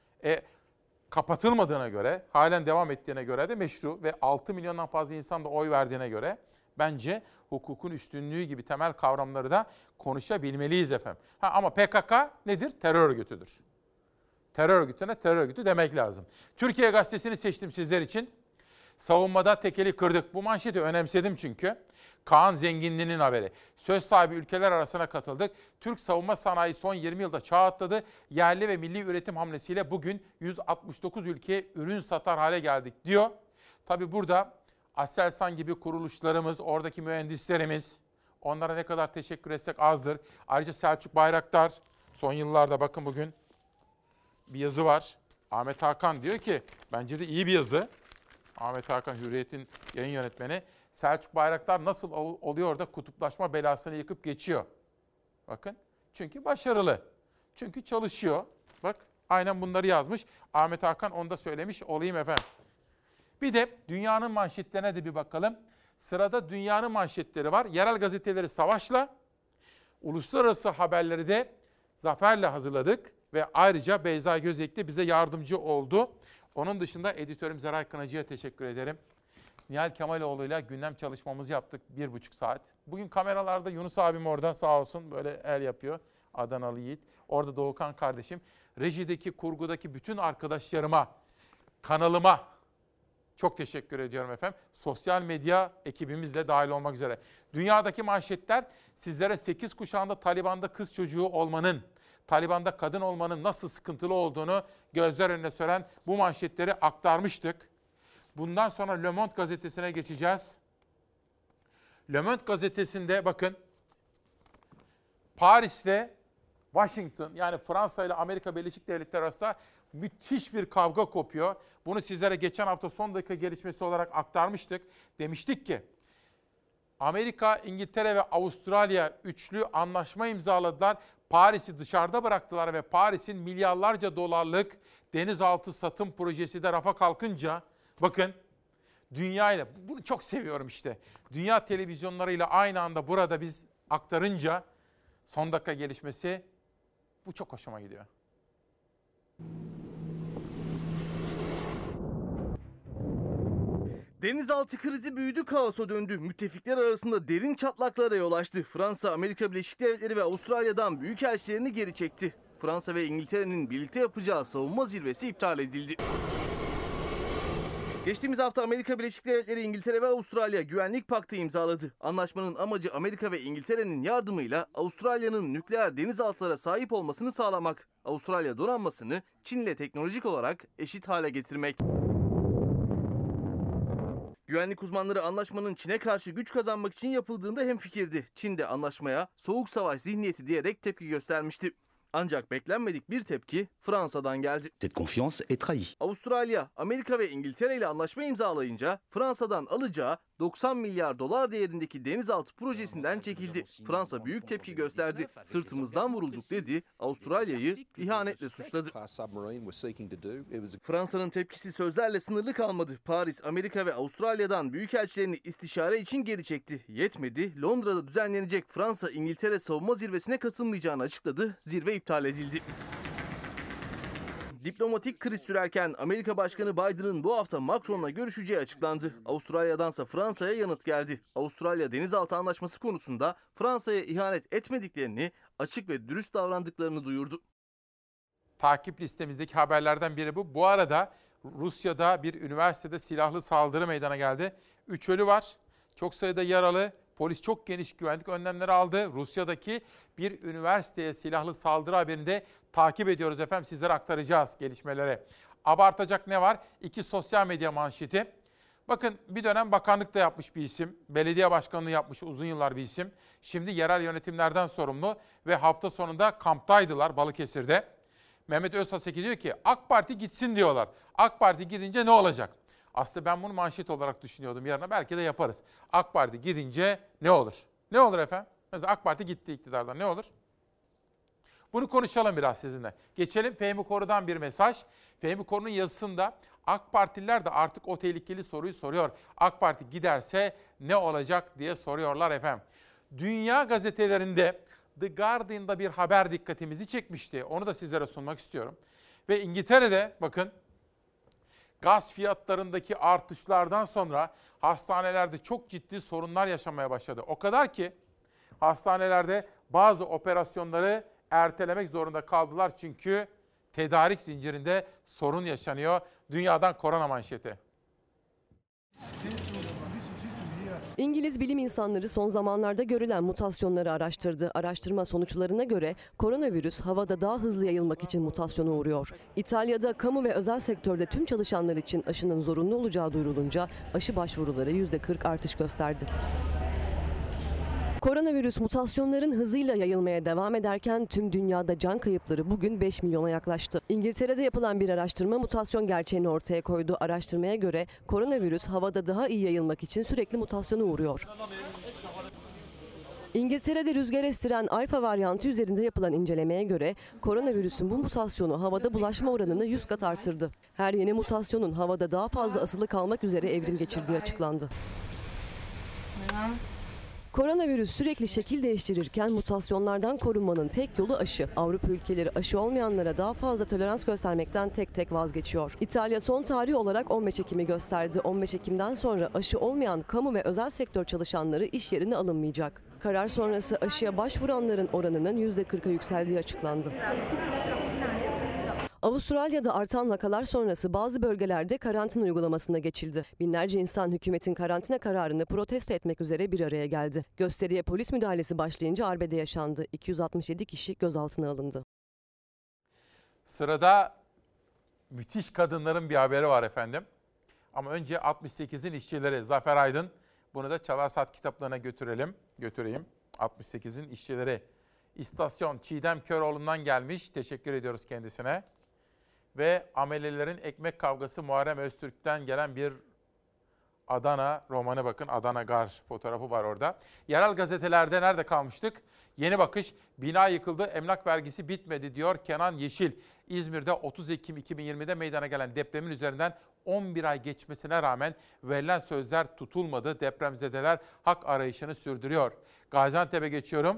Kapatılmadığına göre, halen devam ettiğine göre de meşru ve 6 milyondan fazla insan da oy verdiğine göre bence hukukun üstünlüğü gibi temel kavramları da konuşabilmeliyiz efendim. Ama PKK nedir? Terör örgütüdür. Terör örgütüne terör örgütü demek lazım. Türkiye Gazetesi'ni seçtim sizler için. Savunmada tekeli kırdık. Bu manşeti önemsedim çünkü. Kaan Zenginli'nin haberi. Söz sahibi ülkeler arasına katıldık. Türk savunma sanayi son 20 yılda çağ atladı. Yerli ve milli üretim hamlesiyle bugün 169 ülkeye ürün satar hale geldik diyor. Tabii burada Aselsan gibi kuruluşlarımız, oradaki mühendislerimiz, onlara ne kadar teşekkür etsek azdır. Ayrıca Selçuk Bayraktar, son yıllarda bakın bugün bir yazı var. Ahmet Hakan diyor ki, bence de iyi bir yazı. Ahmet Hakan, Hürriyet'in yayın yönetmeni. Selçuk Bayraktar nasıl oluyor da kutuplaşma belasını yıkıp geçiyor? Bakın, çünkü başarılı. Çünkü çalışıyor. Bak, aynen bunları yazmış. Ahmet Hakan onu da söylemiş olayım efendim. Bir de dünyanın manşetlerine de bir bakalım. Sırada dünyanın manşetleri var. Yerel gazeteleri Savaş'la, uluslararası haberleri de Zafer'le hazırladık. Ve ayrıca Beyza Gözek de bize yardımcı oldu. Onun dışında editörüm Zeray Kınacı'ya teşekkür ederim. Nihal Kemaloğlu'yla gündem çalışmamızı yaptık 1,5 saat. Bugün kameralarda Yunus abim orada sağ olsun böyle el yapıyor. Adanalı Yiğit. Orada Doğukan kardeşim. Rejideki, kurgudaki bütün arkadaşlarıma, kanalıma çok teşekkür ediyorum efendim. Sosyal medya ekibimizle dahil olmak üzere. Dünyadaki manşetler sizlere 8 kuşağında Taliban'da kız çocuğu olmanın, Taliban'da kadın olmanın nasıl sıkıntılı olduğunu gözler önüne süren bu manşetleri aktarmıştık. Bundan sonra Le Monde gazetesine geçeceğiz. Le Monde gazetesinde bakın Paris'le Washington yani Fransa ile Amerika Birleşik Devletleri arasında müthiş bir kavga kopuyor. Bunu sizlere geçen hafta son dakika gelişmesi olarak aktarmıştık. Demiştik ki Amerika, İngiltere ve Avustralya üçlü anlaşma imzaladılar. Paris'i dışarıda bıraktılar ve Paris'in milyarlarca dolarlık denizaltı satım projesi de rafa kalkınca bakın dünyayla, bunu çok seviyorum işte. Dünya televizyonlarıyla aynı anda burada biz aktarınca son dakika gelişmesi, bu çok hoşuma gidiyor. Denizaltı krizi büyüdü, kaosa döndü. Müttefikler arasında derin çatlaklara yol açtı. Fransa, Amerika Birleşik Devletleri ve Avustralya'dan büyükelçilerini geri çekti. Fransa ve İngiltere'nin birlikte yapacağı savunma zirvesi iptal edildi. Geçtiğimiz hafta Amerika Birleşik Devletleri, İngiltere ve Avustralya Güvenlik Paktı imzaladı. Anlaşmanın amacı Amerika ve İngiltere'nin yardımıyla Avustralya'nın nükleer denizaltılara sahip olmasını sağlamak. Avustralya donanmasını Çin'le teknolojik olarak eşit hale getirmek. Güvenlik uzmanları anlaşmanın Çin'e karşı güç kazanmak için yapıldığında hemfikirdi. Çin de anlaşmaya soğuk savaş zihniyeti diyerek tepki göstermişti. Ancak beklenmedik bir tepki Fransa'dan geldi. Cette confiance est trahie. Avustralya, Amerika ve İngiltere ile anlaşma imzalayınca Fransa'dan alacağı 90 milyar dolar değerindeki denizaltı projesinden çekildi. Fransa büyük tepki gösterdi. Sırtımızdan vurulduk dedi. Avustralya'yı ihanetle suçladı. Fransa'nın tepkisi sözlerle sınırlı kalmadı. Paris, Amerika ve Avustralya'dan büyükelçilerini istişare için geri çekti. Yetmedi. Londra'da düzenlenecek Fransa-İngiltere savunma zirvesine katılmayacağını açıkladı. Zirve iptal edildi. Diplomatik kriz sürerken Amerika Başkanı Biden'ın bu hafta Macron'la görüşeceği açıklandı. Avustralya'dansa Fransa'ya yanıt geldi. Avustralya denizaltı anlaşması konusunda Fransa'ya ihanet etmediklerini, açık ve dürüst davrandıklarını duyurdu. Takip listemizdeki haberlerden biri bu. Bu arada Rusya'da bir üniversitede silahlı saldırı meydana geldi. 3 ölü var. Çok sayıda yaralı. Polis çok geniş güvenlik önlemleri aldı. Rusya'daki bir üniversiteye silahlı saldırı haberini de takip ediyoruz efendim. Sizlere aktaracağız gelişmeleri. Abartacak ne var? 2 sosyal medya manşeti. Bakın bir dönem bakanlık da yapmış bir isim. Belediye başkanlığı yapmış uzun yıllar bir isim. Şimdi yerel yönetimlerden sorumlu ve hafta sonunda kamptaydılar Balıkesir'de. Mehmet Özhaseki diyor ki AK Parti gitsin diyorlar. AK Parti gidince ne olacak? Aslında ben bunu manşet olarak düşünüyordum. Yarına belki de yaparız. AK Parti gidince ne olur? Ne olur efendim? Mesela AK Parti gitti iktidardan, ne olur? Bunu konuşalım biraz sizinle. Geçelim Fehmi Koru'dan bir mesaj. Fehmi Koru'nun yazısında AK Partililer de artık o tehlikeli soruyu soruyor. AK Parti giderse ne olacak diye soruyorlar efendim. Dünya gazetelerinde The Guardian'da bir haber dikkatimizi çekmişti. Onu da sizlere sunmak istiyorum. Ve İngiltere'de bakın, gaz fiyatlarındaki artışlardan sonra hastanelerde çok ciddi sorunlar yaşamaya başladı. O kadar ki hastanelerde bazı operasyonları ertelemek zorunda kaldılar çünkü tedarik zincirinde sorun yaşanıyor. Dünyadan korona manşeti. İngiliz bilim insanları son zamanlarda görülen mutasyonları araştırdı. Araştırma sonuçlarına göre koronavirüs havada daha hızlı yayılmak için mutasyona uğruyor. İtalya'da kamu ve özel sektörde tüm çalışanlar için aşının zorunlu olacağı duyurulunca aşı başvuruları %40 artış gösterdi. Koronavirüs mutasyonların hızıyla yayılmaya devam ederken tüm dünyada can kayıpları bugün 5 milyona yaklaştı. İngiltere'de yapılan bir araştırma mutasyon gerçeğini ortaya koydu. Araştırmaya göre koronavirüs havada daha iyi yayılmak için sürekli mutasyona uğruyor. İngiltere'de rüzgar estiren alfa varyantı üzerinde yapılan incelemeye göre koronavirüsün bu mutasyonu havada bulaşma oranını 100 kat arttırdı. Her yeni mutasyonun havada daha fazla asılı kalmak üzere evrim geçirdiği açıklandı. Koronavirüs sürekli şekil değiştirirken mutasyonlardan korunmanın tek yolu aşı. Avrupa ülkeleri aşı olmayanlara daha fazla tolerans göstermekten tek tek vazgeçiyor. İtalya son tarih olarak 15 Ekim'i gösterdi. 15 Ekim'den sonra aşı olmayan kamu ve özel sektör çalışanları iş yerine alınmayacak. Karar sonrası aşıya başvuranların oranının %40'a yükseldiği açıklandı. Avustralya'da artan vakalar sonrası bazı bölgelerde karantina uygulamasına geçildi. Binlerce insan hükümetin karantina kararını protesto etmek üzere bir araya geldi. Gösteriye polis müdahalesi başlayınca arbede yaşandı. 267 kişi gözaltına alındı. Sırada müthiş kadınların bir haberi var efendim. Ama önce 68'in işçileri Zafer Aydın. Bunu da Çalar Saat kitaplarına götüreyim. 68'in işçileri. İstasyon Çiğdem Köroğlu'ndan gelmiş. Teşekkür ediyoruz kendisine. Ve amelelerin ekmek kavgası Muharrem Öztürk'ten gelen bir Adana romanı bakın. Adana Gar fotoğrafı var orada. Yerel gazetelerde nerede kalmıştık? Yeni Bakış, bina yıkıldı, emlak vergisi bitmedi diyor Kenan Yeşil. İzmir'de 30 Ekim 2020'de meydana gelen depremin üzerinden 11 ay geçmesine rağmen verilen sözler tutulmadı. Depremzedeler hak arayışını sürdürüyor. Gaziantep'e geçiyorum.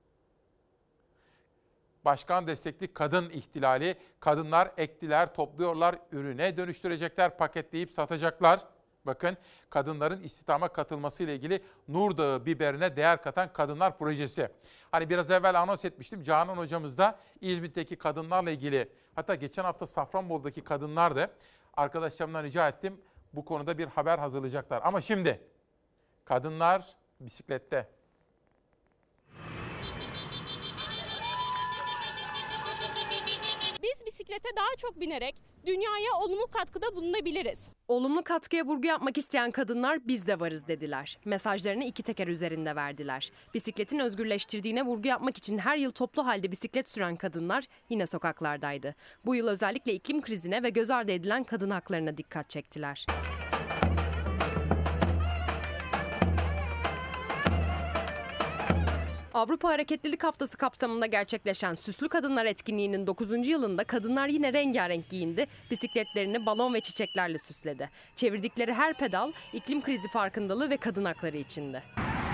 Başkan destekli kadın ihtilali, kadınlar ektiler, topluyorlar, ürüne dönüştürecekler, paketleyip satacaklar. Bakın, kadınların istihdama katılmasıyla ilgili Nur Dağı biberine değer katan kadınlar projesi. Hani biraz evvel anons etmiştim, Canan hocamız da İzmit'teki kadınlarla ilgili, hatta geçen hafta Safranbolu'daki kadınlardı. Arkadaşlarımdan rica ettim, bu konuda bir haber hazırlayacaklar. Ama şimdi, kadınlar bisiklette. Biz bisiklete daha çok binerek dünyaya olumlu katkıda bulunabiliriz. Olumlu katkıya vurgu yapmak isteyen kadınlar biz de varız dediler. Mesajlarını iki teker üzerinde verdiler. Bisikletin özgürleştirdiğine vurgu yapmak için her yıl toplu halde bisiklet süren kadınlar yine sokaklardaydı. Bu yıl özellikle iklim krizine ve göz ardı edilen kadın haklarına dikkat çektiler. Avrupa Hareketlilik Haftası kapsamında gerçekleşen Süslü Kadınlar etkinliğinin 9. yılında kadınlar yine rengarenk giyindi, bisikletlerini balon ve çiçeklerle süsledi. Çevirdikleri her pedal iklim krizi farkındalığı ve kadın hakları içindi.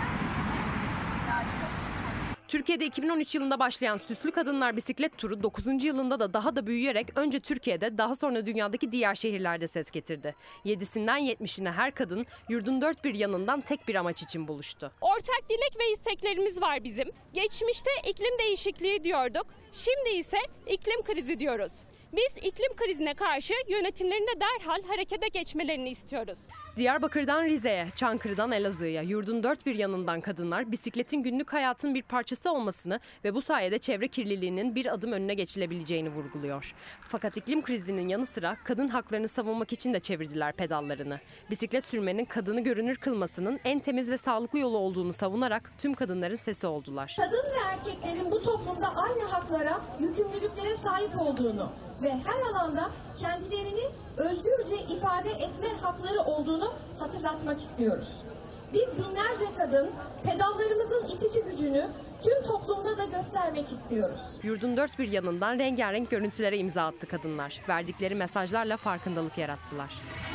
Türkiye'de 2013 yılında başlayan Süslü Kadınlar bisiklet turu 9. yılında da daha da büyüyerek önce Türkiye'de daha sonra dünyadaki diğer şehirlerde ses getirdi. 7'sinden 70'ine her kadın yurdun dört bir yanından tek bir amaç için buluştu. Ortak dilek ve isteklerimiz var bizim. Geçmişte iklim değişikliği diyorduk, şimdi ise iklim krizi diyoruz. Biz iklim krizine karşı yönetimlerin de derhal harekete geçmelerini istiyoruz. Diyarbakır'dan Rize'ye, Çankırı'dan Elazığ'a, yurdun dört bir yanından kadınlar bisikletin günlük hayatın bir parçası olmasını ve bu sayede çevre kirliliğinin bir adım önüne geçilebileceğini vurguluyor. Fakat iklim krizinin yanı sıra kadın haklarını savunmak için de çevirdiler pedallarını. Bisiklet sürmenin kadını görünür kılmasının en temiz ve sağlıklı yolu olduğunu savunarak tüm kadınların sesi oldular. Kadın ve erkeklerin bu toplumda aynı haklara, yükümlülüklere sahip olduğunu ve her alanda kendilerini özgürce ifade etme hakları olduğunu hatırlatmak istiyoruz. Biz binlerce kadın pedallarımızın itici gücünü tüm toplumda da göstermek istiyoruz. Yurdun dört bir yanından rengarenk görüntülere imza attı kadınlar. Verdikleri mesajlarla farkındalık yarattılar.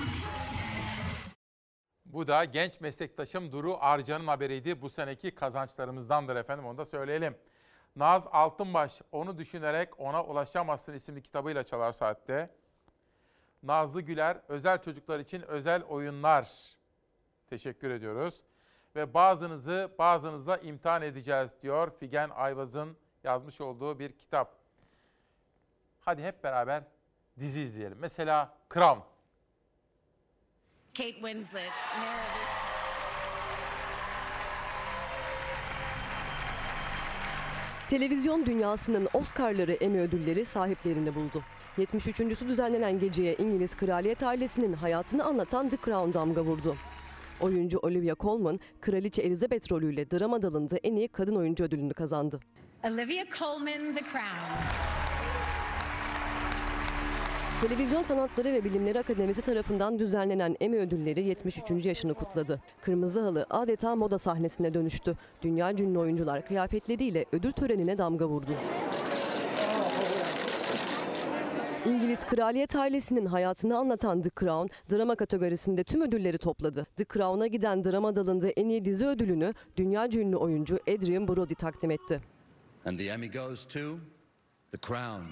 Bu da genç meslektaşım Duru Arcan'ın haberiydi. Bu seneki kazançlarımızdandır efendim, onu da söyleyelim. Naz Altınbaş, Onu Düşünerek Ona Ulaşamazsın isimli kitabıyla Çalar Saat'te. Nazlı Güler, özel çocuklar için özel oyunlar. Teşekkür ediyoruz. Ve bazınızla imtihan edeceğiz diyor Figen Ayvaz'ın yazmış olduğu bir kitap. Hadi hep beraber dizi izleyelim. Mesela Crown. Kate Winslet. Televizyon dünyasının Oscar'ları, Emmy ödülleri sahiplerini buldu. 73.sü düzenlenen geceye İngiliz kraliyet ailesinin hayatını anlatan The Crown damga vurdu. Oyuncu Olivia Colman, Kraliçe Elizabeth rolüyle drama dalında en iyi kadın oyuncu ödülünü kazandı. Olivia Colman, The Crown. Televizyon Sanatları ve Bilimleri Akademisi tarafından düzenlenen Emmy ödülleri 73. yaşını kutladı. Kırmızı halı adeta moda sahnesine dönüştü. Dünya ünlü oyuncular kıyafetleriyle ödül törenine damga vurdu. İngiliz kraliyet ailesinin hayatını anlatan The Crown, drama kategorisinde tüm ödülleri topladı. The Crown'a giden drama dalında en iyi dizi ödülünü dünya ünlü oyuncu Adrien Brody takdim etti. And the Emmy goes to The Crown.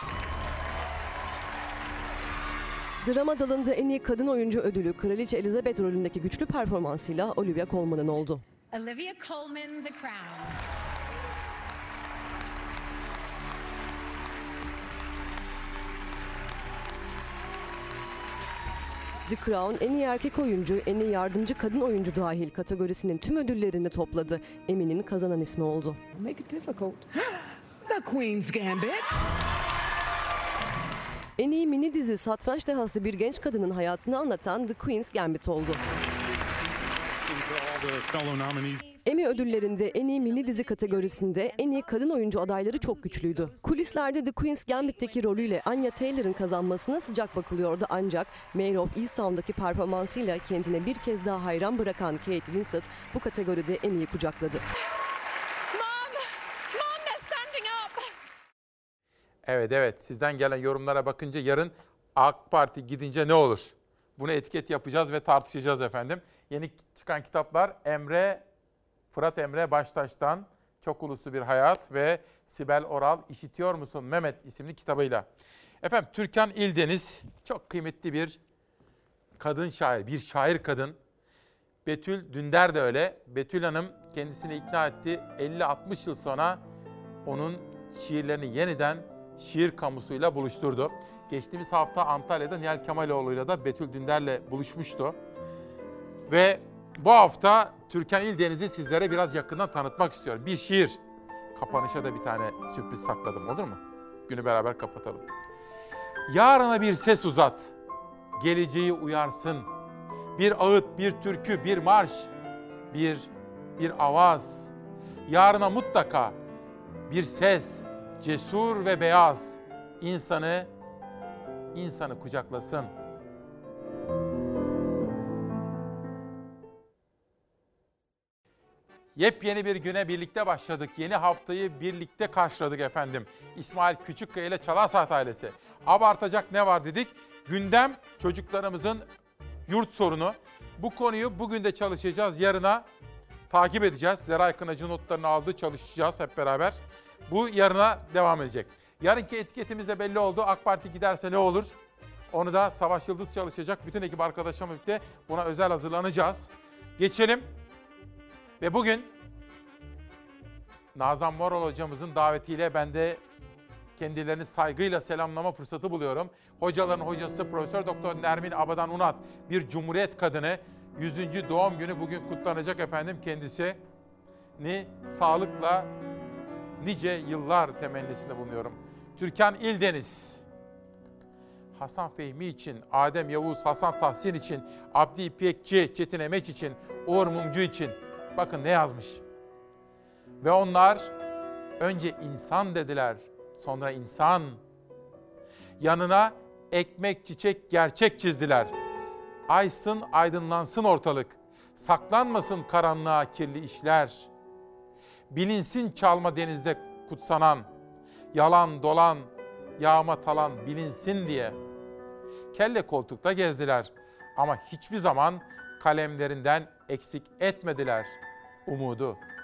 Drama dalında en iyi kadın oyuncu ödülü Kraliçe Elizabeth rolündeki güçlü performansıyla Olivia Colman'ın oldu. Olivia Colman, The Crown. The Crown en iyi erkek oyuncu, en iyi yardımcı kadın oyuncu dahil kategorisinin tüm ödüllerini topladı. Emmy'nin kazanan ismi oldu. Make it difficult. The Queen's Gambit. En iyi mini dizi satranç dehası bir genç kadının hayatını anlatan The Queen's Gambit oldu. Emmy ödüllerinde en iyi milli dizi kategorisinde en iyi kadın oyuncu adayları çok güçlüydü. Kulislerde The Queen's Gambit'teki rolüyle Anya Taylor'ın kazanmasına sıcak bakılıyordu ancak Mayor of Easttown'daki performansıyla kendine bir kez daha hayran bırakan Kate Winslet bu kategoride Emmy'yi kucakladı. Evet, sizden gelen yorumlara bakınca yarın AK Parti gidince ne olur? Bunu etiket yapacağız ve tartışacağız efendim. Yeni çıkan kitaplar Fırat Emre Baştaş'tan Çok Uluslu Bir Hayat ve Sibel Oral İşitiyor Musun Mehmet isimli kitabıyla. Efendim Türkan İldeniz çok kıymetli bir kadın şair, bir şair kadın. Betül Dünder de öyle. Betül Hanım kendisini ikna etti. 50-60 yıl sonra onun şiirlerini yeniden şiir kamusuyla buluşturdu. Geçtiğimiz hafta Antalya'da Nihal Kemaloğlu'yla da Betül Dünder'le buluşmuştu. Ve bu hafta Türkan İldeniz'i sizlere biraz yakından tanıtmak istiyorum. Bir şiir. Kapanışa da bir tane sürpriz sakladım, olur mu? Günü beraber kapatalım. Yarına bir ses uzat, geleceği uyarsın. Bir ağıt, bir türkü, bir marş, bir avaz. Yarına mutlaka bir ses, cesur ve beyaz, insanı kucaklasın. Yepyeni bir güne birlikte başladık. Yeni haftayı birlikte karşıladık efendim. İsmail Küçükkaya ile Çalar Saat ailesi. Abartacak ne var dedik. Gündem çocuklarımızın yurt sorunu. Bu konuyu bugün de çalışacağız. Yarına takip edeceğiz. Zeray Kınacı notlarını aldı. Çalışacağız hep beraber. Bu yarına devam edecek. Yarınki etiketimiz de belli oldu. AK Parti giderse ne olur? Onu da Savaş Yıldız çalışacak. Bütün ekip arkadaşlarımla birlikte buna özel hazırlanacağız. Geçelim. Ve bugün Nazan Moral hocamızın davetiyle ben de kendilerini saygıyla selamlama fırsatı buluyorum. Hocaların hocası Profesör Doktor Nermin Abadan Unat, bir Cumhuriyet kadını, 100. doğum günü bugün kutlanacak efendim, kendisini sağlıkla nice yıllar temennisinde bulunuyorum. Türkan İldeniz, Hasan Fehmi için, Adem Yavuz, Hasan Tahsin için, Abdi İpekçi, Çetin Emeç için, Uğur Mumcu için. Bakın ne yazmış. Ve onlar önce insan dediler, sonra insan. Yanına ekmek, çiçek, gerçek çizdiler. Aysın, aydınlansın ortalık. Saklanmasın karanlığa kirli işler. Bilinsin çalma denizde kutsanan. Yalan, dolan, yağma talan bilinsin diye. Kelle koltukta gezdiler. Ama hiçbir zaman kalemlerinden eksik etmediler umudu.